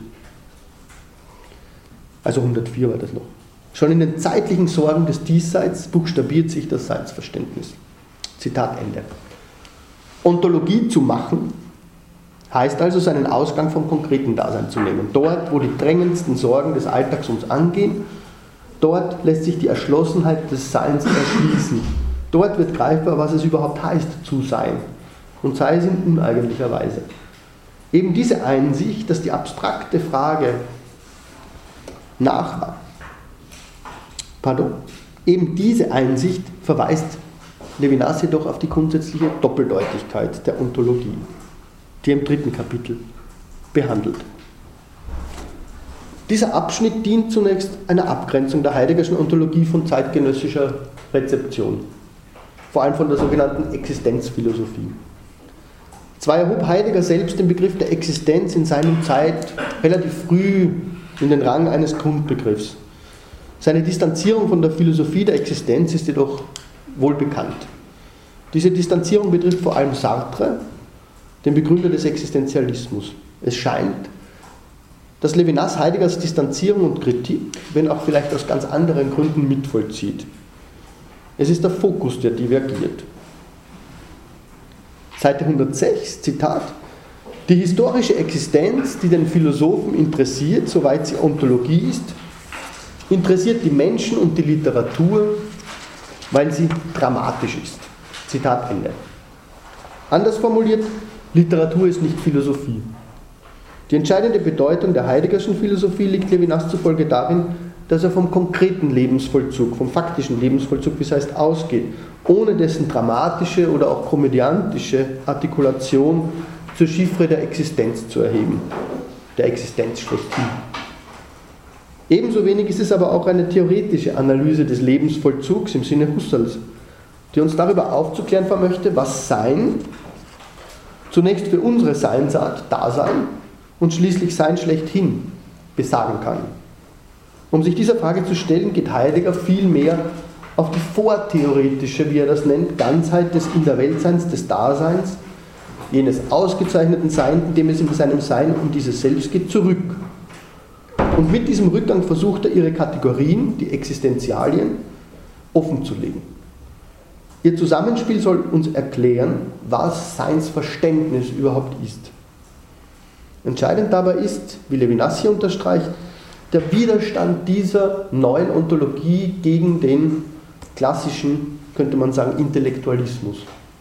Also 104 war das noch. Schon in den zeitlichen Sorgen des Diesseits buchstabiert sich das Seinsverständnis. Zitat Ende. Ontologie zu machen heißt also, seinen Ausgang vom konkreten Dasein zu nehmen. Dort, wo die drängendsten Sorgen des Alltags uns angehen, dort lässt sich die Erschlossenheit des Seins erschließen. Dort wird greifbar, was es überhaupt heißt, zu sein. Und sei es in uneigentlicher Weise. Eben diese Einsicht, dass die abstrakte Frage eben diese Einsicht verweist Levinas jedoch auf die grundsätzliche Doppeldeutigkeit der Ontologie, die er im 3. Kapitel behandelt. Dieser Abschnitt dient zunächst einer Abgrenzung der Heideggerschen Ontologie von zeitgenössischer Rezeption, vor allem von der sogenannten Existenzphilosophie. Zwar erhob Heidegger selbst den Begriff der Existenz in seiner Zeit relativ früh in den Rang eines Grundbegriffs. Seine Distanzierung von der Philosophie der Existenz ist jedoch wohl bekannt. Diese Distanzierung betrifft vor allem Sartre, den Begründer des Existenzialismus. Es scheint, dass Levinas Heideggers Distanzierung und Kritik, wenn auch vielleicht aus ganz anderen Gründen, mitvollzieht. Es ist der Fokus, der divergiert. Seite 106, Zitat: Die historische Existenz, die den Philosophen interessiert, soweit sie Ontologie ist, interessiert die Menschen und die Literatur, weil sie dramatisch ist. Zitat Ende. Anders formuliert, Literatur ist nicht Philosophie. Die entscheidende Bedeutung der Heideggerschen Philosophie liegt Levinas zufolge darin, dass er vom konkreten Lebensvollzug, vom faktischen Lebensvollzug, wie es heißt, ausgeht, ohne dessen dramatische oder auch komödiantische Artikulation zur Chiffre der Existenz zu erheben, der Existenz schlechthin. Ebenso wenig ist es aber auch eine theoretische Analyse des Lebensvollzugs im Sinne Husserls, die uns darüber aufzuklären vermöchte, was Sein zunächst für unsere Seinsart, Dasein, und schließlich Sein schlechthin besagen kann. Um sich dieser Frage zu stellen, geht Heidegger vielmehr auf die vortheoretische, wie er das nennt, Ganzheit des In-der-Welt-Seins, des Daseins, jenes ausgezeichneten Sein, in dem es in seinem Sein um dieses Selbst geht, zurück. Und mit diesem Rückgang versucht er, ihre Kategorien, die Existenzialien, offenzulegen. Ihr Zusammenspiel soll uns erklären, was Seinsverständnis überhaupt ist. Entscheidend dabei ist, wie Levinas hier unterstreicht, der Widerstand dieser neuen Ontologie gegen den klassischen, könnte man sagen, Intellektualismus.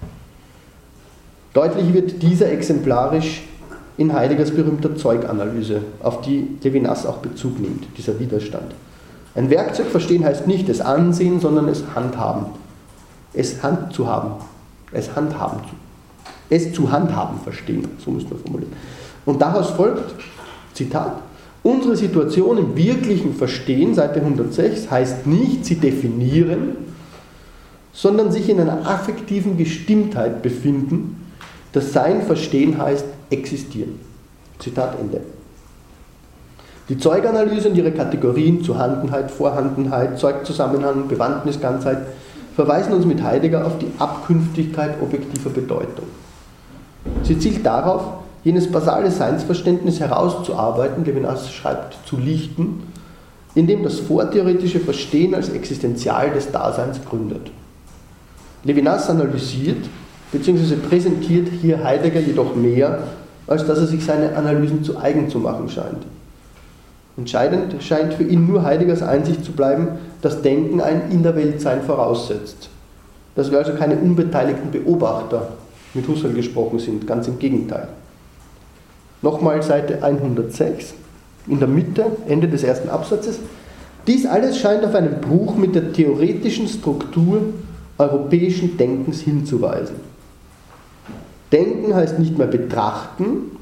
Deutlich wird dieser exemplarisch in Heideggers berühmter Zeuganalyse, auf die Levinas auch Bezug nimmt, dieser Widerstand. Ein Werkzeug verstehen heißt nicht es ansehen, sondern es handhaben. Es Hand zu haben. Es handhaben. Es zu handhaben verstehen, so müssen wir formulieren. Und daraus folgt, Zitat, unsere Situation im wirklichen Verstehen, Seite 106, heißt nicht, sie definieren, sondern sich in einer affektiven Gestimmtheit befinden. Das Sein verstehen heißt existieren. Zitat Ende. Die Zeuganalyse und ihre Kategorien Zuhandenheit, Vorhandenheit, Zeugzusammenhang, Bewandtnis, Ganzheit verweisen uns mit Heidegger auf die Abkünftigkeit objektiver Bedeutung. Sie zielt darauf, jenes basale Seinsverständnis herauszuarbeiten, Levinas schreibt, zu lichten, indem das vortheoretische Verstehen als Existenzial des Daseins gründet. Levinas analysiert bzw. präsentiert hier Heidegger jedoch mehr, als dass er sich seine Analysen zu eigen zu machen scheint. Entscheidend scheint für ihn nur Heideggers Einsicht zu bleiben, dass Denken ein In-der-Welt-Sein voraussetzt. Dass wir also keine unbeteiligten Beobachter, mit Husserl gesprochen sind, ganz im Gegenteil. Nochmal Seite 106, in der Mitte, Ende des ersten Absatzes. Dies alles scheint auf einen Bruch mit der theoretischen Struktur europäischen Denkens hinzuweisen. Denken heißt nicht mehr betrachten,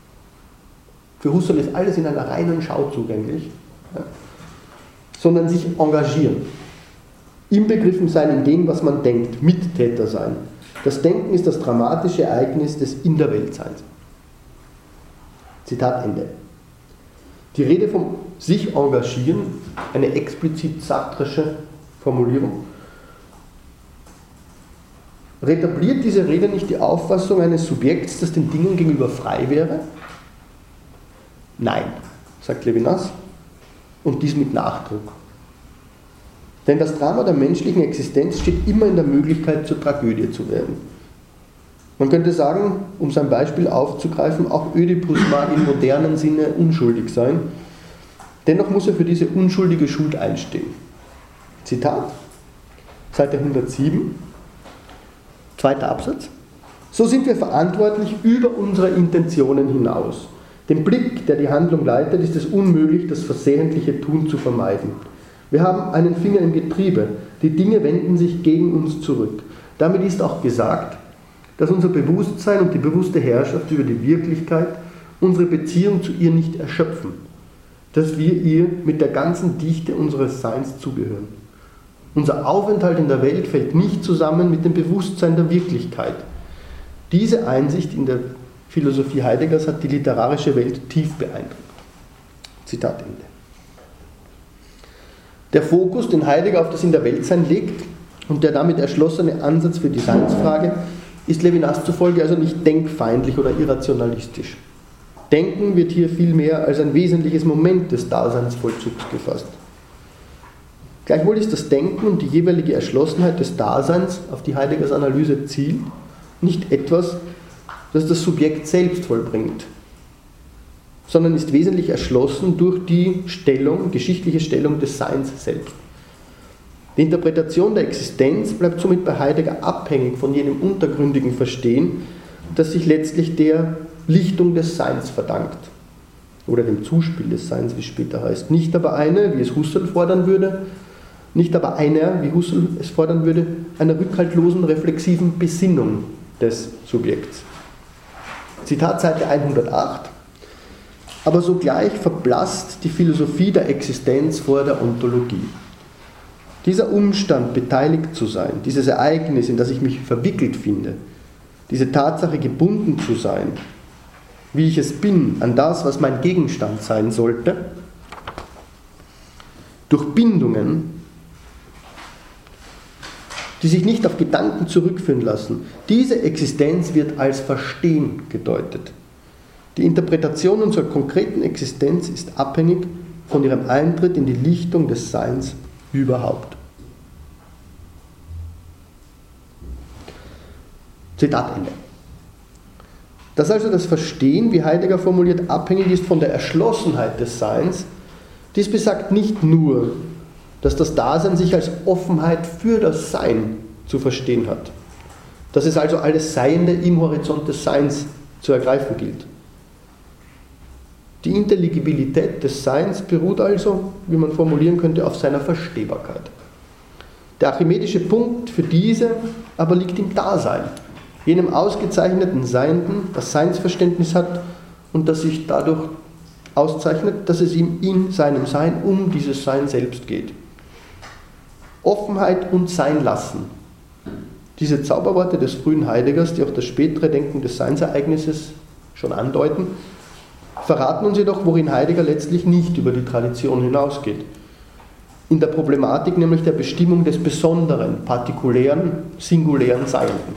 für Husserl ist alles in einer reinen Schau zugänglich, ja, sondern sich engagieren. Inbegriffen sein in dem, was man denkt, Mittäter sein. Das Denken ist das dramatische Ereignis des In-der-Welt-Seins. Zitat Ende. Die Rede vom sich engagieren, eine explizit sartresche Formulierung, retabliert diese Rede nicht die Auffassung eines Subjekts, das den Dingen gegenüber frei wäre? Nein, sagt Levinas, und dies mit Nachdruck. Denn das Drama der menschlichen Existenz steht immer in der Möglichkeit, zur Tragödie zu werden. Man könnte sagen, um sein Beispiel aufzugreifen, auch Ödipus mag im modernen Sinne unschuldig sein, dennoch muss er für diese unschuldige Schuld einstehen. Zitat, Seite 107, zweiter Absatz. So sind wir verantwortlich über unsere Intentionen hinaus. Dem Blick, der die Handlung leitet, ist es unmöglich, das versehentliche Tun zu vermeiden. Wir haben einen Finger im Getriebe. Die Dinge wenden sich gegen uns zurück. Damit ist auch gesagt, dass unser Bewusstsein und die bewusste Herrschaft über die Wirklichkeit unsere Beziehung zu ihr nicht erschöpfen, dass wir ihr mit der ganzen Dichte unseres Seins zugehören. Unser Aufenthalt in der Welt fällt nicht zusammen mit dem Bewusstsein der Wirklichkeit. Diese Einsicht in der Philosophie Heideggers hat die literarische Welt tief beeindruckt. Zitat Ende. Der Fokus, den Heidegger auf das In-der-Welt-Sein legt und der damit erschlossene Ansatz für die Seinsfrage, ist Levinas zufolge also nicht denkfeindlich oder irrationalistisch. Denken wird hier vielmehr als ein wesentliches Moment des Daseinsvollzugs gefasst. Gleichwohl ist das Denken und die jeweilige Erschlossenheit des Daseins, auf die Heideggers Analyse zielt, nicht etwas, das das Subjekt selbst vollbringt, sondern ist wesentlich erschlossen durch die geschichtliche Stellung des Seins selbst. Die Interpretation der Existenz bleibt somit bei Heidegger abhängig von jenem untergründigen Verstehen, das sich letztlich der Lichtung des Seins verdankt, oder dem Zuspiel des Seins, wie es später heißt. Nicht aber eine, wie es Husserl fordern würde, nicht aber einer, wie Husserl es fordern würde, einer rückhaltlosen, reflexiven Besinnung des Subjekts. Zitat Seite 108. Aber sogleich verblasst die Philosophie der Existenz vor der Ontologie. Dieser Umstand, beteiligt zu sein, dieses Ereignis, in das ich mich verwickelt finde, diese Tatsache, gebunden zu sein, wie ich es bin, an das, was mein Gegenstand sein sollte, durch Bindungen, die sich nicht auf Gedanken zurückführen lassen. Diese Existenz wird als Verstehen gedeutet. Die Interpretation unserer konkreten Existenz ist abhängig von ihrem Eintritt in die Lichtung des Seins überhaupt. Zitat Ende. Dass also das Verstehen, wie Heidegger formuliert, abhängig ist von der Erschlossenheit des Seins, dies besagt nicht nur, dass das Dasein sich als Offenheit für das Sein zu verstehen hat, dass es also alles Seiende im Horizont des Seins zu ergreifen gilt. Die Intelligibilität des Seins beruht also, wie man formulieren könnte, auf seiner Verstehbarkeit. Der archimedische Punkt für diese aber liegt im Dasein, jenem ausgezeichneten Seienden, das Seinsverständnis hat und das sich dadurch auszeichnet, dass es ihm in seinem Sein um dieses Sein selbst geht. Offenheit und Seinlassen. Diese Zauberworte des frühen Heideggers, die auch das spätere Denken des Seinsereignisses schon andeuten, verraten uns jedoch, worin Heidegger letztlich nicht über die Tradition hinausgeht. In der Problematik nämlich der Bestimmung des besonderen, partikulären, singulären Seienden.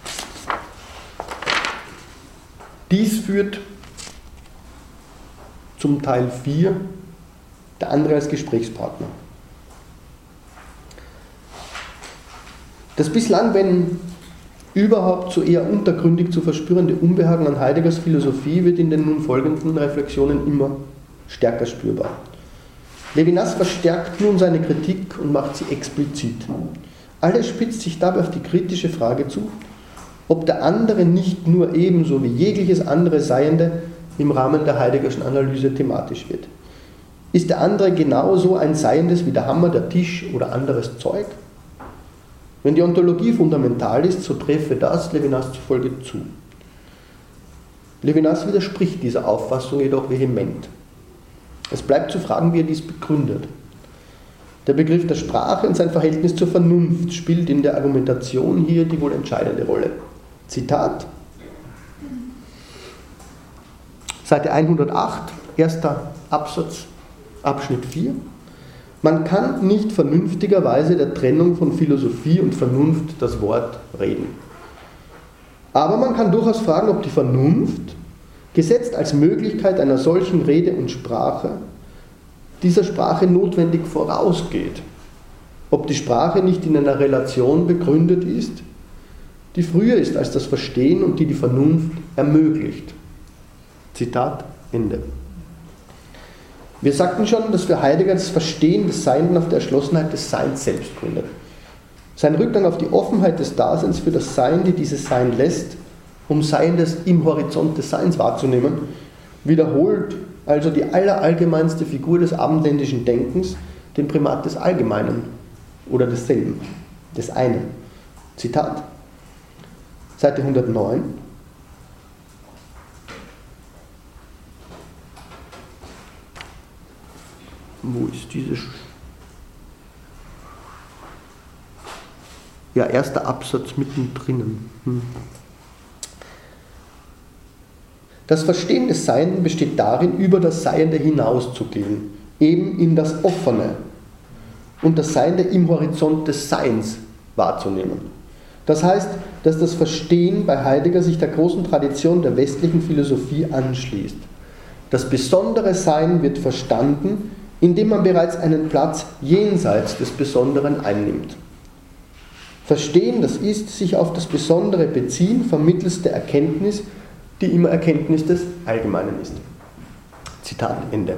Dies führt zum Teil 4, der andere als Gesprächspartner. Das bislang, wenn überhaupt so eher untergründig zu verspürende Unbehagen an Heideggers Philosophie wird in den nun folgenden Reflexionen immer stärker spürbar. Levinas verstärkt nun seine Kritik und macht sie explizit. Alles spitzt sich dabei auf die kritische Frage zu, ob der andere nicht nur ebenso wie jegliches andere Seiende im Rahmen der Heideggerschen Analyse thematisch wird. Ist der andere genauso ein Seiendes wie der Hammer, der Tisch oder anderes Zeug? Wenn die Ontologie fundamental ist, so treffe das Levinas zufolge zu. Levinas widerspricht dieser Auffassung jedoch vehement. Es bleibt zu fragen, wie er dies begründet. Der Begriff der Sprache und sein Verhältnis zur Vernunft spielt in der Argumentation hier die wohl entscheidende Rolle. Zitat, Seite 108, erster Absatz, Abschnitt 4. Man kann nicht vernünftigerweise der Trennung von Philosophie und Vernunft das Wort reden. Aber man kann durchaus fragen, ob die Vernunft, gesetzt als Möglichkeit einer solchen Rede und Sprache, dieser Sprache notwendig vorausgeht. Ob die Sprache nicht in einer Relation begründet ist, die früher ist als das Verstehen und die die Vernunft ermöglicht. Zitat Ende. Wir sagten schon, dass für Heidegger das Verstehen des Seienden auf der Erschlossenheit des Seins selbst gründet. Sein Rückgang auf die Offenheit des Daseins für das Sein, die dieses Sein lässt, um Seiendes im Horizont des Seins wahrzunehmen, wiederholt also die allerallgemeinste Figur des abendländischen Denkens, den Primat des Allgemeinen oder desselben, des einen. Zitat, Seite 109. Wo ist diese? Ja, erster Absatz mittendrin. Das Verstehen des Seienden besteht darin, über das Seiende hinauszugehen, eben in das Offene und das Seiende im Horizont des Seins wahrzunehmen. Das heißt, dass das Verstehen bei Heidegger sich der großen Tradition der westlichen Philosophie anschließt. Das besondere Sein wird verstanden, indem man bereits einen Platz jenseits des Besonderen einnimmt. Verstehen, das ist, sich auf das Besondere beziehen, vermittels der Erkenntnis, die immer Erkenntnis des Allgemeinen ist. Zitat Ende.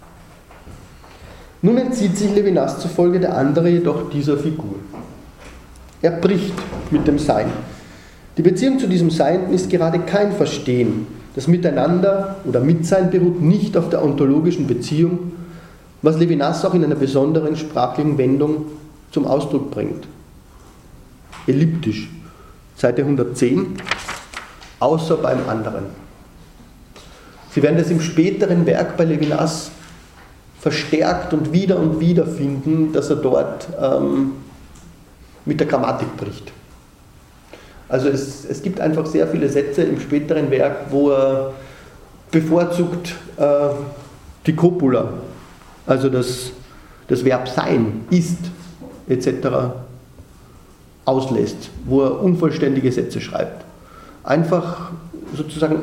Nun entzieht sich Levinas zufolge der andere jedoch dieser Figur. Er bricht mit dem Sein. Die Beziehung zu diesem Sein ist gerade kein Verstehen. Das Miteinander oder Mitsein beruht nicht auf der ontologischen Beziehung, was Levinas auch in einer besonderen sprachlichen Wendung zum Ausdruck bringt. Elliptisch, Seite 110, außer beim anderen. Sie werden das im späteren Werk bei Levinas verstärkt und wieder finden, dass er dort mit der Grammatik bricht. Also es gibt einfach sehr viele Sätze im späteren Werk, wo er bevorzugt die Copula, also das Verb sein, ist, etc. auslässt, wo er unvollständige Sätze schreibt. Einfach sozusagen,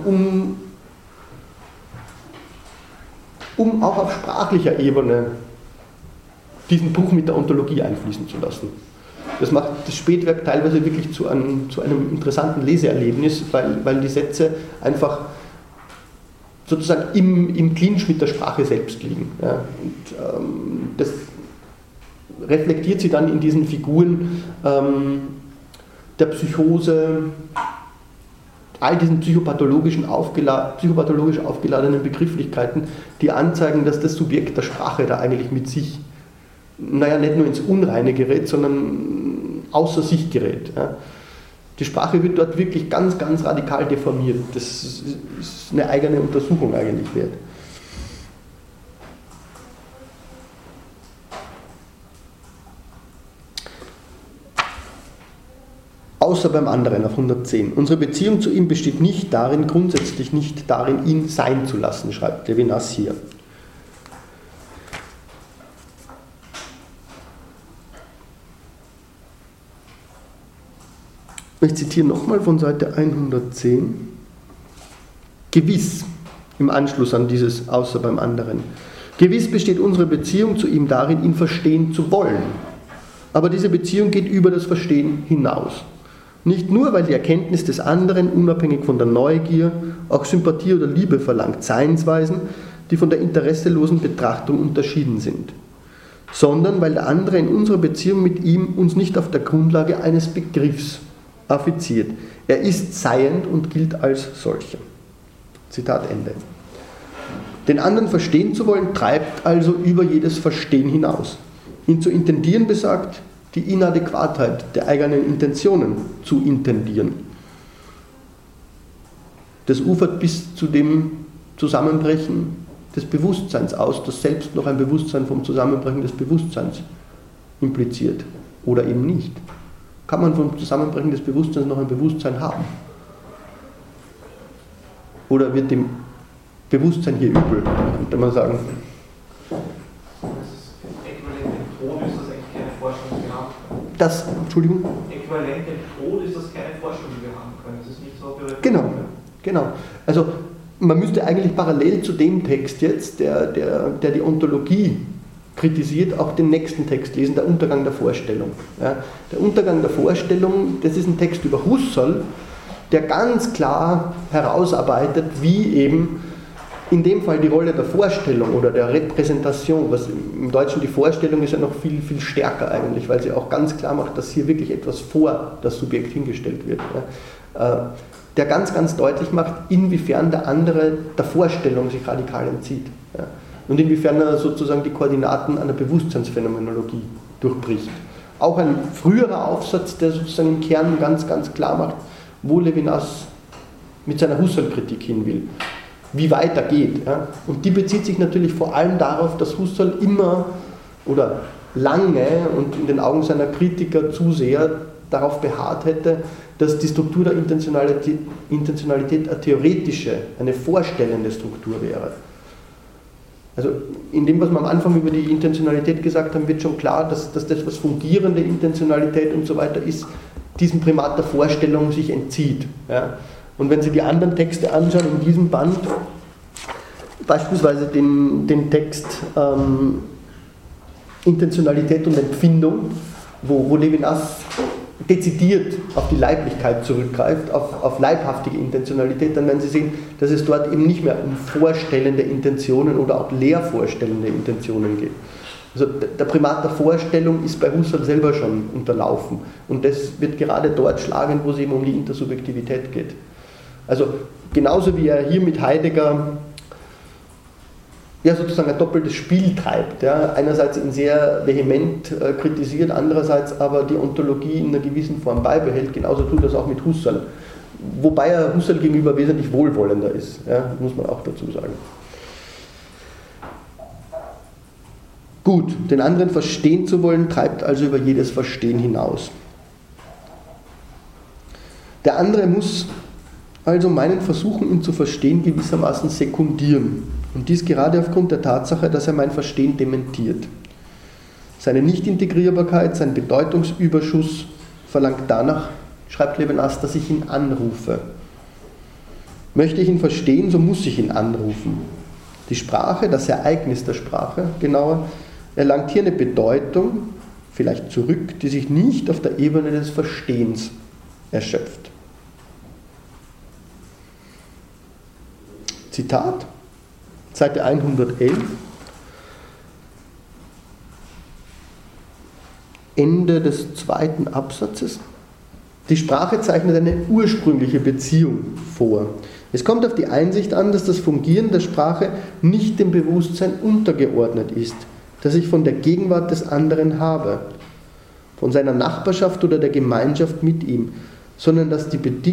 um auch auf sprachlicher Ebene diesen Bruch mit der Ontologie einfließen zu lassen. Das macht das Spätwerk teilweise wirklich zu einem interessanten Leseerlebnis, weil die Sätze einfach sozusagen im Clinch mit der Sprache selbst liegen. Ja. Und das reflektiert sie dann in diesen Figuren der Psychose, all diesen psychopathologisch aufgeladenen Begrifflichkeiten, die anzeigen, dass das Subjekt der Sprache da eigentlich mit sich, nicht nur ins Unreine gerät, sondern außer sich gerät. Ja. Die Sprache wird dort wirklich ganz, ganz radikal deformiert. Das ist eine eigene Untersuchung eigentlich wert. Außer beim anderen auf 110. Unsere Beziehung zu ihm besteht nicht darin, grundsätzlich nicht darin, ihn sein zu lassen, schreibt Levinas hier. Ich zitiere nochmal von Seite 110. Gewiss, im Anschluss an dieses Außer beim anderen. Gewiss besteht unsere Beziehung zu ihm darin, ihn verstehen zu wollen. Aber diese Beziehung geht über das Verstehen hinaus. Nicht nur, weil die Erkenntnis des anderen, unabhängig von der Neugier, auch Sympathie oder Liebe verlangt, Seinsweisen, die von der interesselosen Betrachtung unterschieden sind, sondern weil der andere in unserer Beziehung mit ihm uns nicht auf der Grundlage eines Begriffs affiziert. Er ist seiend und gilt als solcher. Zitat Ende. Den anderen verstehen zu wollen, treibt also über jedes Verstehen hinaus. Ihn zu intendieren besagt, die Inadäquatheit der eigenen Intentionen zu intendieren. Das ufert bis zu dem Zusammenbrechen des Bewusstseins aus, das selbst noch ein Bewusstsein vom Zusammenbrechen des Bewusstseins impliziert. Oder eben nicht. Kann man vom Zusammenbrechen des Bewusstseins noch ein Bewusstsein haben? Oder wird dem Bewusstsein hier übel, könnte man sagen? Entschuldigung? Äquivalent dem Tod ist das keine Forschung, die wir haben können. Das ist nicht so. Genau. Also man müsste eigentlich parallel zu dem Text jetzt, der die Ontologie kritisiert, auch den nächsten Text lesen, der Untergang der Vorstellung. Ja, der Untergang der Vorstellung, das ist ein Text über Husserl, der ganz klar herausarbeitet, wie eben in dem Fall die Rolle der Vorstellung oder der Repräsentation, was im Deutschen die Vorstellung ist ja noch viel, viel stärker eigentlich, weil sie auch ganz klar macht, dass hier wirklich etwas vor das Subjekt hingestellt wird. Ja. Der ganz, ganz deutlich macht, inwiefern der andere der Vorstellung sich radikal entzieht. Ja. Und inwiefern er sozusagen die Koordinaten einer Bewusstseinsphänomenologie durchbricht. Auch ein früherer Aufsatz, der sozusagen im Kern ganz, ganz klar macht, wo Levinas mit seiner Husserl-Kritik hin will. Wie weit er geht. Ja. Und die bezieht sich natürlich vor allem darauf, dass Husserl immer oder lange und in den Augen seiner Kritiker zu sehr darauf beharrt hätte, dass die Struktur der Intentionalität eine theoretische, eine vorstellende Struktur wäre. Also in dem, was wir am Anfang über die Intentionalität gesagt haben, wird schon klar, dass das, was fungierende Intentionalität und so weiter ist, diesem Primat der Vorstellung sich entzieht. Ja. Und wenn Sie die anderen Texte anschauen in diesem Band, beispielsweise den Text Intentionalität und Empfindung, wo Levinas dezidiert auf die Leiblichkeit zurückgreift, auf leibhaftige Intentionalität, dann werden Sie sehen, dass es dort eben nicht mehr um vorstellende Intentionen oder auch leer vorstellende Intentionen geht. Also der Primat der Vorstellung ist bei Husserl selber schon unterlaufen und das wird gerade dort schlagend, wo es eben um die Intersubjektivität geht. Also genauso wie er hier mit Heidegger ja sozusagen ein doppeltes Spiel treibt, ja, einerseits ihn sehr vehement kritisiert, andererseits aber die Ontologie in einer gewissen Form beibehält, genauso tut er es auch mit Husserl, wobei er Husserl gegenüber wesentlich wohlwollender ist, ja, muss man auch dazu sagen. Gut, den anderen verstehen zu wollen, treibt also über jedes Verstehen hinaus. Der andere muss also meinen Versuchen, ihn zu verstehen, gewissermaßen sekundieren. Und dies gerade aufgrund der Tatsache, dass er mein Verstehen dementiert. Seine Nichtintegrierbarkeit, sein Bedeutungsüberschuss verlangt danach, schreibt Levinas, dass ich ihn anrufe. Möchte ich ihn verstehen, so muss ich ihn anrufen. Die Sprache, das Ereignis der Sprache, genauer, erlangt hier eine Bedeutung, vielleicht zurück, die sich nicht auf der Ebene des Verstehens erschöpft. Zitat, Seite 111, Ende des zweiten Absatzes. Die Sprache zeichnet eine ursprüngliche Beziehung vor. Es kommt auf die Einsicht an, dass das Fungieren der Sprache nicht dem Bewusstsein untergeordnet ist, das ich von der Gegenwart des anderen habe, von seiner Nachbarschaft oder der Gemeinschaft mit ihm, sondern dass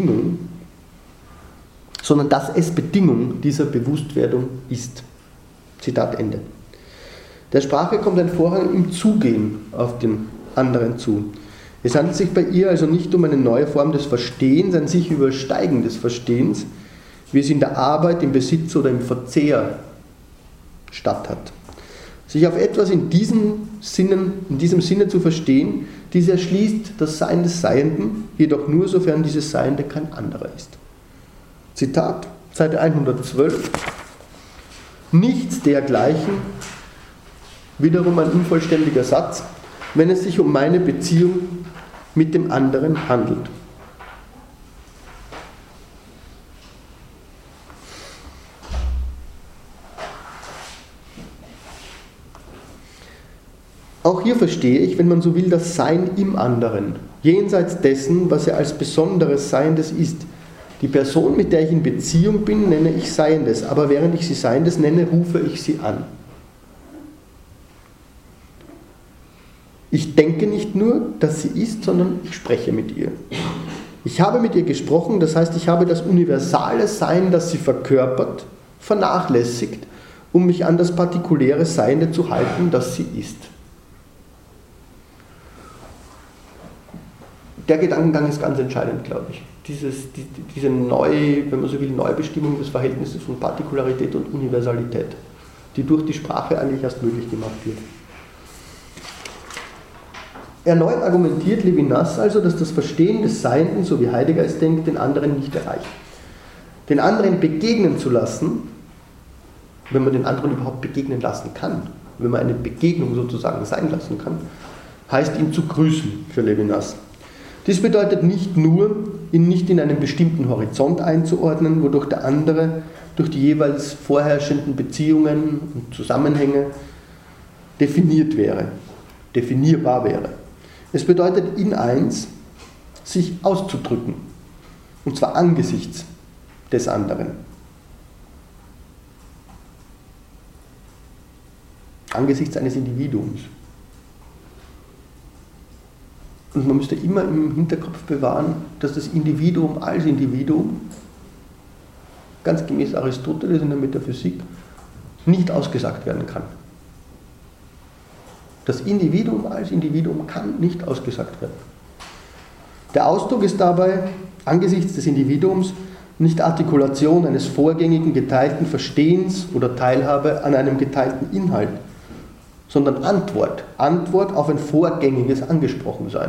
es Bedingung dieser Bewusstwerdung ist. Zitat Ende. Der Sprache kommt ein Vorrang im Zugehen auf den anderen zu. Es handelt sich bei ihr also nicht um eine neue Form des Verstehens, ein sich Übersteigen des Verstehens, wie es in der Arbeit, im Besitz oder im Verzehr statt hat. Sich auf etwas in diesem Sinne zu verstehen, dies erschließt das Sein des Seienden, jedoch nur sofern dieses Seiende kein anderer ist. Zitat, Seite 112. Nichts dergleichen, wiederum ein unvollständiger Satz, wenn es sich um meine Beziehung mit dem anderen handelt. Auch hier verstehe ich, wenn man so will, das Sein im anderen, jenseits dessen, was er als besonderes Seiendes ist. Die Person, mit der ich in Beziehung bin, nenne ich Seiendes, aber während ich sie Seiendes nenne, rufe ich sie an. Ich denke nicht nur, dass sie ist, sondern ich spreche mit ihr. Ich habe mit ihr gesprochen, das heißt, ich habe das universale Sein, das sie verkörpert, vernachlässigt, um mich an das partikuläre Seiende zu halten, das sie ist. Der Gedankengang ist ganz entscheidend, glaube ich. Diese neue, wenn man so will, Neubestimmung des Verhältnisses von Partikularität und Universalität, die durch die Sprache eigentlich erst möglich gemacht wird. Erneut argumentiert Levinas also, dass das Verstehen des Seienden, so wie Heidegger es denkt, den anderen nicht erreicht. Den anderen begegnen zu lassen, wenn man den anderen überhaupt begegnen lassen kann, wenn man eine Begegnung sozusagen sein lassen kann, heißt ihn zu grüßen für Levinas. Dies bedeutet nicht nur, ihn nicht in einen bestimmten Horizont einzuordnen, wodurch der andere durch die jeweils vorherrschenden Beziehungen und Zusammenhänge definierbar wäre. Es bedeutet in eins, sich auszudrücken, und zwar angesichts des anderen. Angesichts eines Individuums. Und man müsste immer im Hinterkopf bewahren, dass das Individuum als Individuum, ganz gemäß Aristoteles in der Metaphysik, nicht ausgesagt werden kann. Das Individuum als Individuum kann nicht ausgesagt werden. Der Ausdruck ist dabei angesichts des Individuums nicht Artikulation eines vorgängigen geteilten Verstehens oder Teilhabe an einem geteilten Inhalt, sondern Antwort auf ein vorgängiges Angesprochensein.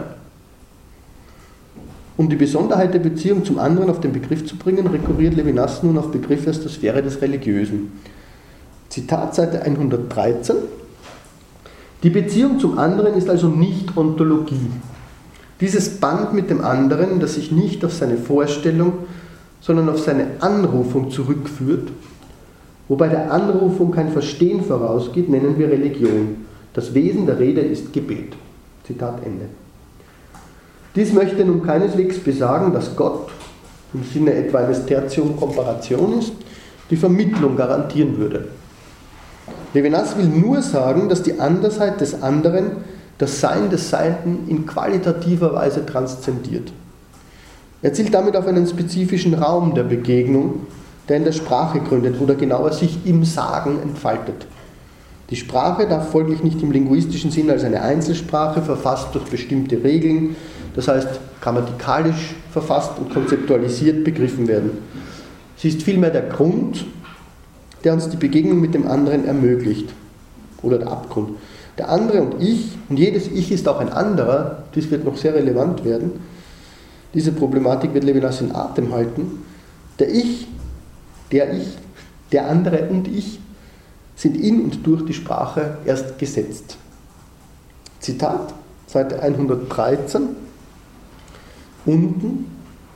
Um die Besonderheit der Beziehung zum anderen auf den Begriff zu bringen, rekurriert Levinas nun auf Begriffe aus der Sphäre des Religiösen. Zitat Seite 113. Die Beziehung zum anderen ist also nicht Ontologie. Dieses Band mit dem anderen, das sich nicht auf seine Vorstellung, sondern auf seine Anrufung zurückführt, wobei der Anrufung kein Verstehen vorausgeht, nennen wir Religion. Das Wesen der Rede ist Gebet. Zitat Ende. Dies möchte nun keineswegs besagen, dass Gott, im Sinne etwa eines Tertium Comparationis, die Vermittlung garantieren würde. Levinas will nur sagen, dass die Andersheit des anderen das Sein des Seienden in qualitativer Weise transzendiert. Er zielt damit auf einen spezifischen Raum der Begegnung, der in der Sprache gründet oder genauer sich im Sagen entfaltet. Die Sprache darf folglich nicht im linguistischen Sinn als eine Einzelsprache, verfasst durch bestimmte Regeln, das heißt grammatikalisch verfasst und konzeptualisiert begriffen werden. Sie ist vielmehr der Grund, der uns die Begegnung mit dem anderen ermöglicht, oder der Abgrund. Der andere und ich, und jedes Ich ist auch ein anderer, dies wird noch sehr relevant werden, diese Problematik wird Levinas in Atem halten. Ich, der andere und ich sind in und durch die Sprache erst gesetzt. Zitat, Seite 113, unten.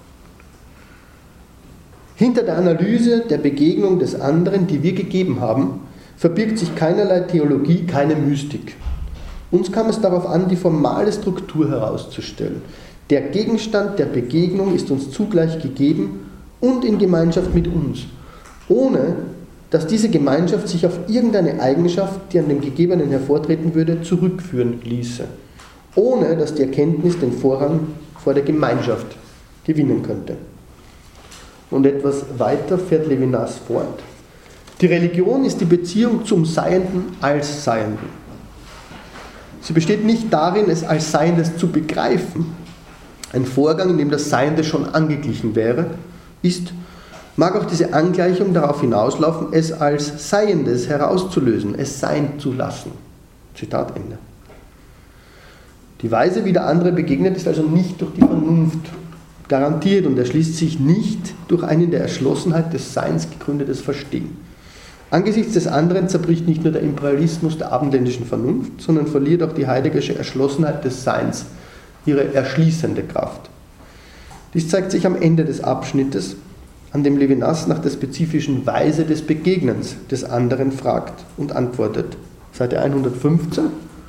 Hinter der Analyse der Begegnung des anderen, die wir gegeben haben, verbirgt sich keinerlei Theologie, keine Mystik. Uns kam es darauf an, die formale Struktur herauszustellen. Der Gegenstand der Begegnung ist uns zugleich gegeben und in Gemeinschaft mit uns, ohne dass diese Gemeinschaft sich auf irgendeine Eigenschaft, die an dem Gegebenen hervortreten würde, zurückführen ließe, ohne dass die Erkenntnis den Vorrang vor der Gemeinschaft gewinnen könnte. Und etwas weiter fährt Levinas fort. Die Religion ist die Beziehung zum Seienden als Seienden. Sie besteht nicht darin, es als Seiendes zu begreifen. Ein Vorgang, in dem das Seiende schon angeglichen wäre, mag auch diese Angleichung darauf hinauslaufen, es als Seiendes herauszulösen, es sein zu lassen. Zitat Ende. Die Weise, wie der andere begegnet, ist also nicht durch die Vernunft garantiert und erschließt sich nicht durch ein in der Erschlossenheit des Seins gegründetes Verstehen. Angesichts des anderen zerbricht nicht nur der Imperialismus der abendländischen Vernunft, sondern verliert auch die heideggersche Erschlossenheit des Seins ihre erschließende Kraft. Dies zeigt sich am Ende des Abschnittes, an dem Levinas nach der spezifischen Weise des Begegnens des anderen fragt und antwortet. Seite 115.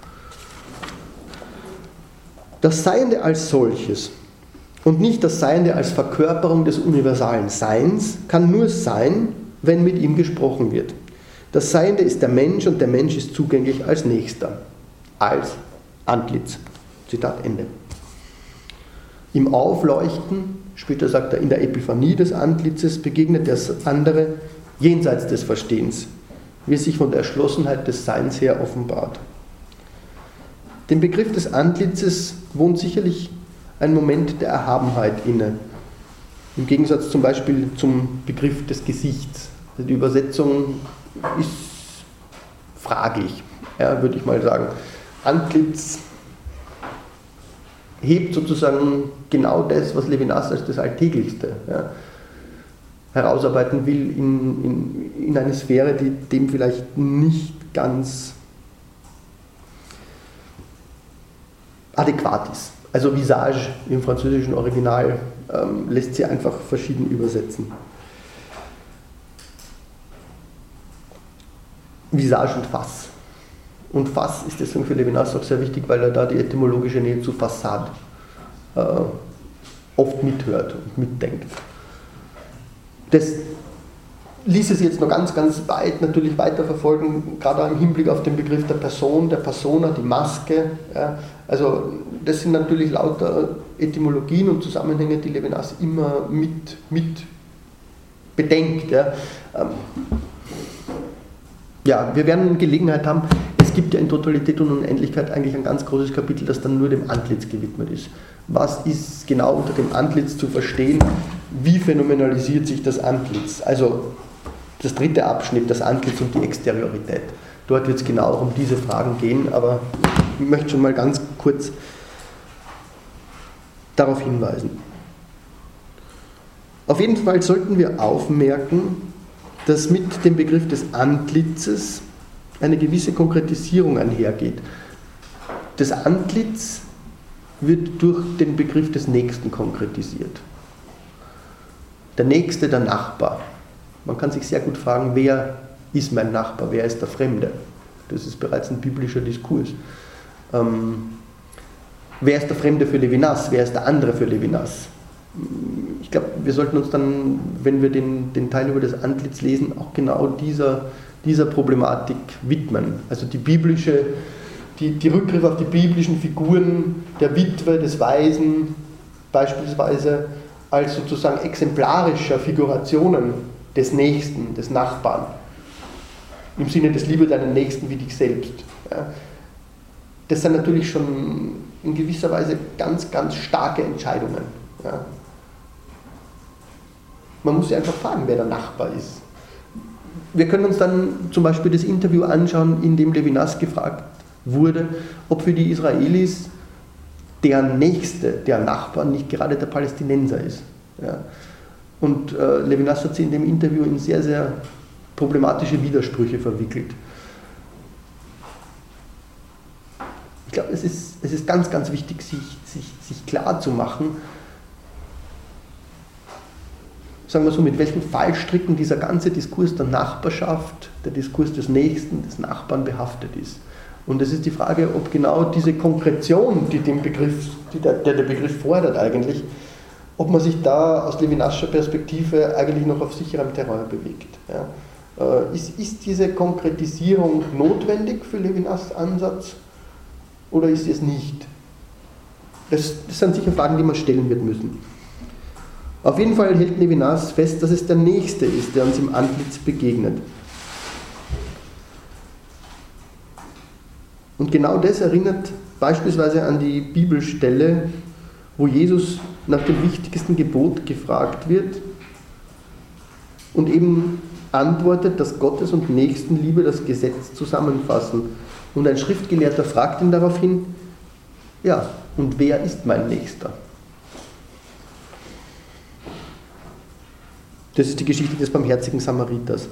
Das Seiende als solches und nicht das Seiende als Verkörperung des universalen Seins kann nur sein, wenn mit ihm gesprochen wird. Das Seiende ist der Mensch und der Mensch ist zugänglich als Nächster, als Antlitz. Zitat Ende. Im Aufleuchten, später sagt er in der Epiphanie des Antlitzes, begegnet das andere jenseits des Verstehens, wie es sich von der Erschlossenheit des Seins her offenbart. Dem Begriff des Antlitzes wohnt sicherlich ein Moment der Erhabenheit inne, im Gegensatz zum Beispiel zum Begriff des Gesichts. Also die Übersetzung ist fraglich, ja, würde ich mal sagen. Antlitz hebt sozusagen genau das, was Levinas als das Alltäglichste herausarbeiten will, in eine Sphäre, die dem vielleicht nicht ganz adäquat ist. Also Visage im französischen Original lässt sie einfach verschieden übersetzen. Visage und Face. Und Face ist deswegen für Levinas auch sehr wichtig, weil er da die etymologische Nähe zu Fassade oft mithört und mitdenkt. Das ließ es jetzt noch ganz, ganz weit natürlich weiterverfolgen, gerade im Hinblick auf den Begriff der Person, der Persona, die Maske. Ja. Also das sind natürlich lauter Etymologien und Zusammenhänge, die Levinas immer mit bedenkt. Ja. Ja, wir werden Gelegenheit haben, es gibt ja in Totalität und Unendlichkeit eigentlich ein ganz großes Kapitel, das dann nur dem Antlitz gewidmet ist. Was ist genau unter dem Antlitz zu verstehen? Wie phänomenalisiert sich das Antlitz? Also das dritte Abschnitt, das Antlitz und die Exteriorität. Dort wird es genau um diese Fragen gehen, aber ich möchte schon mal ganz kurz darauf hinweisen. Auf jeden Fall sollten wir aufmerken, dass mit dem Begriff des Antlitzes eine gewisse Konkretisierung einhergeht. Das Antlitz wird durch den Begriff des Nächsten konkretisiert. Der Nächste, der Nachbar. Man kann sich sehr gut fragen, wer ist mein Nachbar, wer ist der Fremde? Das ist bereits ein biblischer Diskurs. Wer ist der Fremde für Levinas, wer ist der andere für Levinas? Ich glaube, wir sollten uns dann, wenn wir den Teil über das Antlitz lesen, auch genau dieser Problematik widmen. Also die Rückgriffe auf die biblischen Figuren der Witwe, des Waisen, beispielsweise als sozusagen exemplarischer Figurationen des Nächsten, des Nachbarn. Im Sinne des Liebe deinen Nächsten wie dich selbst. Ja. Das sind natürlich schon in gewisser Weise ganz, ganz starke Entscheidungen. Ja. Man muss sich einfach fragen, wer der Nachbar ist. Wir können uns dann zum Beispiel das Interview anschauen, in dem Levinas gefragt wurde, ob für die Israelis der Nächste, der Nachbar, nicht gerade der Palästinenser ist. Ja. Und Levinas hat sie in dem Interview in sehr, sehr problematische Widersprüche verwickelt. Ich glaube, es ist ist ganz, ganz wichtig, sich klar zu machen, sagen wir so, mit welchen Fallstricken dieser ganze Diskurs der Nachbarschaft, der Diskurs des Nächsten, des Nachbarn behaftet ist. Und es ist die Frage, ob genau diese Konkretion, die der Begriff fordert eigentlich, ob man sich da aus Levinas'scher Perspektive eigentlich noch auf sicherem Terrain bewegt. Ja. Ist diese Konkretisierung notwendig für Levinas' Ansatz oder ist es nicht? Das sind sicher Fragen, die man stellen wird müssen. Auf jeden Fall hält Levinas fest, dass es der Nächste ist, der uns im Antlitz begegnet. Und genau das erinnert beispielsweise an die Bibelstelle, wo Jesus nach dem wichtigsten Gebot gefragt wird und eben antwortet, dass Gottes und Nächstenliebe das Gesetz zusammenfassen. Und ein Schriftgelehrter fragt ihn daraufhin, ja, und wer ist mein Nächster? Das ist die Geschichte des barmherzigen Samariters.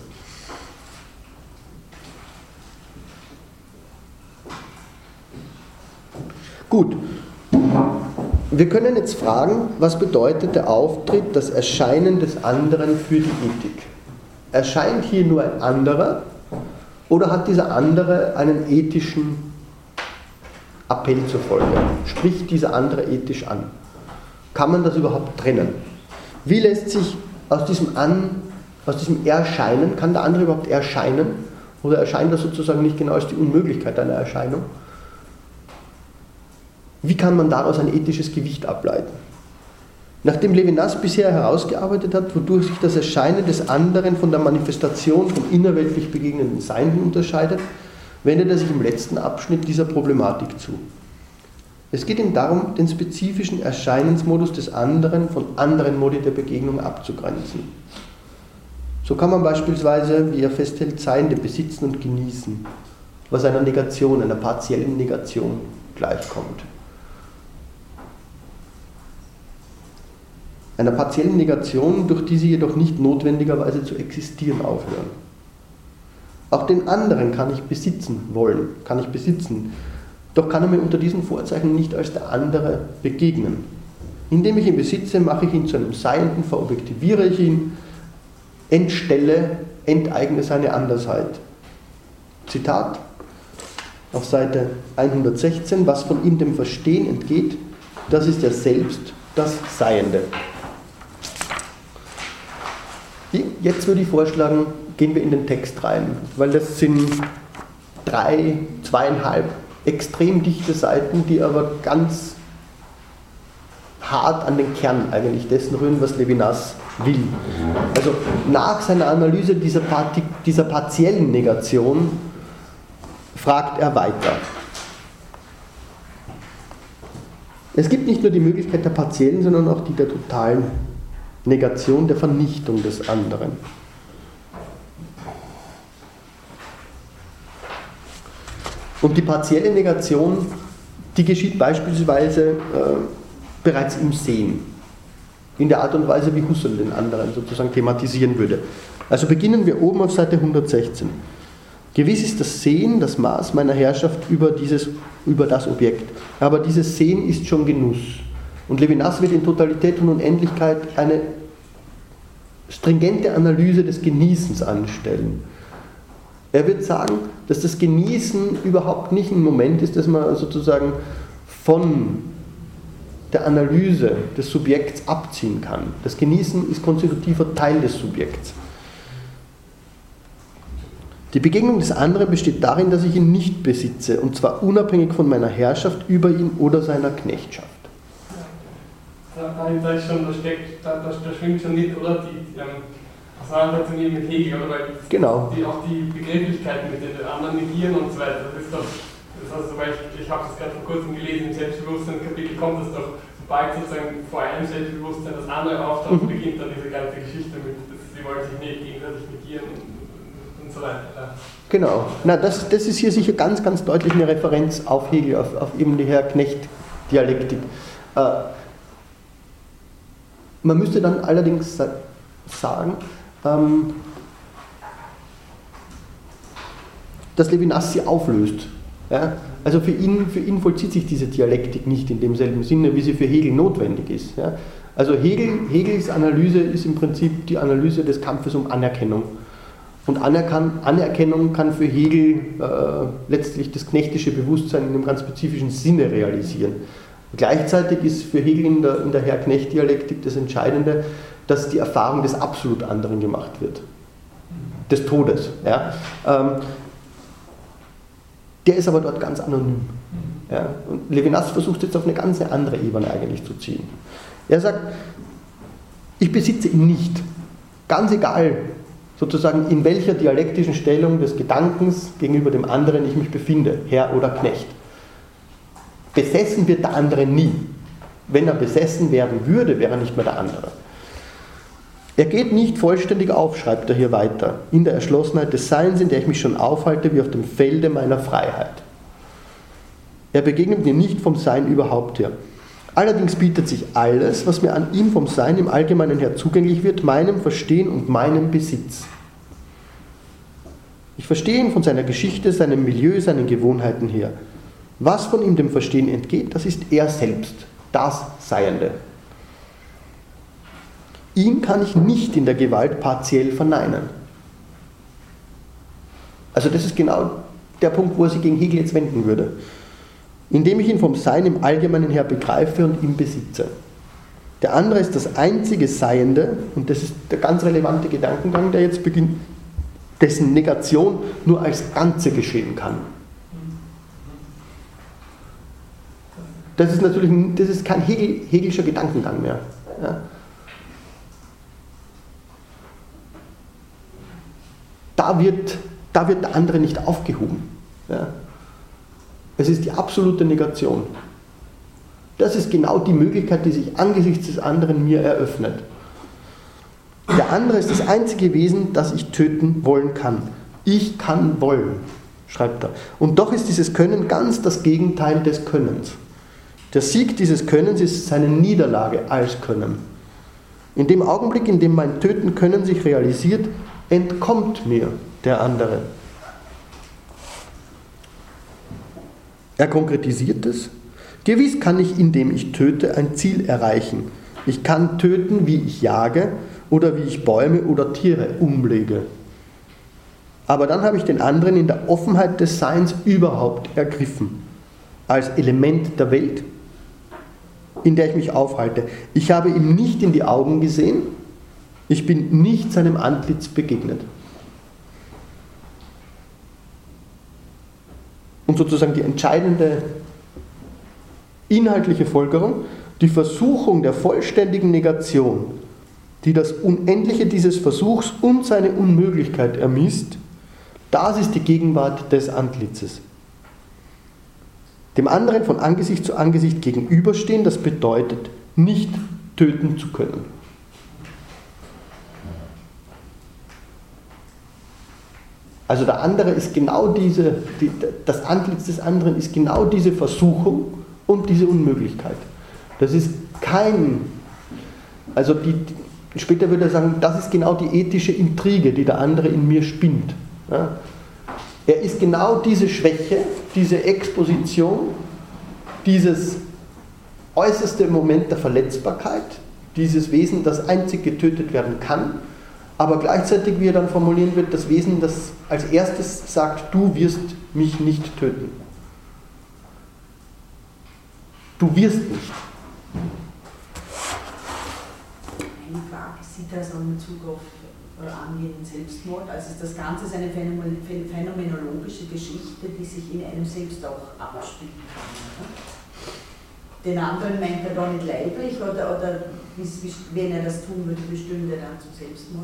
Gut, wir können jetzt fragen, was bedeutet der Auftritt, das Erscheinen des anderen für die Ethik? Erscheint hier nur ein anderer oder hat dieser andere einen ethischen Appell zur Folge? Spricht dieser andere ethisch an? Kann man das überhaupt trennen? Wie lässt sich aus diesem Erscheinen, kann der andere überhaupt erscheinen? Oder erscheint das sozusagen nicht genau als die Unmöglichkeit einer Erscheinung? Wie kann man daraus ein ethisches Gewicht ableiten? Nachdem Levinas bisher herausgearbeitet hat, wodurch sich das Erscheinen des anderen von der Manifestation vom innerweltlich begegnenden Sein hin unterscheidet, wendet er sich im letzten Abschnitt dieser Problematik zu. Es geht ihm darum, den spezifischen Erscheinensmodus des anderen von anderen Modi der Begegnung abzugrenzen. So kann man beispielsweise, wie er festhält, Seiende besitzen und genießen, was einer Negation, einer partiellen Negation gleichkommt. Einer partiellen Negation, durch die sie jedoch nicht notwendigerweise zu existieren aufhören. Auch den anderen kann ich besitzen wollen, kann ich besitzen, doch kann er mir unter diesen Vorzeichen nicht als der andere begegnen. Indem ich ihn besitze, mache ich ihn zu einem Seienden, verobjektiviere ich ihn, entstelle, enteigne seine Andersheit. Zitat auf Seite 116, was von ihm dem Verstehen entgeht, das ist ja selbst das Seiende. Jetzt würde ich vorschlagen, gehen wir in den Text rein, weil das sind 2,5 extrem dichte Seiten, die aber ganz hart an den Kern eigentlich dessen rühren, was Levinas will. Also nach seiner Analyse dieser partiellen Negation fragt er weiter. Es gibt nicht nur die Möglichkeit der partiellen, sondern auch die der totalen Negation, der Vernichtung des anderen. Und die partielle Negation, die geschieht beispielsweise bereits im Sehen, in der Art und Weise, wie Husserl den anderen sozusagen thematisieren würde. Also beginnen wir oben auf Seite 116. Gewiss ist das Sehen das Maß meiner Herrschaft über das Objekt, aber dieses Sehen ist schon Genuss. Und Levinas wird in Totalität und Unendlichkeit eine stringente Analyse des Genießens anstellen. Er wird sagen, dass das Genießen überhaupt nicht ein Moment ist, dass man sozusagen von der Analyse des Subjekts abziehen kann. Das Genießen ist konstitutiver Teil des Subjekts. Die Begegnung des anderen besteht darin, dass ich ihn nicht besitze, und zwar unabhängig von meiner Herrschaft über ihn oder seiner Knechtschaft. Da ist schon, da schwingt schon mit, oder? Die Auseinandersetzung mit Hegel, oder? Weil genau. Auch die Begrifflichkeiten mit den anderen negieren und so weiter. Das ist doch, ich habe das gerade vor kurzem gelesen, im Selbstbewusstsein-Kapitel kommt das doch, sobald sozusagen vor einem Selbstbewusstsein das andere auftaucht, beginnt dann diese ganze Geschichte mit, sie wollen sich nicht gegenseitig negieren und so weiter. Genau. Na, das ist hier sicher ganz, ganz deutlich eine Referenz auf Hegel, auf eben die Herr-Knecht-Dialektik. Man müsste dann allerdings sagen, dass Levinas sie auflöst. Ja? Also für ihn vollzieht sich diese Dialektik nicht in demselben Sinne, wie sie für Hegel notwendig ist. Ja? Also Hegels Analyse ist im Prinzip die Analyse des Kampfes um Anerkennung. Und Anerkennung kann für Hegel letztlich das knechtische Bewusstsein in einem ganz spezifischen Sinne realisieren. Gleichzeitig ist für Hegel in der Herr-Knecht-Dialektik das Entscheidende, dass die Erfahrung des absolut anderen gemacht wird. Des Todes. Ja? Der ist aber dort ganz anonym. Ja? Und Levinas versucht jetzt auf eine ganz andere Ebene eigentlich zu ziehen. Er sagt, ich besitze ihn nicht. Ganz egal, sozusagen in welcher dialektischen Stellung des Gedankens gegenüber dem anderen ich mich befinde, Herr oder Knecht. Besessen wird der andere nie. Wenn er besessen werden würde, wäre er nicht mehr der andere. Er geht nicht vollständig auf, schreibt er hier weiter, in der Erschlossenheit des Seins, in der ich mich schon aufhalte, wie auf dem Felde meiner Freiheit. Er begegnet mir nicht vom Sein überhaupt her. Allerdings bietet sich alles, was mir an ihm vom Sein im Allgemeinen her zugänglich wird, meinem Verstehen und meinem Besitz. Ich verstehe ihn von seiner Geschichte, seinem Milieu, seinen Gewohnheiten her. Was von ihm dem Verstehen entgeht, das ist er selbst, das Seiende. Ihn kann ich nicht in der Gewalt partiell verneinen. Also das ist genau der Punkt, wo er sich gegen Hegel jetzt wenden würde. Indem ich ihn vom Sein im Allgemeinen her begreife und ihm besitze. Der andere ist das einzige Seiende, und das ist der ganz relevante Gedankengang, der jetzt beginnt, dessen Negation nur als Ganze geschehen kann. Das ist kein Hegelscher Gedankengang mehr. Ja. Da wird der andere nicht aufgehoben. Ja. Es ist die absolute Negation. Das ist genau die Möglichkeit, die sich angesichts des anderen mir eröffnet. Der andere ist das einzige Wesen, das ich töten wollen kann. Ich kann wollen, schreibt er. Und doch ist dieses Können ganz das Gegenteil des Könnens. Der Sieg dieses Könnens ist seine Niederlage als Können. In dem Augenblick, in dem mein Töten-Können sich realisiert, entkommt mir der andere. Er konkretisiert es. Gewiss kann ich, indem ich töte, ein Ziel erreichen. Ich kann töten, wie ich jage oder wie ich Bäume oder Tiere umlege. Aber dann habe ich den anderen in der Offenheit des Seins überhaupt ergriffen, als Element der Welt, in der ich mich aufhalte. Ich habe ihm nicht in die Augen gesehen, ich bin nicht seinem Antlitz begegnet. Und sozusagen die entscheidende inhaltliche Folgerung, die Versuchung der vollständigen Negation, die das Unendliche dieses Versuchs und seine Unmöglichkeit ermisst, das ist die Gegenwart des Antlitzes. Dem anderen von Angesicht zu Angesicht gegenüberstehen, das bedeutet, nicht töten zu können. Also der andere ist genau das Antlitz des anderen ist genau diese Versuchung und diese Unmöglichkeit. Das ist später würde er sagen, das ist genau die ethische Intrige, die der andere in mir spinnt. Ja? Er ist genau diese Schwäche, diese Exposition, dieses äußerste Moment der Verletzbarkeit, dieses Wesen, das einzig getötet werden kann, aber gleichzeitig, wie er dann formulieren wird, das Wesen, das als erstes sagt, du wirst mich nicht töten. Du wirst nicht. Eine Frage, sieht er so in Bezug auf angehenden Selbstmord, also ist das Ganze eine phänomenologische Geschichte, die sich in einem selbst auch abspielen kann. Oder? Den anderen meint er da nicht leiblich, oder wenn er das tun würde, bestünde er dann zum Selbstmord?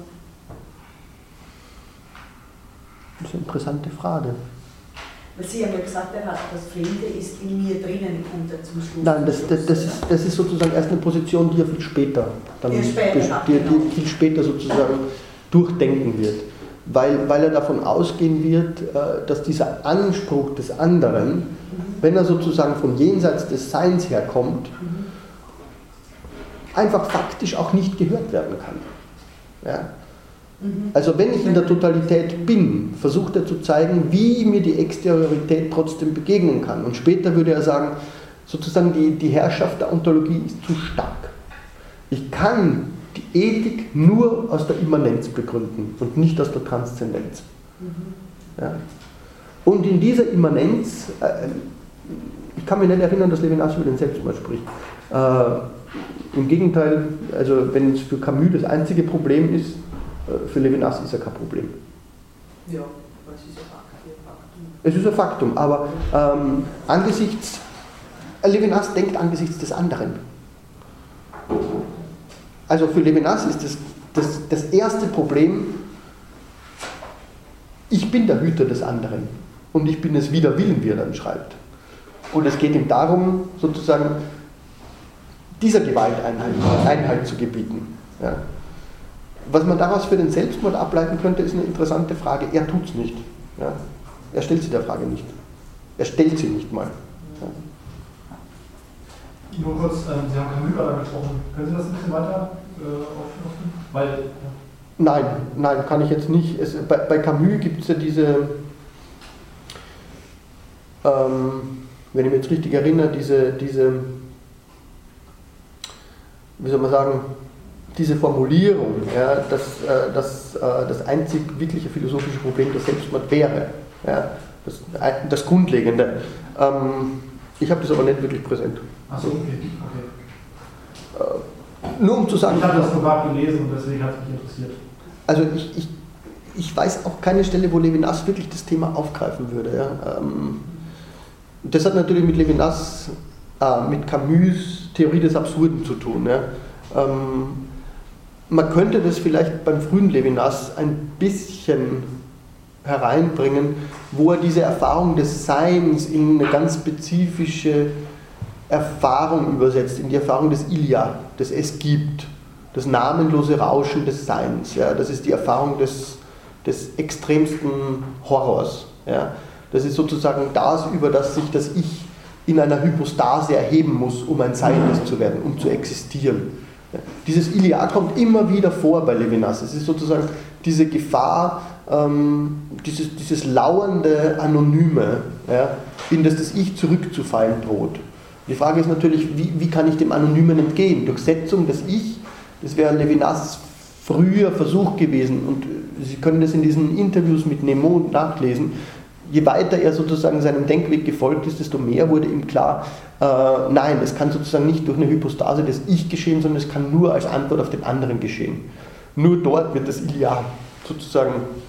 Das ist eine interessante Frage. Weil Sie haben ja gesagt, das Fremde ist in mir drinnen, kommt er zum Schluss. Nein, das ist sozusagen erst eine Position, die er viel später, die viel später sozusagen durchdenken wird. Weil er davon ausgehen wird, dass dieser Anspruch des anderen, wenn er sozusagen von jenseits des Seins herkommt, einfach faktisch auch nicht gehört werden kann. Ja? Also wenn ich in der Totalität bin, versucht er zu zeigen, wie mir die Exteriorität trotzdem begegnen kann. Und später würde er sagen, sozusagen die Herrschaft der Ontologie ist zu stark. Ich kann die Ethik nur aus der Immanenz begründen und nicht aus der Transzendenz. Ja. Und in dieser Immanenz, ich kann mich nicht erinnern, dass Levinas über den Selbstmord spricht. Im Gegenteil, also wenn es für Camus das einzige Problem ist, für Levinas ist er kein Problem. Ja, aber es ist ein Faktum. Es ist ein Faktum, aber Levinas denkt angesichts des anderen. Also für Levinas ist das erste Problem, ich bin der Hüter des anderen und ich bin es wider Willen, wie er dann schreibt. Und es geht ihm darum, sozusagen dieser Gewalt Einhalt zu gebieten. Ja. Was man daraus für den Selbstmord ableiten könnte, ist eine interessante Frage. Er tut es nicht. Ja. Er stellt sich der Frage nicht. Er stellt sie nicht mal. Ja. Nur kurz, Sie haben Camus gerade angesprochen. Können Sie das ein bisschen weiter aufführen? Nein, kann ich jetzt nicht. Bei Camus gibt es ja diese, wenn ich mich jetzt richtig erinnere, diese wie soll man sagen, diese Formulierung, ja, dass das einzig wirkliche philosophische Problem der Selbstmord wäre. Ja, das Grundlegende. Ich habe das aber nicht wirklich präsent. Achso, okay. Nur um zu sagen. Ich habe das sogar gelesen und deswegen hat es mich interessiert. Also ich weiß auch keine Stelle, wo Levinas wirklich das Thema aufgreifen würde. Ja. Das hat natürlich mit Levinas, mit Camus' Theorie des Absurden zu tun. Ja. Man könnte das vielleicht beim frühen Levinas ein bisschen hereinbringen, wo er diese Erfahrung des Seins in eine ganz spezifische Erfahrung übersetzt, in die Erfahrung des Ilia, des Es gibt, das namenlose Rauschen des Seins. Ja. Das ist die Erfahrung des extremsten Horrors. Ja. Das ist sozusagen das, über das sich das Ich in einer Hypostase erheben muss, um ein Seiendes zu werden, um zu existieren. Ja. Dieses Ilia kommt immer wieder vor bei Levinas. Es ist sozusagen diese Gefahr, dieses lauernde Anonyme, ja, in das Ich zurückzufallen droht. Die Frage ist natürlich, wie kann ich dem Anonymen entgehen? Durch Setzung des Ich, das wäre Levinas früher Versuch gewesen, und Sie können das in diesen Interviews mit Nemo nachlesen. Je weiter er sozusagen seinem Denkweg gefolgt ist, desto mehr wurde ihm klar, nein, es kann sozusagen nicht durch eine Hypostase des Ich geschehen, sondern es kann nur als Antwort auf den anderen geschehen. Nur dort wird das Ilia sozusagen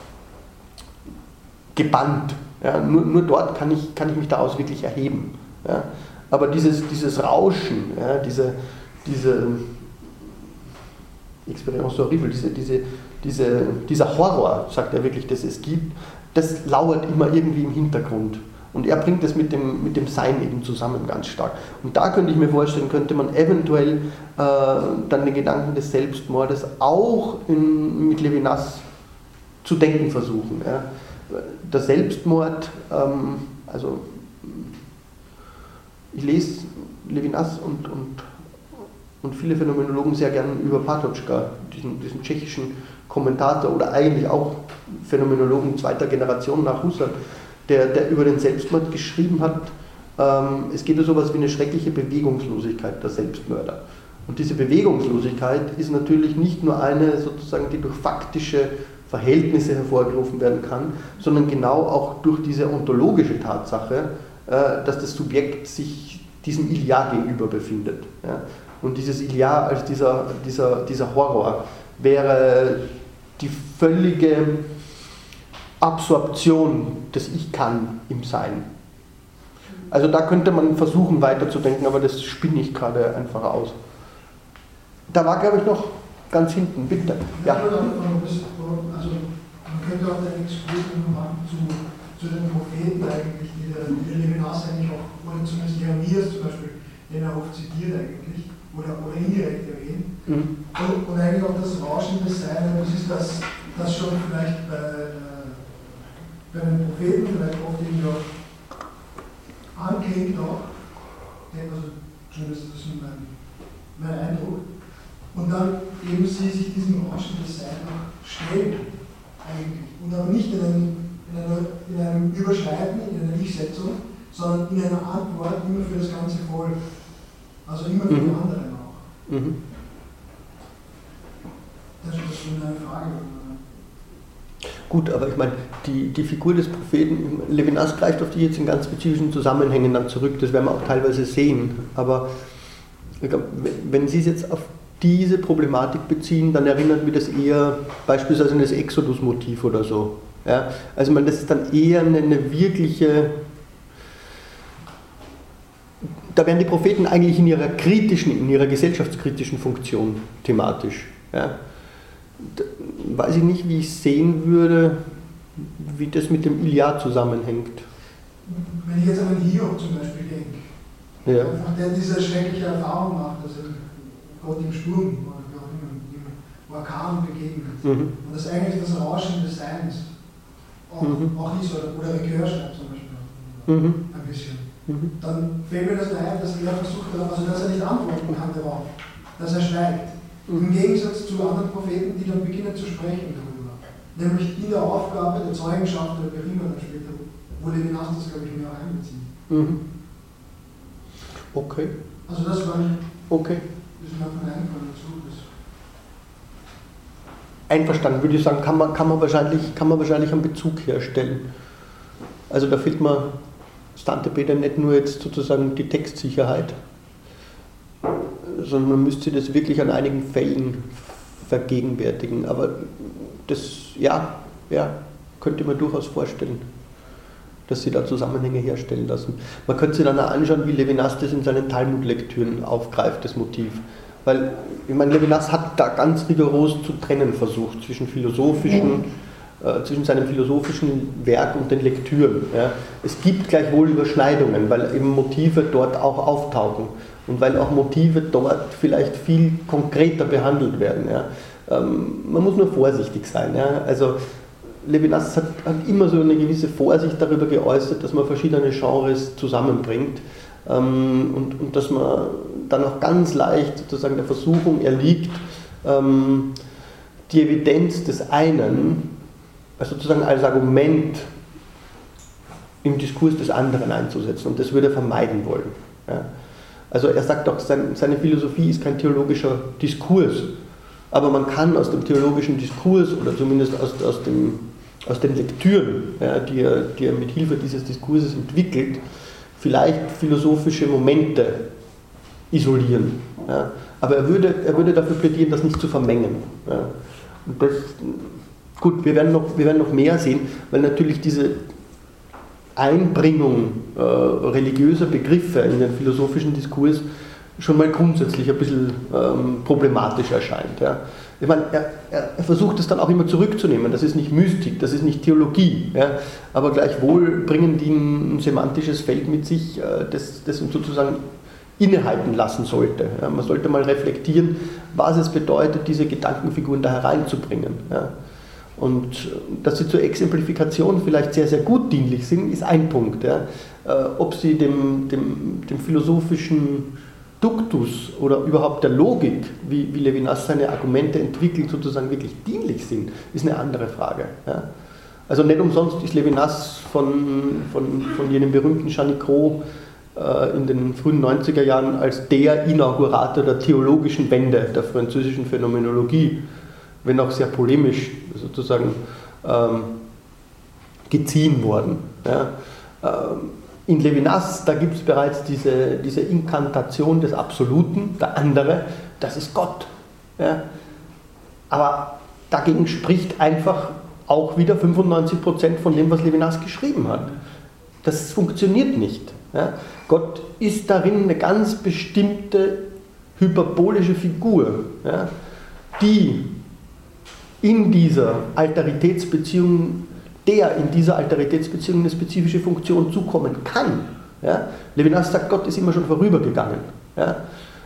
gebannt. Ja, nur dort kann ich mich daraus wirklich erheben. Ja. Aber dieses Rauschen, ja, diese Experience horrible, dieser Horror, sagt er wirklich, dass es gibt, das lauert immer irgendwie im Hintergrund. Und er bringt das mit dem Sein eben zusammen ganz stark. Und da könnte ich mir vorstellen, könnte man eventuell dann den Gedanken des Selbstmordes auch mit Levinas zu denken versuchen. Ja. Der Selbstmord, also ich lese Levinas und viele Phänomenologen sehr gern über Patočka, diesen tschechischen Kommentator oder eigentlich auch Phänomenologen zweiter Generation nach Husserl, der über den Selbstmord geschrieben hat, es gibt ja sowas wie eine schreckliche Bewegungslosigkeit der Selbstmörder. Und diese Bewegungslosigkeit ist natürlich nicht nur eine, sozusagen, die durch faktische Verhältnisse hervorgerufen werden kann, sondern genau auch durch diese ontologische Tatsache, dass das Subjekt sich diesem Ilia gegenüber befindet. Ja. Und dieses Ilia als dieser Horror wäre die völlige Absorption des Ich kann im Sein. Also da könnte man versuchen weiterzudenken, aber das spinne ich gerade einfach aus. Da war, glaube ich, noch ganz hinten, bitte. Ja. Also man könnte auch eine Exkursion machen zu den Propheten eigentlich, die der Levinas eigentlich auch, oder zumindest Jeremias zum Beispiel, den er oft zitiert eigentlich, oder indirekt erwähnt. Und eigentlich auch das Rauschen des Seins, das ist das schon vielleicht bei den Propheten vielleicht oft irgendwie auch anklingt auch, also zumindest das ist mein Eindruck. Und dann eben sie sich diesem Rauschen des Seins auch stellen. Und aber nicht in einem Überschreiten, in einer Ich-Setzung, sondern in einer Antwort immer für das ganze Volk. Also immer für die anderen auch. Mhm. Das ist eine Frage. Gut, aber ich meine, die Figur des Propheten, Levinas greift auf die jetzt in ganz spezifischen Zusammenhängen dann zurück, das werden wir auch teilweise sehen. Aber ich glaube, wenn Sie es jetzt auf diese Problematik beziehen, dann erinnert mich das eher beispielsweise an das Exodus-Motiv oder so. Ja? Also ich meine, das ist dann eher eine wirkliche... Da wären die Propheten eigentlich in ihrer gesellschaftskritischen Funktion thematisch. Ja? Da weiß ich nicht, wie ich sehen würde, wie das mit dem Iliad zusammenhängt. Wenn ich jetzt an den Hiob zum Beispiel denke, ja. Der diese schreckliche Erfahrung macht, dass er Gott im Sturm oder im Orkan begegnet. Und das eigentlich das Rauschen des Seins auch ist, oder Ricoeur schreibt zum Beispiel ein bisschen. Dann fällt mir das ein, dass er versucht hat, also dass er nicht antworten kann darauf, dass er schweigt. Im Gegensatz zu anderen Propheten, die dann beginnen zu sprechen darüber. Nämlich in der Aufgabe der Zeugenschaft oder wie immer dann später, wo Levinas das, glaube ich, mehr einbezieht. Okay. Also das war okay. Das ist mir eingefallen dazu. Einverstanden, würde ich sagen, kann man wahrscheinlich einen Bezug herstellen. Also da fehlt mir Stante Peter nicht nur jetzt sozusagen die Textsicherheit, sondern man müsste das wirklich an einigen Fällen vergegenwärtigen. Aber das, ja, könnte man durchaus vorstellen, dass sie da Zusammenhänge herstellen lassen. Man könnte sich dann auch anschauen, wie Levinas das in seinen Talmud-Lektüren aufgreift, das Motiv. Weil, ich meine, Levinas hat da ganz rigoros zu trennen versucht zwischen seinem philosophischen Werk und den Lektüren. Ja. Es gibt gleichwohl Überschneidungen, weil eben Motive dort auch auftauchen und weil auch Motive dort vielleicht viel konkreter behandelt werden. Ja. Man muss nur vorsichtig sein. Ja. Also Levinas hat immer so eine gewisse Vorsicht darüber geäußert, dass man verschiedene Genres zusammenbringt und dass man dann auch ganz leicht sozusagen der Versuchung erliegt, die Evidenz des einen also sozusagen als Argument im Diskurs des anderen einzusetzen, und das würde er vermeiden wollen. Ja. Also er sagt auch, seine Philosophie ist kein theologischer Diskurs, aber man kann aus dem theologischen Diskurs oder zumindest aus den Lektüren, ja, die er mit Hilfe dieses Diskurses entwickelt, vielleicht philosophische Momente isolieren. Ja. Aber er würde dafür plädieren, das nicht zu vermengen. Ja. Und das, gut, wir werden noch mehr sehen, weil natürlich diese Einbringung religiöser Begriffe in den philosophischen Diskurs schon mal grundsätzlich ein bisschen problematisch erscheint. Ja. Ich meine, er versucht es dann auch immer zurückzunehmen, das ist nicht Mystik, das ist nicht Theologie, ja, aber gleichwohl bringen die ein semantisches Feld mit sich, das uns sozusagen innehalten lassen sollte. Ja. Man sollte mal reflektieren, was es bedeutet, diese Gedankenfiguren da hereinzubringen. Ja. Und dass sie zur Exemplifikation vielleicht sehr, sehr gut dienlich sind, ist ein Punkt. Ja. Ob sie dem philosophischen Duktus oder überhaupt der Logik, wie Levinas seine Argumente entwickelt, sozusagen wirklich dienlich sind, ist eine andere Frage. Ja. Also nicht umsonst ist Levinas von jenem berühmten Janicot in den frühen 90er Jahren als der Inaugurator der theologischen Wende der französischen Phänomenologie, wenn auch sehr polemisch sozusagen geziehen worden. Ja. In Levinas, da gibt es bereits diese Inkantation des Absoluten, der andere, das ist Gott. Ja. Aber dagegen spricht einfach auch wieder 95% von dem, was Levinas geschrieben hat. Das funktioniert nicht. Ja. Gott ist darin eine ganz bestimmte hyperbolische Figur, ja, die in dieser Alteritätsbeziehung eine spezifische Funktion zukommen kann. Ja? Levinas sagt, Gott ist immer schon vorübergegangen. Ja?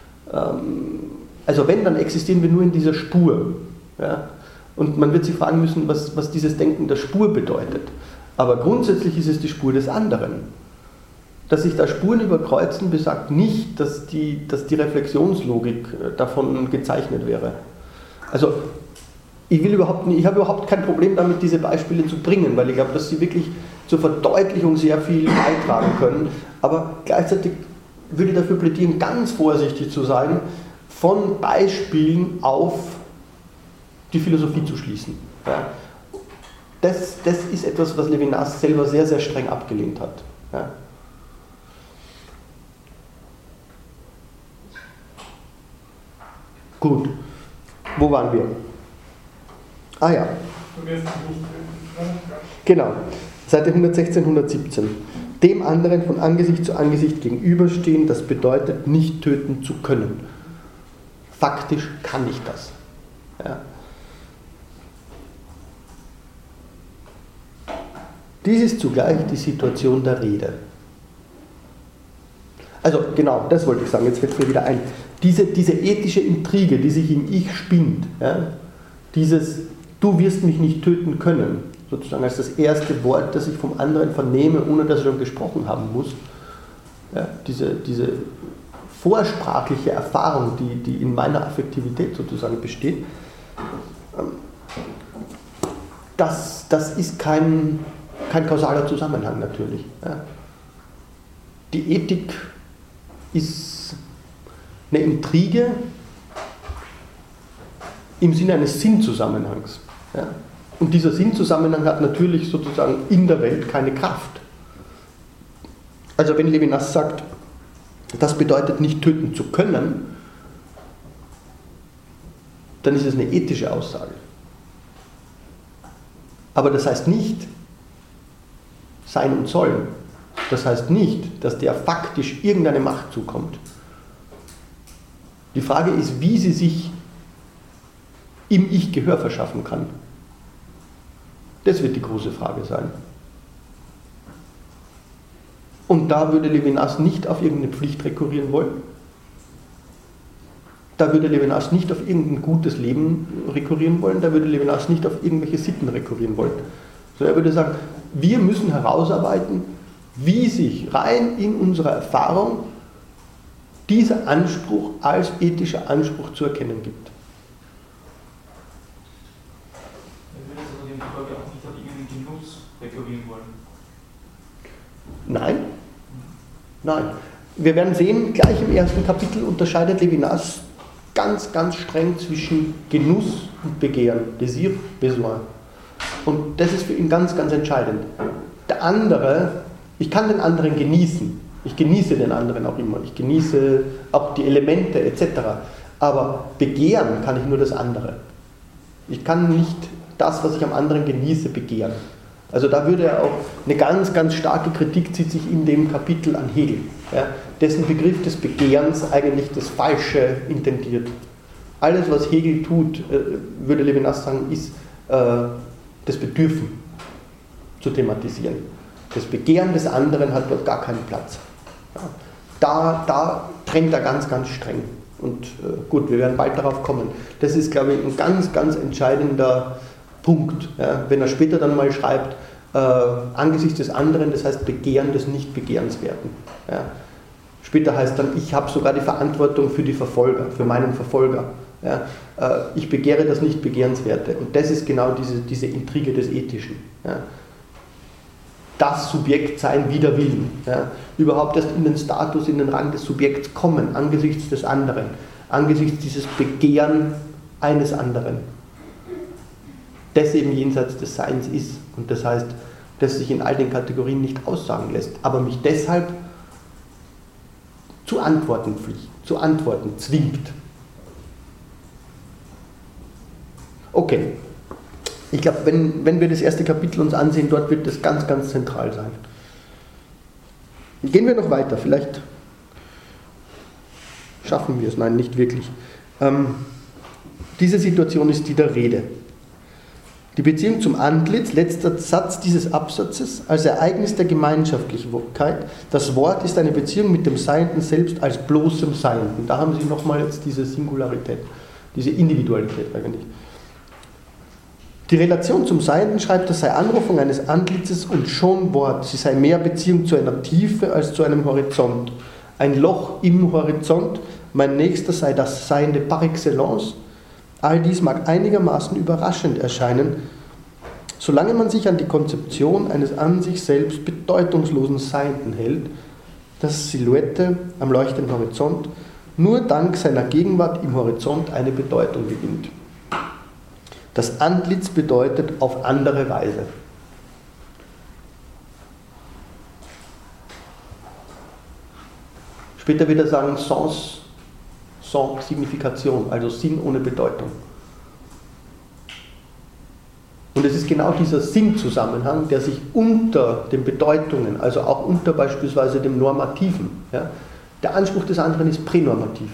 Also wenn, dann existieren wir nur in dieser Spur. Ja? Und man wird sich fragen müssen, was dieses Denken der Spur bedeutet. Aber grundsätzlich ist es die Spur des anderen. Dass sich da Spuren überkreuzen, besagt nicht, dass die Reflexionslogik davon gezeichnet wäre. Also ich habe überhaupt kein Problem damit, diese Beispiele zu bringen, weil ich glaube, dass sie wirklich zur Verdeutlichung sehr viel beitragen können. Aber gleichzeitig würde ich dafür plädieren, ganz vorsichtig zu sein, von Beispielen auf die Philosophie zu schließen. Ja. Das ist etwas, was Levinas selber sehr, sehr streng abgelehnt hat. Ja. Gut, wo waren wir? Ah ja. Genau, Seite 116, 117. Dem anderen von Angesicht zu Angesicht gegenüberstehen, das bedeutet, nicht töten zu können. Faktisch kann ich das. Ja. Dies ist zugleich die Situation der Rede. Also genau, das wollte ich sagen, jetzt fällt es mir wieder ein. Diese ethische Intrige, die sich im Ich spinnt, ja, dieses "Du wirst mich nicht töten können", sozusagen als das erste Wort, das ich vom anderen vernehme, ohne dass ich schon gesprochen haben muss, ja, diese vorsprachliche Erfahrung, die in meiner Affektivität sozusagen besteht, das ist kein kausaler Zusammenhang natürlich. Ja. Die Ethik ist eine Intrige im Sinne eines Sinnzusammenhangs. Ja. Und dieser Sinnzusammenhang hat natürlich sozusagen in der Welt keine Kraft. Also wenn Levinas sagt, das bedeutet nicht töten zu können, dann ist es eine ethische Aussage. Aber das heißt nicht sein und sollen. Das heißt nicht, dass der faktisch irgendeine Macht zukommt. Die Frage ist, wie sie sich im Ich Gehör verschaffen kann. Das wird die große Frage sein. Und da würde Levinas nicht auf irgendeine Pflicht rekurrieren wollen. Da würde Levinas nicht auf irgendein gutes Leben rekurrieren wollen. Da würde Levinas nicht auf irgendwelche Sitten rekurrieren wollen. Sondern er würde sagen, wir müssen herausarbeiten, wie sich rein in unserer Erfahrung dieser Anspruch als ethischer Anspruch zu erkennen gibt. Er würde also den Folge auch nicht auf irgendeinen Genuss rekurrieren wollen. Nein. Nein. Wir werden sehen, gleich im ersten Kapitel unterscheidet Levinas ganz, ganz streng zwischen Genuss und Begehren. Désir, Besoin. Und das ist für ihn ganz, ganz entscheidend. Der andere, ich kann den anderen genießen. Ich genieße den anderen auch immer. Ich genieße auch die Elemente etc. Aber begehren kann ich nur das andere. Ich kann nicht das, was ich am anderen genieße, begehren. Also da würde er auch eine ganz, ganz starke Kritik zieht sich in dem Kapitel an Hegel, ja, dessen Begriff des Begehrens eigentlich das Falsche intendiert. Alles, was Hegel tut, würde Levinas sagen, ist das Bedürfen zu thematisieren. Das Begehren des anderen hat dort gar keinen Platz. Ja, da trennt er ganz, ganz streng. Und gut, wir werden bald darauf kommen. Das ist, glaube ich, ein ganz, ganz entscheidender Punkt. Ja, wenn er später dann mal schreibt, angesichts des anderen, das heißt Begehren des Nicht-Begehrenswerten. Ja. Später heißt dann, ich habe sogar die Verantwortung für die Verfolger, für meinen Verfolger. Ja. Ich begehre das Nicht-Begehrenswerte. Und das ist genau diese Intrige des Ethischen. Ja. Das Subjekt sein wider Willen. Ja. Überhaupt erst in den Status, in den Rang des Subjekts kommen, angesichts des anderen, angesichts dieses Begehren eines anderen. Das eben jenseits des Seins ist. Und das heißt, dass sich in all den Kategorien nicht aussagen lässt, aber mich deshalb zu antworten zwingt. Okay. Ich glaube, wenn wir das erste Kapitel uns ansehen, dort wird das ganz, ganz zentral sein. Gehen wir noch weiter, vielleicht schaffen wir es, nein, nicht wirklich. Diese Situation ist die der Rede. Die Beziehung zum Antlitz, letzter Satz dieses Absatzes, als Ereignis der Gemeinschaftlichkeit. Das Wort ist eine Beziehung mit dem Seienden selbst als bloßem Sein. Und da haben Sie nochmal jetzt diese Singularität, diese Individualität eigentlich. Die Relation zum Seienden, schreibt, das sei Anrufung eines Antlitzes und schon Wort. Sie sei mehr Beziehung zu einer Tiefe als zu einem Horizont. Ein Loch im Horizont, mein Nächster sei das Seiende par excellence. All dies mag einigermaßen überraschend erscheinen, solange man sich an die Konzeption eines an sich selbst bedeutungslosen Seienden hält, das Silhouette am leuchtenden Horizont nur dank seiner Gegenwart im Horizont eine Bedeutung gewinnt. Das Antlitz bedeutet auf andere Weise. Später wird er sagen, sans Signifikation, also Sinn ohne Bedeutung. Und es ist genau dieser Sinnzusammenhang, der sich unter den Bedeutungen, also auch unter beispielsweise dem Normativen, ja, der Anspruch des anderen ist pränormativ.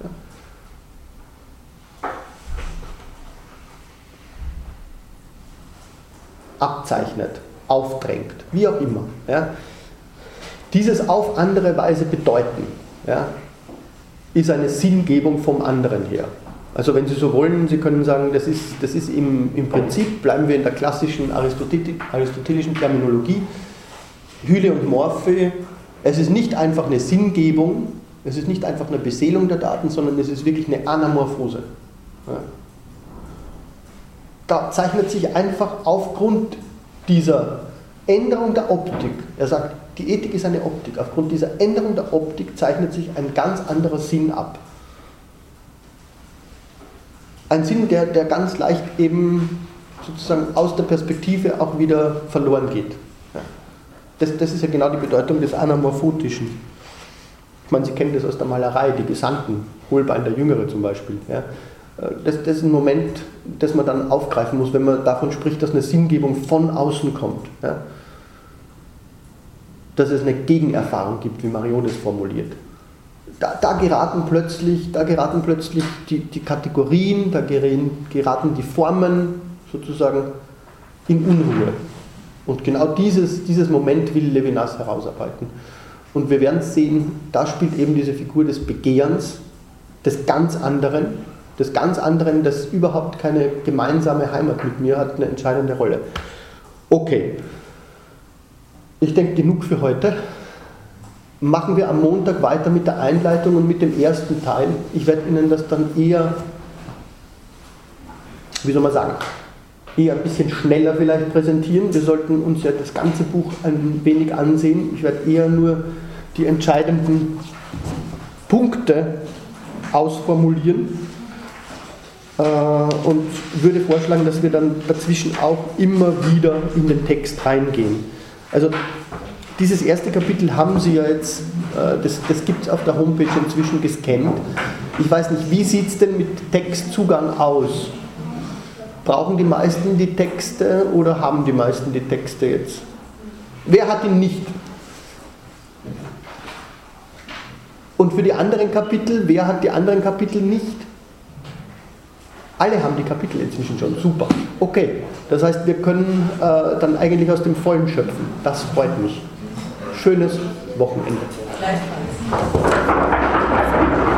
Ja, abzeichnet, aufdrängt, wie auch immer. Ja. Dieses auf andere Weise bedeuten, ja, ist eine Sinngebung vom anderen her. Also wenn Sie so wollen, Sie können sagen, das ist im Prinzip, bleiben wir in der klassischen aristotelischen Terminologie, Hyle und Morphe, es ist nicht einfach eine Sinngebung, es ist nicht einfach eine Beseelung der Daten, sondern es ist wirklich eine Anamorphose. Ja. Da zeichnet sich einfach aufgrund dieser Änderung der Optik, er sagt, die Ethik ist eine Optik, aufgrund dieser Änderung der Optik zeichnet sich ein ganz anderer Sinn ab. Ein Sinn, der ganz leicht eben sozusagen aus der Perspektive auch wieder verloren geht. Ja. Das ist ja genau die Bedeutung des Anamorphotischen. Ich meine, Sie kennen das aus der Malerei, die Gesandten, Holbein der Jüngere zum Beispiel. Ja. Das ist ein Moment, das man dann aufgreifen muss, wenn man davon spricht, dass eine Sinngebung von außen kommt. Ja. Dass es eine Gegenerfahrung gibt, wie Marion es formuliert. Da geraten plötzlich die Kategorien, da geraten die Formen sozusagen in Unruhe. Und genau dieses Moment will Levinas herausarbeiten. Und wir werden sehen, da spielt eben diese Figur des Begehrens, des ganz anderen, das überhaupt keine gemeinsame Heimat mit mir hat, eine entscheidende Rolle. Okay, ich denke, genug für heute. Machen wir am Montag weiter mit der Einleitung und mit dem ersten Teil. Ich werde Ihnen das dann eher, wie soll man sagen, eher ein bisschen schneller vielleicht präsentieren. Wir sollten uns ja das ganze Buch ein wenig ansehen. Ich werde eher nur die entscheidenden Punkte ausformulieren und würde vorschlagen, dass wir dann dazwischen auch immer wieder in den Text reingehen. Also dieses erste Kapitel haben Sie ja jetzt, das gibt es auf der Homepage inzwischen gescannt. Ich weiß nicht, wie sieht es denn mit Textzugang aus? Brauchen die meisten die Texte oder haben die meisten die Texte jetzt? Wer hat ihn nicht? Und für die anderen Kapitel, wer hat die anderen Kapitel nicht? Alle haben die Kapitel inzwischen schon, super. Okay, das heißt, wir können dann eigentlich aus dem Vollen schöpfen. Das freut mich. Schönes Wochenende. Gleichfalls.